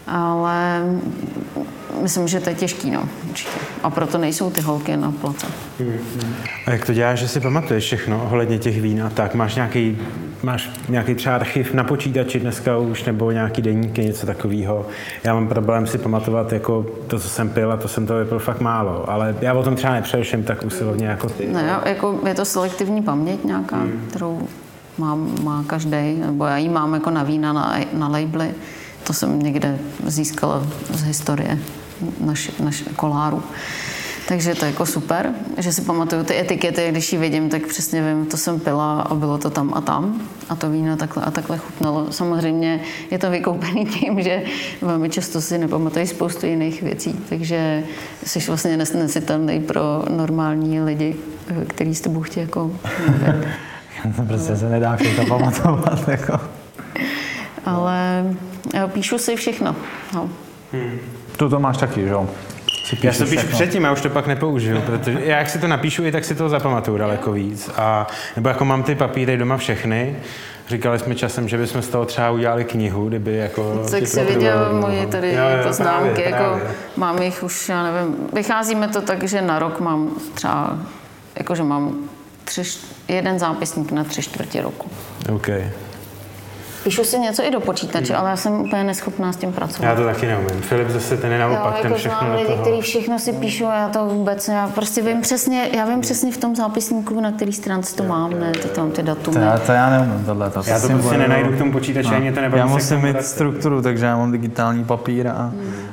ale myslím, že to je těžký, no, určitě. A proto nejsou ty holky na place. A jak to děláš, že si pamatuješ všechno ohledně těch vín a tak? Máš nějaký třeba archiv na počítači dneska už, nebo nějaký deníky, něco takového? Já mám problém si pamatovat jako to, co jsem pil, a to jsem to vypil fakt málo, ale já o tom třeba nepřemýšlím tak usilovně jako ty. Ne, jako je to selektivní paměť nějaká, kterou má každý, nebo já ji mám jako na vína, na labely. To jsem někde získala z historie naš koláru. Takže to je jako super, že si pamatuju ty etikety, když ji vidím, tak přesně vím, to jsem pila a bylo to tam a tam a to víno takhle a takhle chutnalo. Samozřejmě je to vykoupený tím, že velmi často si nepamatují spoustu jiných věcí, takže jsi vlastně nesnesitelný pro normální lidi, který s tebou chtějí jako mluvit. Prostě se nedá všechno pamatovat. Jako. Ale píšu si všechno. No. To máš taky, že jo? Já to píšu předtím, já už to pak nepoužiju, protože já jak si to napíšu, i tak si to zapamatuju daleko víc. Nebo jako mám ty papíry doma všechny, říkali jsme časem, že bychom z toho třeba udělali knihu, kdyby jako... Tak si viděl moje tady poznámky, jako mám jich už, já nevím, vycházíme to tak, že na rok mám třeba, jakože mám jeden zápisník na 3/4 roku. Okay. Píšu si něco i do počítače, ale já jsem úplně neschopná s tím pracovat. Já to taky neumím. Filip zase ten je naopak, ten všechno do toho. Lidi, kteří všechno si píšou, já to vůbec, já prostě vím přesně v tom zápisníku, na který stránce to mám, ne, ty datumy. To já neumím tohle. Já to prostě nenajdu k tomu počítači, ani to nebaví. Já musím mít strukturu, takže já mám digitální papír a...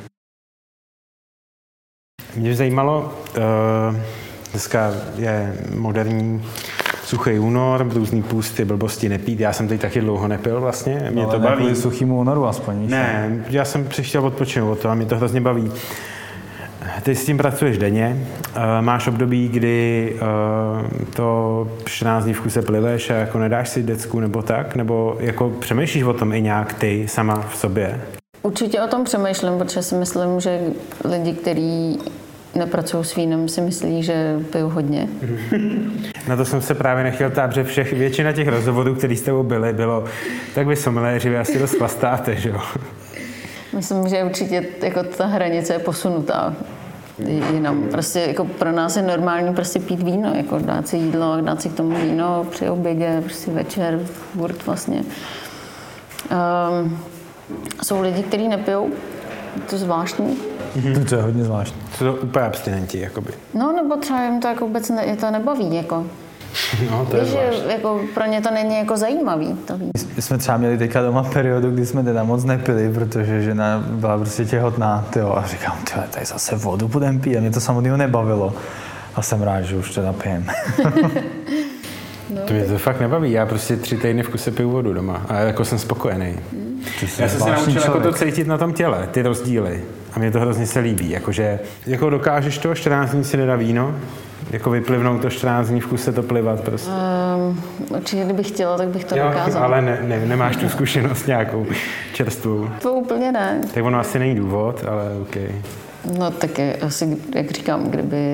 Mě zajímalo, dneska je moderní suchý únor, různý půsty, blbosti nepít. Já jsem teď taky dlouho nepil vlastně, mě to baví. Kvůli suchýmu únoru aspoň, víš? Ne, já jsem přišel odpočinout od toho a mě to hrozně baví. Ty s tím pracuješ denně, máš období, kdy to 14 dní v kuse pliveš a jako nedáš si decku nebo tak, nebo jako přemýšlíš o tom i nějak ty sama v sobě? Určitě o tom přemýšlím, protože si myslím, že lidi, kteří nepracují s vínem, si myslí, že piju hodně. Na to jsem se právě nechtěl ptát, že většina těch rozhovorů, které s tebou byly, bylo, tak vy sommeliéři, vy asi dost chlastáte, že jo? Myslím, že určitě jako ta hranice je posunutá. Jinam. Prostě jako pro nás je normální prostě pít víno, jako dát si jídlo, dát si k tomu víno při obědě, prostě večer, furt vlastně. Jsou lidi, kteří nepijou, to je zvláštní. To je hodně zvláštní. Jsou to úplně abstinenti, jakoby. No, nebo třeba jim to jako vůbec to nebaví, jako. No, to je zvláštní. Jako pro ně to není jako zajímavý. To My jsme třeba měli teďka doma periodu, kdy jsme teda moc nepili, protože žena byla prostě těhotná, tyjo, a říkám, tyjo, tady zase vodu budeme pít, a mě to samotného nebavilo. A jsem rád, že už teda pijem. No. To mě to fakt nebaví, já prostě 3 týdny v kuse piju vodu doma a jako jsem spokojený. Já jsem se naučil jako to cítit na tom těle, ty rozdíly. A mě to hrozně se líbí, jakože jako dokážeš to, 14 dní si nedá víno, jako vyplivnout to 14 dní v kuse to plivat prostě. Určitě, kdybych chtěla, tak bych to dokázala. Ale nemáš tu zkušenost nějakou čerstvou. To úplně ne. Tak ono asi není důvod, ale OK. No tak je, asi, jak říkám,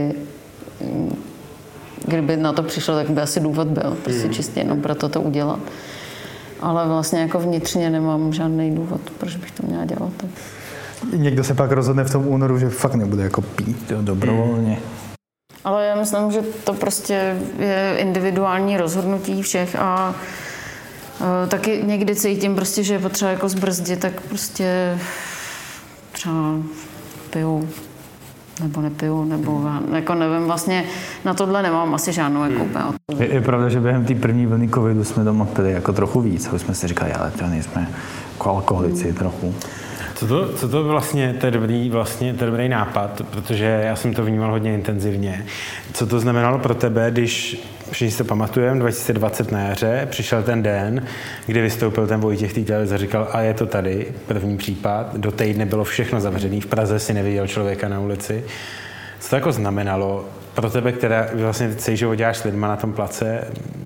kdyby na to přišlo, tak by asi důvod byl. Prostě čistě jenom proto to udělat. Ale vlastně jako vnitřně nemám žádný důvod, proč bych to měla dělat. Tak. Někdo se pak rozhodne v tom únoru, že fakt nebude jako pít dobrovolně. Ale já myslím, že to prostě je individuální rozhodnutí všech a taky někdy cítím prostě, že je potřeba jako zbrzdit, tak prostě třeba piju nebo nepiju, nebo jako nevím, vlastně na tohle nemám asi žádnou jako úplně. Je pravda, že během té první vlny covidu jsme doma pili jako trochu víc, už jsme si říkali, ale to nejsme jako alkoholici trochu. Co to vlastně, to je dobrý nápad, protože já jsem to vnímal hodně intenzivně. Co to znamenalo pro tebe, když, všichni si to pamatujeme, 2020 na jaře, přišel ten den, kdy vystoupil ten Vojtěch té televize a říkal, a je to tady, první případ, do týdne bylo všechno zavřené, v Praze si neviděl člověka na ulici. Co to jako znamenalo pro tebe, která vlastně celý život děláš s lidma na tom place?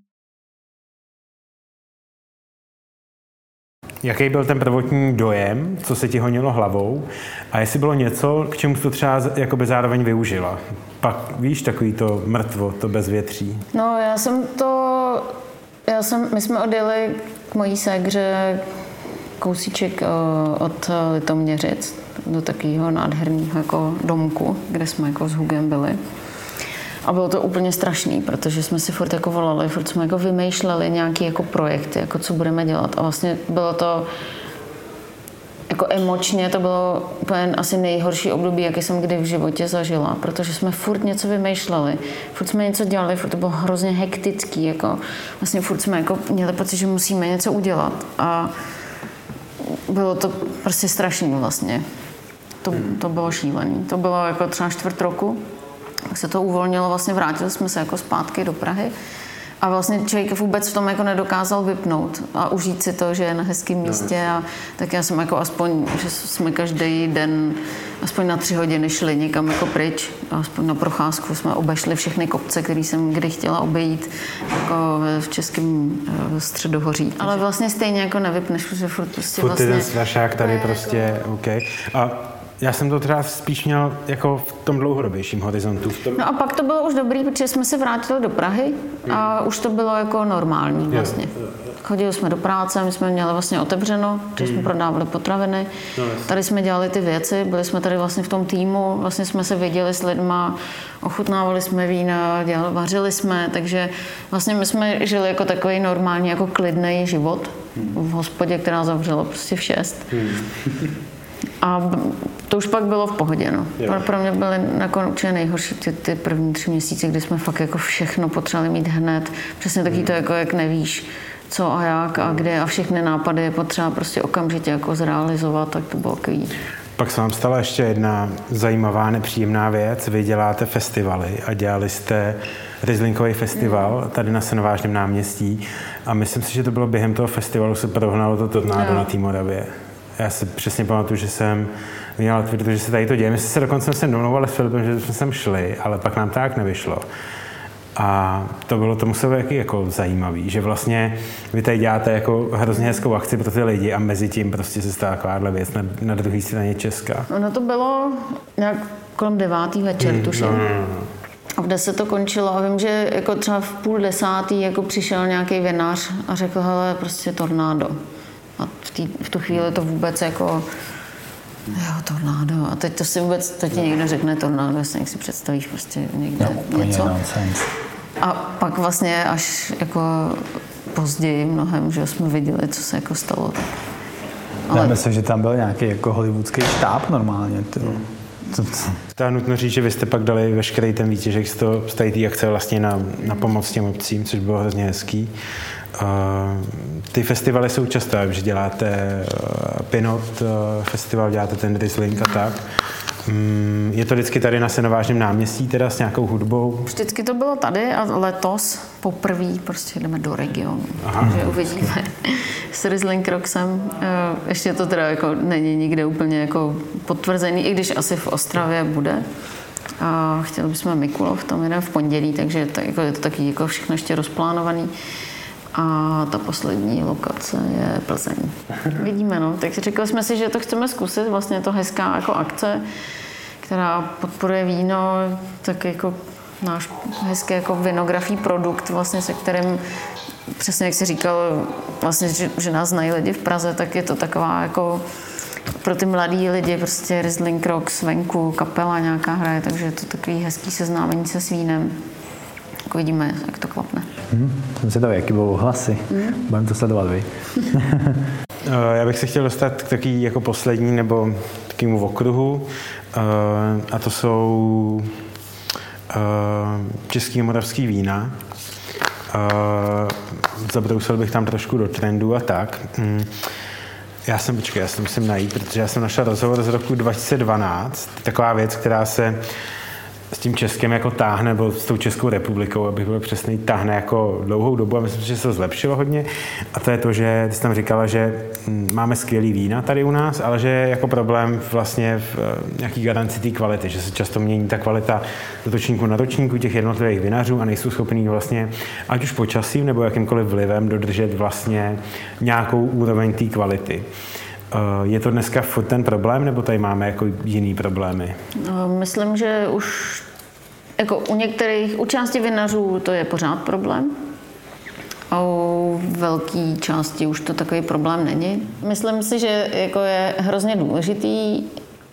Jaký byl ten prvotní dojem, co se ti honilo hlavou a jestli bylo něco, k čemu jsi to třeba jakoby zároveň využila? Pak víš, takový to mrtvo, to bezvětří. No my jsme odjeli k mojí ségře kousíček od Litoměřic do takového nádherného jako domku, kde jsme jako s Hugem byli. A bylo to úplně strašný, protože jsme si furt jako volali, furt jsme jako vymýšleli nějaké jako projekty, jako co budeme dělat. A vlastně bylo to jako emočně, to bylo úplně asi nejhorší období, jaký jsem kdy v životě zažila, protože jsme furt něco vymýšleli, furt jsme něco dělali, furt to bylo hrozně hektický, jako vlastně furt jsme jako měli pocit, že musíme něco udělat. A bylo to prostě strašný vlastně. To bylo šílený. To bylo jako třeba 4 roku. Tak se to uvolnilo, vlastně vrátili jsme se jako zpátky do Prahy a vlastně člověk vůbec v tom jako nedokázal vypnout a užít si to, že je na hezkém místě a tak já jsem jako aspoň, že jsme každý den aspoň na 3 hodiny šli někam jako pryč, aspoň na procházku jsme obešli všechny kopce, které jsem kdy chtěla obejít jako v českém Středohoří. Ale vlastně stejně jako nevypneš, protože furt prostě vlastně... Furt ten strašák tady prostě, jako... OK. A já jsem to třeba spíš měl jako v tom dlouhodobějším horizontu. No a pak to bylo už dobrý, protože jsme se vrátili do Prahy a už to bylo jako normální vlastně. Chodili jsme do práce, my jsme měli vlastně otevřeno, že jsme prodávali potraviny. Tady jsme dělali ty věci, byli jsme tady vlastně v tom týmu, vlastně jsme se viděli s lidma, ochutnávali jsme vína, vařili jsme, takže vlastně my jsme žili jako takový normální, jako klidný život v hospodě, která zavřela prostě v 6. A to už pak bylo v pohodě, no. Pro mě byly určitě nejhorší ty první 3 měsíce, kdy jsme fakt jako všechno potřebovali mít hned. Přesně taky to, jako jak nevíš, co a jak a kde a všechny nápady je potřeba prostě okamžitě jako zrealizovat, tak to bylo takový. Pak se vám stala ještě jedna zajímavá, nepříjemná věc. Vy děláte festivaly a dělali jste Rieslingový festival tady na Senovážném náměstí a myslím si, že to bylo během toho festivalu, se prohnalo to tornádo na té Moravě. Já si přesně pamatuju, že jsem viděl na Twitteru, že se tady to děje. My jsme se dokonce domlouvali s Filipem, že jsme sem šli, ale pak nám tak nevyšlo. A to muselo být jako zajímavý, že vlastně vy tady děláte jako hrozně hezkou akci pro ty lidi a mezi tím prostě se stala takováhle věc na druhé straně Česka. Ono to bylo nějak kolem 9. večer, tuším. A v 10 to končilo a vím, že jako třeba v 9:30 jako přišel nějaký vinař a řekl, hele, prostě tornádo. A v tu chvíli to vůbec jako, tornádo. A teď to si vůbec, to ti někdo řekne tornádo, jak si představíš prostě někde něco. A pak vlastně až jako později mnohem, že jsme viděli, co se jako stalo. Ale... Já myslím, že tam byl nějaký jako hollywoodský štáb normálně. To nutno říct, že vy jste pak dali veškerý ten výtěžek z té akce vlastně na pomoc těm obcím, což bylo hrozně hezký. Ty festivaly jsou často, že děláte Pinot festival, děláte ten Riesling a tak. Je to vždycky tady na Senovážném náměstí, teda s nějakou hudbou? Vždycky to bylo tady a letos poprvé prostě jdeme do regionu. Takže uvidíme s Riesling Rocksem. Ještě to teda jako není nikde úplně jako potvrzený, i když asi v Ostravě bude. A chtěli bychom Mikulov, tam jeden v pondělí, takže je to taky jako všechno ještě rozplánovaný. A ta poslední lokace je Plzeň. Vidíme, no. Takže řekli jsme si, že to chceme zkusit. Vlastně je to hezká jako akce, která podporuje víno, tak jako náš hezký jako vinografí produkt, vlastně se kterým, přesně jak jsi říkal, vlastně, že nás znají lidi v Praze, tak je to taková jako pro ty mladý lidi prostě Riesling Rocks venku, kapela nějaká hraje, takže je to takový hezký seznámení se s vínem. Tak uvidíme, jak to klapne. Jsem si to, jaký budou hlasy. Budeme to sledovat vy. Já bych se chtěl dostat k takový jako poslední nebo takovému okruhu. A to jsou český a moravský vína. Zabrousil bych tam trošku do trendu a tak. Já si to musím najít, protože já jsem našel rozhovor z roku 2012. Taková věc, která se s tím Českem jako táhne, nebo s tou Českou republikou, abych byl přesný, táhne jako dlouhou dobu a myslím, že se to zlepšilo hodně. A to je to, že ty jsi tam říkala, že máme skvělý vína tady u nás, ale že je jako problém vlastně v nějaký garanci té kvality, že se často mění ta kvalita z ročníku na ročníku těch jednotlivých vinařů a nejsou schopní vlastně, ať už počasím nebo jakýmkoliv vlivem, dodržet vlastně nějakou úroveň té kvality. Je to dneska furt ten problém, nebo tady máme jako jiný problémy? Myslím, že už jako u části vinařů to je pořád problém. a u velké části už to takový problém není. Myslím si, že jako je hrozně důležitý,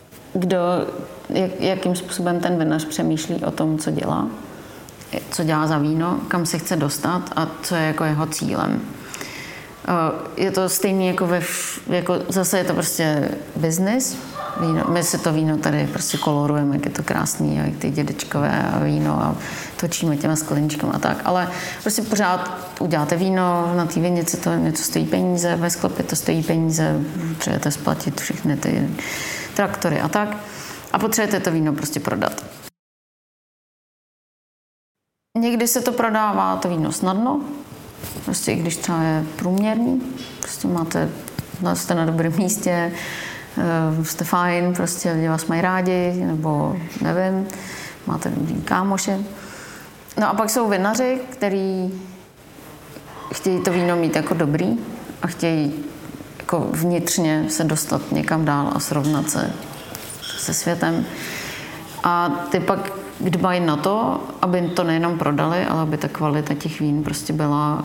jakým způsobem ten vinař přemýšlí o tom, co dělá za víno, kam se chce dostat a co je jako jeho cílem. Je to stejně jako zase je to prostě business. My si to víno tady prostě kolorujeme, jak je to krásný, jak ty dědečkové a víno a točíme těma skleničkama a tak. Ale prostě pořád uděláte víno, na té vinici to něco stojí peníze, ve sklepě to stojí peníze, potřebujete splatit všechny ty traktory a tak. A potřebujete to víno prostě prodat. Někdy se to prodává to víno snadno, prostě i když třeba je průměrný, prostě jste na dobrém místě, jste fajn, prostě lidi vás mají rádi, nebo nevím, máte dobrý kámoše. No a pak jsou vinaři, kteří chtějí to víno mít jako dobrý a chtějí jako vnitřně se dostat někam dál a srovnat se se světem. A ty pak dbají na to, aby to nejenom prodali, ale aby ta kvalita těch vín prostě byla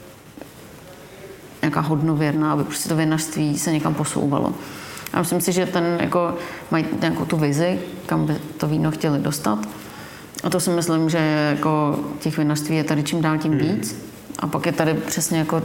nějaká hodnověrná, aby prostě to vinařství se někam posouvalo. A myslím si, že mají nějakou tu vizi, kam by to víno chtěli dostat. A to si myslím, že jako těch vinařství je tady čím dál tím víc. A pak je tady přesně jako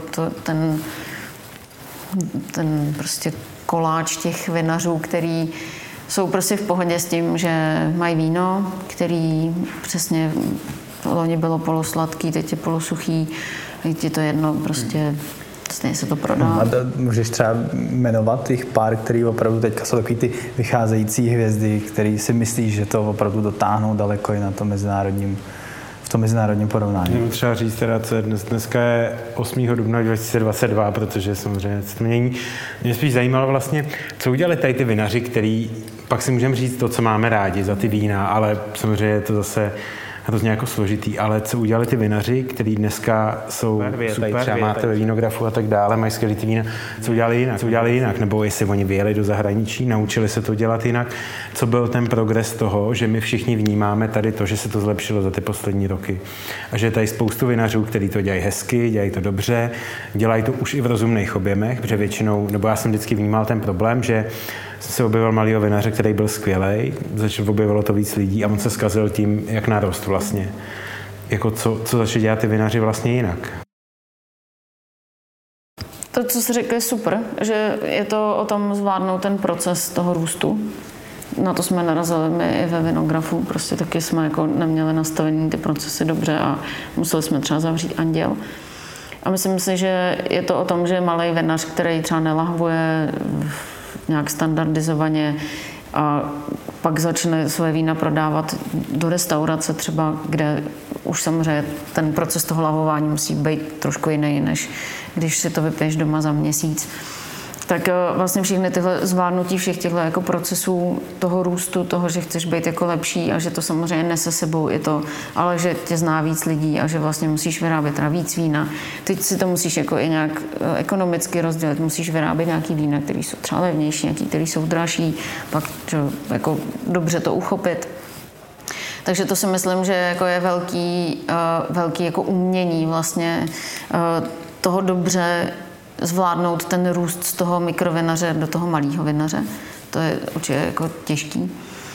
ten prostě koláč těch vinařů, který jsou prostě v pohodě s tím, že mají víno, který přesně loni bylo polosladký, teď je polosuchý, teď je to jedno, prostě stejně se to prodá. A můžeš třeba jmenovat těch pár, který opravdu teďka jsou takový ty vycházející hvězdy, který si myslíš, že to opravdu dotáhnou daleko i na tom v tom mezinárodním porovnání. Můžu třeba říct teda, co je dneska je 8. dubna 2022, protože samozřejmě se to mění. Mě spíš zajímalo vlastně, co udělali tady ty vinaři, který pak si můžeme říct to, co máme rádi za ty vína, ale samozřejmě je to zase hrozně jako složitý, ale co udělali ty vinaři, který dneska jsou super, třeba máte ve vínografu a tak dále, mají skvělý ty vína, co udělali jinak, nebo jestli oni vyjeli do zahraničí, naučili se to dělat jinak, co byl ten progres toho, že my všichni vnímáme tady to, že se to zlepšilo za ty poslední roky a že je tady spoustu vinařů, kteří to dělají hezky, dělají to dobře, dělají to už i v rozumných objemech, protože většinou, nebo já jsem vždycky vnímal ten problém, že se objevil malýho vinaře, který byl skvělej, objevilo to víc lidí a on se zkazil tím, jak narost vlastně. Jako co začali dělat ty vinaři vlastně jinak? To, co jsi řekl, je super, že je to o tom zvládnout ten proces toho růstu. Na to jsme narazili my i ve vinografu, prostě taky jsme jako neměli nastavený ty procesy dobře a museli jsme třeba zavřít anděl. A myslím si, že je to o tom, že malý vinař, který třeba nelahvuje nějak standardizovaně a pak začne své vína prodávat do restaurace třeba, kde už samozřejmě ten proces toho lavování musí být trošku jiný, než když si to vypiješ doma za měsíc. Tak vlastně všechny tyhle zvládnutí všech těchto jako procesů toho růstu, toho, že chceš být jako lepší a že to samozřejmě nese sebou i to, ale že tě zná víc lidí a že vlastně musíš vyrábět teda víc vína. Teď si to musíš jako i nějak ekonomicky rozdělit, musíš vyrábět nějaký vína, které jsou třeba levnější, nějaký, které jsou dražší, pak jako dobře to uchopit. Takže to si myslím, že jako je velký jako umění vlastně toho dobře zvládnout ten růst z toho mikrovinaře do toho malého vinaře. To je určitě jako těžký.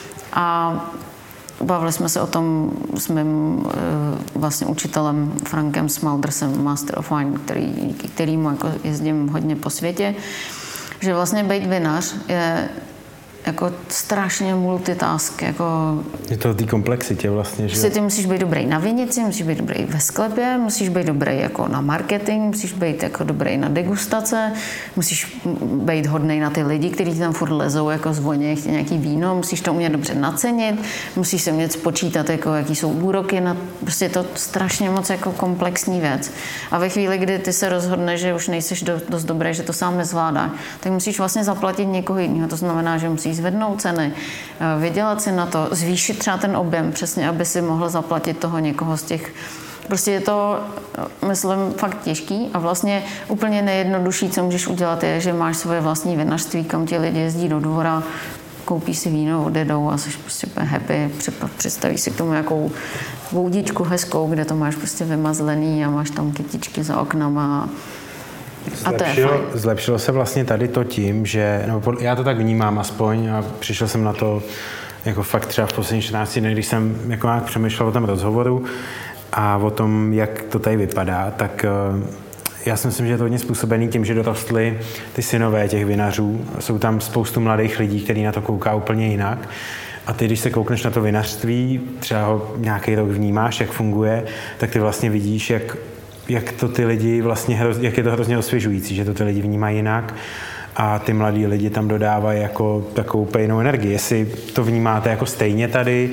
A bavili jsme se o tom s mým vlastně učitelem Frankem Smaldersem, Master of Wine, kterýmu jako jezdím hodně po světě, že vlastně být vinař je jako strašně multitask. Jako je to o té komplexitě vlastně, že? Ty musíš být dobrý na vinici, musíš být dobrý ve sklepě, musíš být dobrý jako na marketing, musíš být jako dobrý na degustace, musíš být hodnej na ty lidi, kteří ti tam furt lezou jako zvoně, chtějí nějaký víno, musíš to umět dobře nacenit, musíš se umět spočítat, jako jaký jsou úroky, prostě je to strašně moc jako komplexní věc. A ve chvíli, kdy ty se rozhodneš, že už nejseš dost dobrý, že to sám nezvládáš, tak musíš vlastně zaplatit někoho jiného. To znamená, že musíš zvednout ceny, vydělat si na to, zvýšit třeba ten objem, přesně, aby si mohl zaplatit toho někoho z těch. Prostě je to, myslím, fakt těžký a vlastně úplně nejjednodušší, co můžeš udělat, je, že máš svoje vlastní vinařství, kam ti lidi jezdí do dvora, koupí si víno, odjedou a jsi prostě happy, představíš si k tomu nějakou boudičku hezkou, kde to máš prostě vymazlený a máš tam kytičky za oknama. A to je fajn. Zlepšilo se vlastně tady to tím, že, nebo já to tak vnímám aspoň a přišel jsem na to jako fakt třeba v posledních 14 dnech, když jsem jako nějak přemýšlel o tom rozhovoru a o tom, jak to tady vypadá, tak já si myslím, že je to hodně způsobený tím, že dorostly ty synové těch vinařů. Jsou tam spoustu mladých lidí, kteří na to kouká úplně jinak. A ty, když se koukneš na to vinařství, třeba ho nějaký rok vnímáš, jak funguje, tak ty vlastně vidíš, jak to ty lidi vlastně, jak je to hrozně osvěžující, že to ty lidi vnímají jinak a ty mladí lidi tam dodávají jako takovou pejnou energii. Jestli to vnímáte jako stejně tady,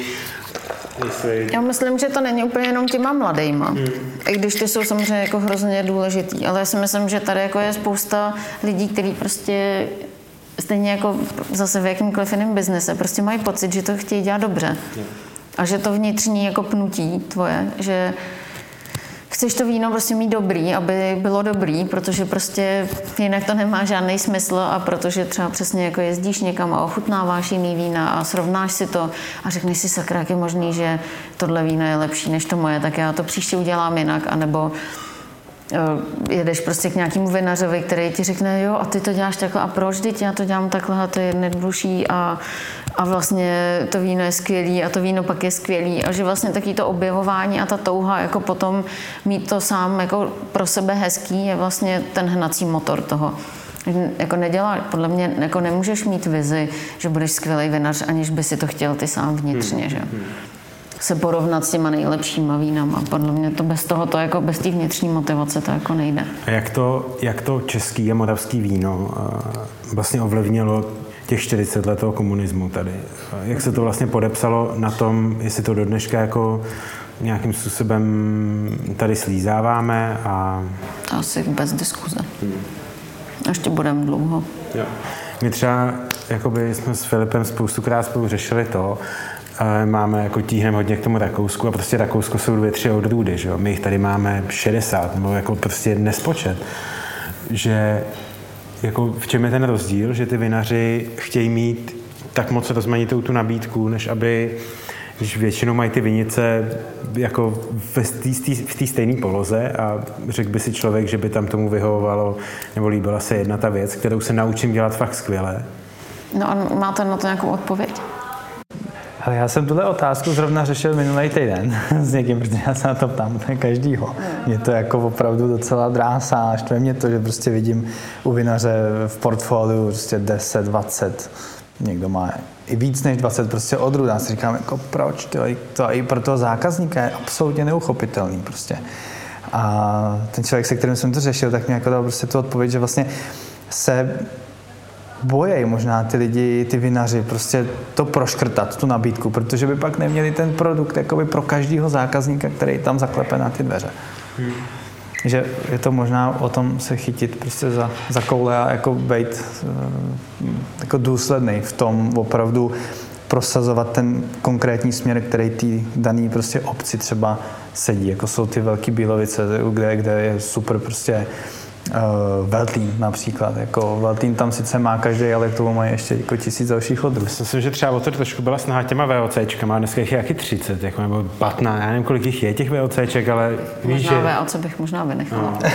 Já myslím, že to není úplně jenom těma mladejma, i když ty jsou samozřejmě jako hrozně důležitý, ale já si myslím, že tady jako je spousta lidí, kteří prostě stejně jako zase v jakýmkoliv jiném biznese prostě mají pocit, že to chtějí dělat dobře. A že to vnitřní jako pnutí tvoje, že chceš to víno prostě mít dobrý, aby bylo dobrý, protože prostě jinak to nemá žádný smysl a protože třeba přesně jako jezdíš někam a ochutnáváš jiný vína a srovnáš si to a řekneš si sakra, jak je možný, že tohle víno je lepší než to moje, tak já to příště udělám jinak, anebo jedeš prostě k nějakému vinařovi, který ti řekne, jo, a ty to děláš takhle, a proč, teď já to dělám takhle, a to je jednodušší a vlastně to víno je skvělý a to víno pak je skvělý a že vlastně taky to objevování a ta touha jako potom mít to sám jako pro sebe hezký je vlastně ten hnací motor toho. Jako nedělá, podle mě jako nemůžeš mít vizi, že budeš skvělý vinař, aniž by si to chtěl ty sám vnitřně, že? Se porovnat s těma nejlepšíma vínama. Podle mě to bez toho, to jako bez té vnitřní motivace to jako nejde. A jak to český a moravský víno vlastně ovlivnilo těch 40 let toho komunismu tady? Jak se to vlastně podepsalo na tom, jestli to do dneška jako nějakým způsobem tady slízáváme a... To asi bez diskuze. Ještě budeme dlouho. Jo. My třeba jakoby jsme s Filipem spoustukrát spolu řešili to, máme jako tíhneme hodně k tomu Rakousku a prostě Rakousko jsou 2-3 odrůdy, že jo? My jich tady máme 60, nebo jako prostě nespočet. Že jako v čem je ten rozdíl, že ty vinaři chtějí mít tak moc rozmanitou tu nabídku, než aby, když většinou mají ty vinice jako v té stejné poloze a řekl by si člověk, že by tam tomu vyhovovalo nebo líbila se jedna ta věc, kterou se naučím dělat fakt skvěle. No a máte na to nějakou odpověď? Ale já jsem tuhle otázku zrovna řešil minulý týden s někým, protože já se na to ptám každýho. Mě to jako opravdu docela drásá, štve mě to, že prostě vidím u vinaře v portfoliu prostě 10, 20, někdo má i víc než 20 prostě odrůd. Já si říkám, jako proč, to i pro toho zákazníka je absolutně neuchopitelný prostě. A ten člověk, se kterým jsem to řešil, tak mě jako dal prostě tu odpověď, že vlastně se bojejí možná ty lidi, ty vinaři, prostě to proškrtat, tu nabídku, protože by pak neměli ten produkt jakoby pro každého zákazníka, který tam zaklepe na ty dveře. Že je to možná o tom se chytit prostě za koule a jako být jako důsledný v tom opravdu prosazovat ten konkrétní směr, který ty daný prostě obci třeba sedí, jako jsou ty velký Bílovice, kde je super prostě Veltlín například. Jako Veltlín tam sice má každý, ale k tomu mají ještě jako 1000 dalších odrůd. Myslím, že třeba o to trošku byla snaha těma VOCčkama, dneska jich je jaký 30, jako, nebo 15, já nevím, kolik jich je těch VOCček, ale víš, že... Možná VOC bych možná vynechala. No,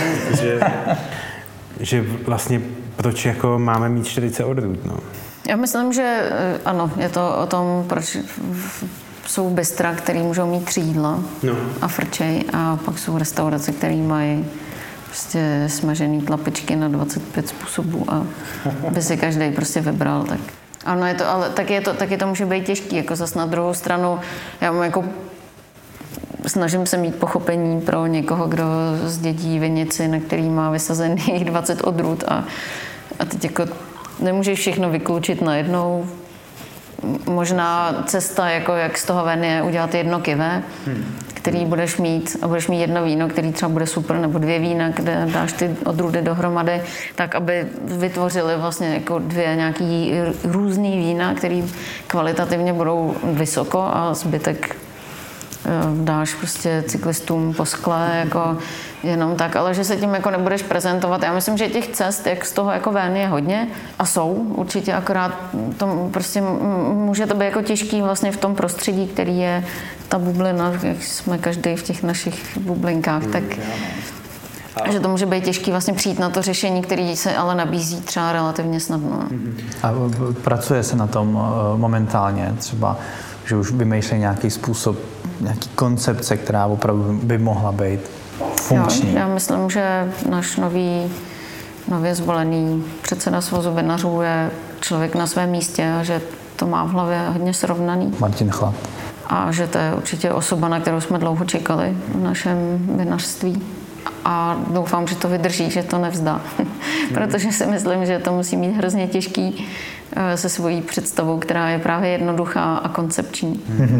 že vlastně proč jako máme mít 40 odrůd, no. Já myslím, že ano, je to o tom, proč jsou bystra, který můžou mít 3 jídla a frčej, a pak jsou restaurace, které mají prostě smažený tlapičky na 25 způsobů a by si každý prostě vybral, tak ano, je to, ale taky to může být těžký, jako zas na druhou stranu, já mám jako snažím se mít pochopení pro někoho, kdo zdědí vinici, na který má vysazených 20 odrůd a teď jako nemůžeš všechno vyklučit najednou. Možná cesta, jako jak z toho ven, je udělat jedno kivé, který budeš mít a budeš mít jedno víno, který třeba bude super, nebo 2 vína, kde dáš ty odrůdy dohromady, tak aby vytvořili vlastně jako 2 nějaký různý vína, který kvalitativně budou vysoko a zbytek dáš prostě cyklistům po skle, jako jenom tak, ale že se tím jako nebudeš prezentovat. Já myslím, že těch cest, jak z toho jako ven je hodně a jsou určitě, akorát to prostě může to být jako těžký vlastně v tom prostředí, který je ta bublina, jak jsme každý v těch našich bublinkách, tak že to může být těžký vlastně přijít na to řešení, které se ale nabízí třeba relativně snadno. A pracuje se na tom momentálně třeba, že už vymýšlí nějaký způsob, nějaký koncepce, která opravdu by mohla být funkční? Já myslím, že náš nově zvolený předseda Svazu vinařů je člověk na svém místě a že to má v hlavě hodně srovnaný. Martin Chlad. A že to je určitě osoba, na kterou jsme dlouho čekali v našem vinařství. A doufám, že to vydrží, že to nevzdá. Protože si myslím, že to musí mít hrozně těžký se svojí představou, která je právě jednoduchá a koncepční.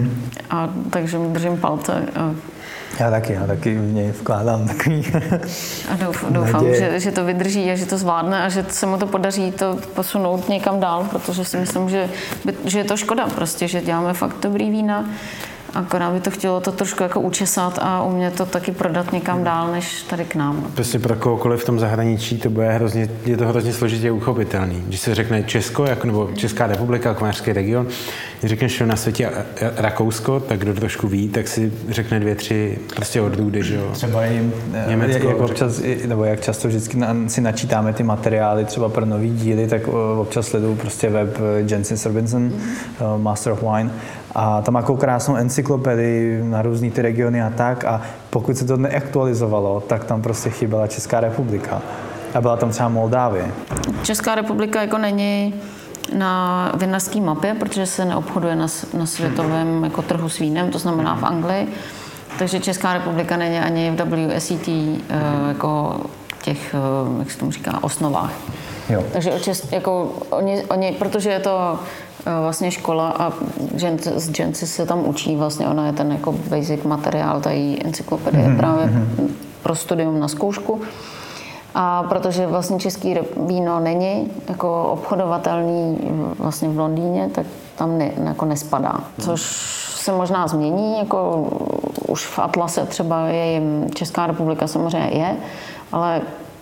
A takže mi držím palce. Já taky v něj vkládám takový a doufám, že to vydrží a že to zvládne a že se mu to podaří to posunout někam dál, protože si myslím, že je to škoda prostě, že děláme fakt dobrý vína. Akorát by to chtělo to trošku jako učesat a umět to taky prodat někam dál, než tady k nám. Prostě pro kohokoliv v tom zahraničí to bude je to hrozně složitě uchopitelný. Když se řekne Česko, jako, nebo Česká republika, komářský region, když řekneš na světě Rakousko, tak kdo trošku ví, tak si řekne 2-3 prostě odrůdy, že jo. Třeba jim, Německo, jak občas, nebo jak často vždycky si načítáme ty materiály třeba pro nový díly, tak občas sleduju prostě web Jancis Robinson, Master of Wine. A tam má krásnou encyklopedii na různý ty regiony a tak. A pokud se to neaktualizovalo, tak tam prostě chyběla Česká republika. A byla tam třeba Moldávie. Česká republika jako není na vinařské mapě, protože se neobchoduje na světovém jako trhu s vínem, to znamená v Anglii. Takže Česká republika není ani v WSET jako těch, jak se tomu říká, osnovách. Jo. Takže jako oni, protože je to vlastně škola a z Jancis se tam učí vlastně, ona je ten jako basic materiál, ta její encyklopedie právě pro studium na zkoušku. A protože vlastně český víno není jako obchodovatelný vlastně v Londýně, tak tam jako nespadá. Což se možná změní, jako už v Atlase třeba Česká republika samozřejmě je, ale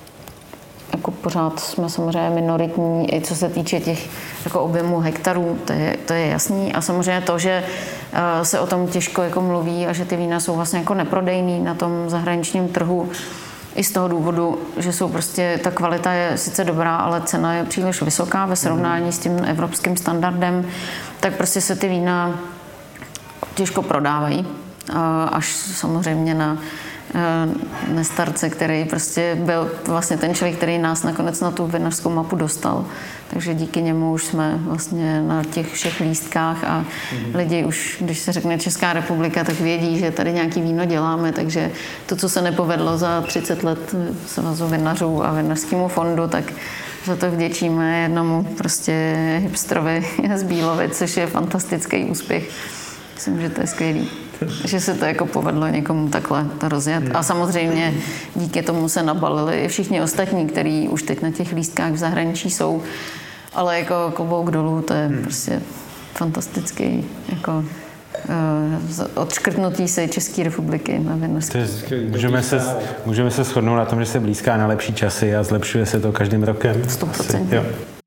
jako pořád jsme samozřejmě minoritní, i co se týče těch jako objemů hektarů, to je jasný. A samozřejmě to, že se o tom těžko jako mluví a že ty vína jsou vlastně jako neprodejný na tom zahraničním trhu, i z toho důvodu, že jsou prostě, ta kvalita je sice dobrá, ale cena je příliš vysoká ve srovnání s tím evropským standardem, tak prostě se ty vína těžko prodávají. Až samozřejmě na Nestarce, který prostě byl vlastně ten člověk, který nás nakonec na tu vinařskou mapu dostal. Takže díky němu už jsme vlastně na těch všech lístkách a lidi už, když se řekne Česká republika, tak vědí, že tady nějaký víno děláme, takže to, co se nepovedlo za 30 let Svazu vinařů a vinařskému fondu, tak za to vděčíme jednomu prostě hipstrovi z Bílovic, což je fantastický úspěch. Myslím, že to je skvělý, že se to jako povedlo někomu takhle to rozjet. A samozřejmě díky tomu se nabalili i všichni ostatní, kteří už teď na těch lístkách v zahraničí jsou. Ale jako klobouk dolů, to je prostě fantastický jako odškrtnutí se České republiky na vinařství. Můžeme se shodnout na tom, že se blízká na lepší časy a zlepšuje se to každým rokem. 100%.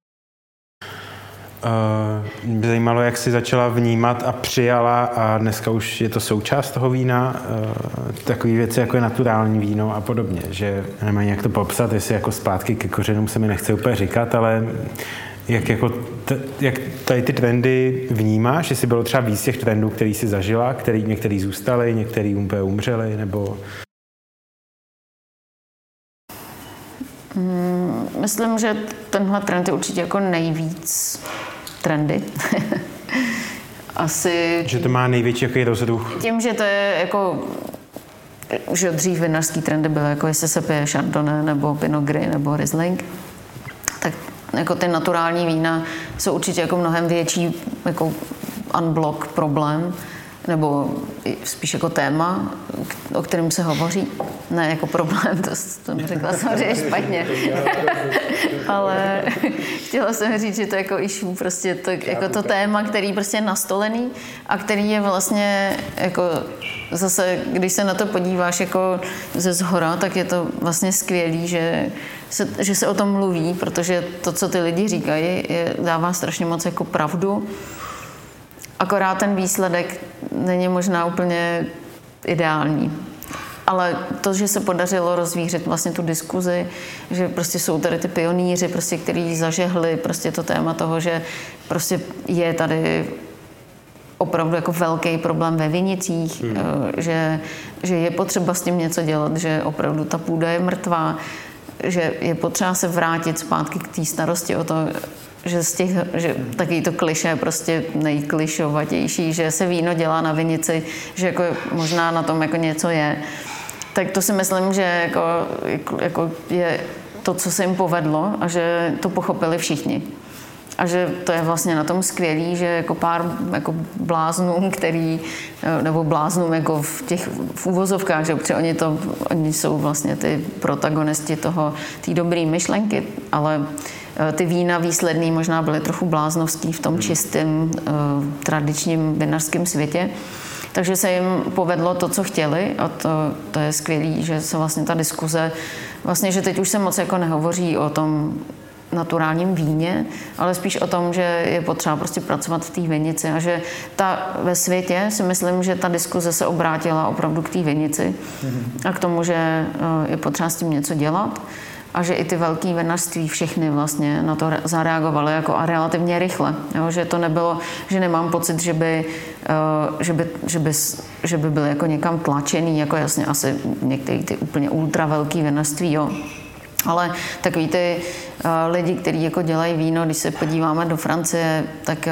Mě zajímalo, jak jsi začala vnímat a přijala a dneska už je to součást toho vína, takové věci, jako je naturální víno a podobně, že nemají jak to popsat, jestli jako zpátky ke kořenům se mi nechce úplně říkat, ale jak tady ty trendy vnímáš, jestli bylo třeba víc těch trendů, který jsi zažila, některý zůstaly, některý úplně umřeli, nebo... Myslím, že tenhle trend je určitě jako nejvíc trendy. Asi... Že to má největší jaký rozruch. Tím, že to je jako... Že dřív vinařský trendy byly, jako jestli se pije Chardonnay, nebo Pinot Gris, nebo Riesling, tak jako ty naturální vína jsou určitě jako mnohem větší jako unblock problém, nebo spíš jako téma, o kterém se hovoří. Ne jako problém, to jsem řekla samozřejmě špatně. ale chtěla jsem říct, že to jako issue, prostě to, jako to téma, který prostě je nastolený a který je vlastně jako zase, když se na to podíváš jako ze zhora, tak je to vlastně skvělý, že se o tom mluví, protože to, co ty lidi říkají, dává strašně moc jako pravdu. Akorát ten výsledek není možná úplně ideální. Ale to, že se podařilo rozvířit vlastně tu diskuzi, že prostě jsou tady ty pionýři, prostě, kteří zažehli prostě to téma toho, že prostě je tady opravdu jako velký problém ve vinicích, že je potřeba s tím něco dělat, že opravdu ta půda je mrtvá, že je potřeba se vrátit zpátky k té starosti o to, že taky to klišé prostě nejklišovatější, že se víno dělá na vinici, že jako možná na tom jako něco je. Tak to si myslím, že jako je to, co se jim povedlo a že to pochopili všichni. A že to je vlastně na tom skvělý, že jako pár jako bláznů, nebo bláznům jako v uvozovkách, že protože oni jsou vlastně ty protagonisti té dobré myšlenky, ale ty vína výsledný možná byly trochu bláznovský v tom čistém tradičním vinařském světě. Takže se jim povedlo to, co chtěli a to je skvělý, že se vlastně ta diskuze, vlastně, že teď už se moc jako nehovoří o tom naturálním víně, ale spíš o tom, že je potřeba prostě pracovat v té vinici a že ve světě si myslím, že ta diskuze se obrátila opravdu k té vinici a k tomu, že je potřeba s tím něco dělat a že i ty velké vinařství všechny vlastně na to zareagovaly jako a relativně rychle. Jo? Že to nebylo, že nemám pocit, že by byly jako někam tlačený, jako jasně asi některé ty úplně ultra velké vinařství, jo. Ale takový ty lidi, kteří jako dělají víno, když se podíváme do Francie, tak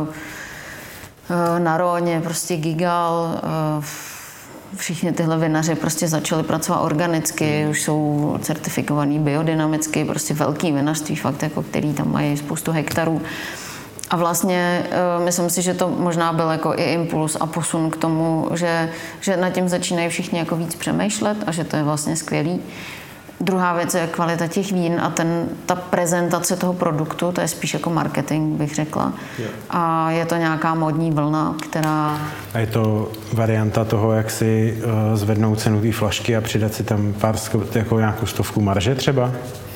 na Roně, prostě Gigal, všichni tyhle vinaři prostě začali pracovat organicky, už jsou certifikovaný biodynamicky, prostě velký vinařství fakt, jako který tam mají spoustu hektarů. A vlastně myslím si, že to možná byl jako i impuls a posun k tomu, že nad tím začínají všichni jako víc přemýšlet a že to je vlastně skvělý. Druhá věc je kvalita těch vín a ta prezentace toho produktu, to je spíš jako marketing, bych řekla. A je to nějaká módní vlna, která... A je to varianta toho, jak si zvednout cenu té flašky a přidat si tam jako nějakou stovku marže třeba?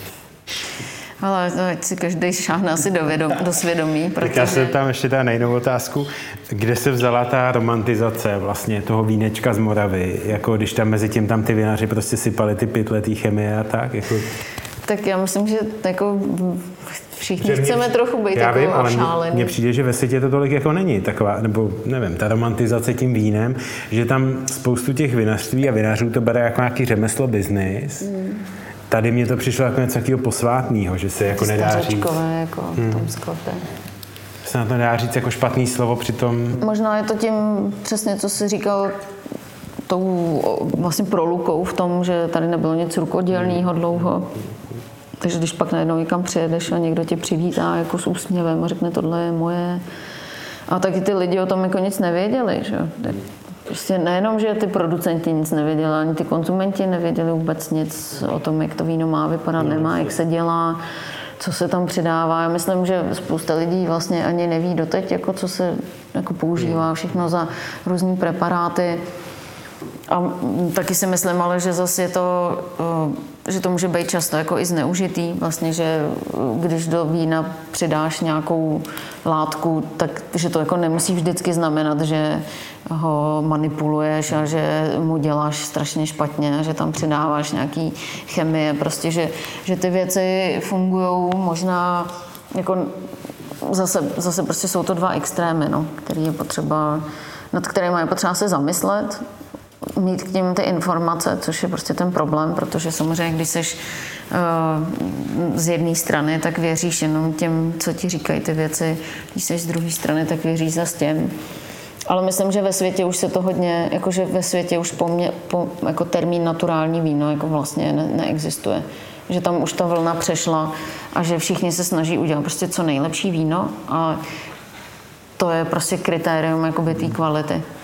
Ale ať si každý šáhne asi do svědomí. Tak já se tam ještě na jinou otázku. Kde se vzala ta romantizace vlastně toho vínečka z Moravy? Jako když tam mezi tím tam ty vinaři prostě sypali ty pytle, ty chemie a tak? Jako... Tak já myslím, že jako všichni chceme trochu být já vím, ale ošálený. Mně přijde, že ve světě to tolik jako není taková, nebo nevím, ta romantizace tím vínem, že tam spoustu těch vinařství a vinařů to bere jako nějaký řemeslo, biznis. Tady mně to přišlo jako něco takového posvátného, že se jako nedá říct. Jako v tom sklepě. Se na to nedá říct jako špatný slovo přitom. Možná je to tím přesně, co jsi říkal, tou vlastně prolukou v tom, že tady nebylo nic rukodělného dlouho. Takže když pak najednou někam přijedeš a někdo tě přivítá jako s úsměvem a řekne, tohle je moje. A taky ty lidi o tom jako nic nevěděli, že? Prostě nejenom, že ty producenti nic nevěděli, ani ty konzumenti nevěděli vůbec nic o tom, jak to víno má vypadat, nemá, jak se dělá, co se tam přidává. Já myslím, že spousta lidí vlastně ani neví doteď, jako co se jako používá všechno za různý preparáty. A taky si myslím, ale že zase je to, že to může být často jako i zneužitý. Vlastně, že když do vína přidáš nějakou látku, tak že to jako nemusí vždycky znamenat, že ho manipuluješ a že mu děláš strašně špatně, že tam přidáváš nějaký chemie, prostě, že ty věci fungujou možná jako zase prostě jsou to dva extrémy, no, který je potřeba, nad kterými je potřeba se zamyslet, mít k tím ty informace, což je prostě ten problém, protože samozřejmě, když seš z jedné strany, tak věříš jenom těm, co ti říkají ty věci, když seš z druhé strany, tak věříš zas těm. Ale myslím, že ve světě už se to hodně, jakože ve světě už jako termín naturální víno jako vlastně neexistuje. Že tam už ta vlna přešla a že všichni se snaží udělat prostě co nejlepší víno a to je prostě kritérium jakoby té kvality.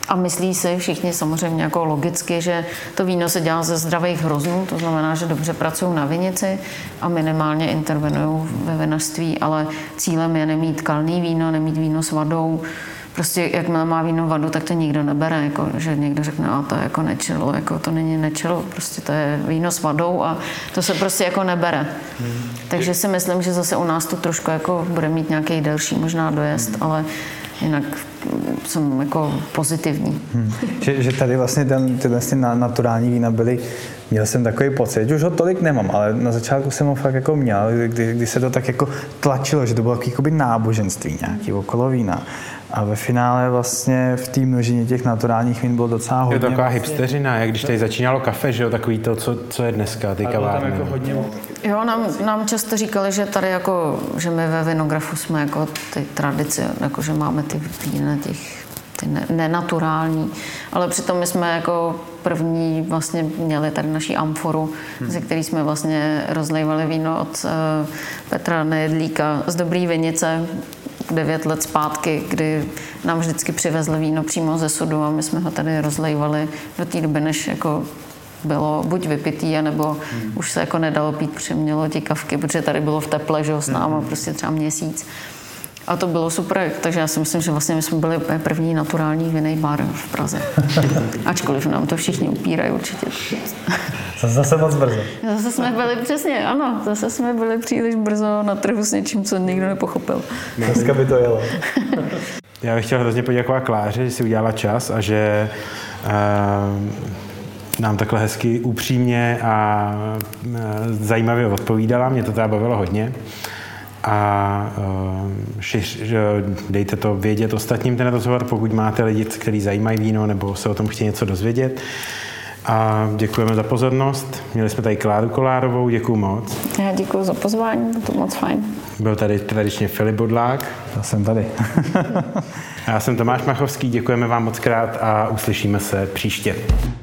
A myslí si všichni samozřejmě jako logicky, že to víno se dělá ze zdravých hroznů, to znamená, že dobře pracují na vinici a minimálně intervenují ve vinařství, ale cílem je nemít kalný víno, nemít víno s vadou. Prostě jakmile má víno vadu, tak to nikdo nebere, jako, že někdo řekne, a to je jako nečilo, jako to není nečilo, prostě to je víno s vadou a to se prostě jako nebere. Takže si myslím, že zase u nás to trošku jako bude mít nějaký delší možná dojezd, ale jinak jsem jako pozitivní. Že tady vlastně tyhle naturální vína byly, měl jsem takový pocit, už ho tolik nemám, ale na začátku jsem ho fakt jako měl, kdy se to tak jako tlačilo, že to bylo jakoby náboženství nějaký okolo vína. A ve finále vlastně v té množině těch naturálních vín bylo docela hodně. Je to taková hipsteřina, jak když tady začínalo kafe, že jo, takový to, co je dneska, ty kavárny. Jako hodně... Jo, nám často říkali, že tady jako, že my ve Vinografu jsme jako ty tradice, jako že máme ty vína ty nenaturální, ale přitom my jsme jako první vlastně měli tady naší amforu, ze který jsme vlastně rozlejvali víno od Petra Nejedlíka z Dobrý Vinice 9 let zpátky, kdy nám vždycky přivezli víno přímo ze sudu a my jsme ho tady rozlejvali do té doby, než jako bylo buď vypitý, anebo už se jako nedalo pít, přemělo ti kavky, protože tady bylo v teple, že jo, s náma prostě třeba měsíc. A to bylo super, takže já si myslím, že vlastně my jsme byli první naturální vinný bar v Praze. Ačkoliv nám to všichni upírají určitě. Zase moc brzo. Zase jsme byli, přesně, ano, zase jsme byli příliš brzo na trhu s něčím, co nikdo nepochopil. Dneska by to jelo. Já bych chtěl hrozně poděkovat Kláře, že si udělala čas a že nám takhle hezky, upřímně a zajímavě odpovídala. Mě to teda bavilo hodně. A dejte to vědět ostatním ten rozhovor, pokud máte lidi, kteří zajímají víno nebo se o tom chtějí něco dozvědět. A děkujeme za pozornost. Měli jsme tady Kláru Kolárovou, děkuju moc. Já děkuju za pozvání, bylo to moc fajn. Byl tady tradičně Filip Bodlák. Já jsem tady. A já jsem Tomáš Machovský, děkujeme vám moc krát a uslyšíme se příště.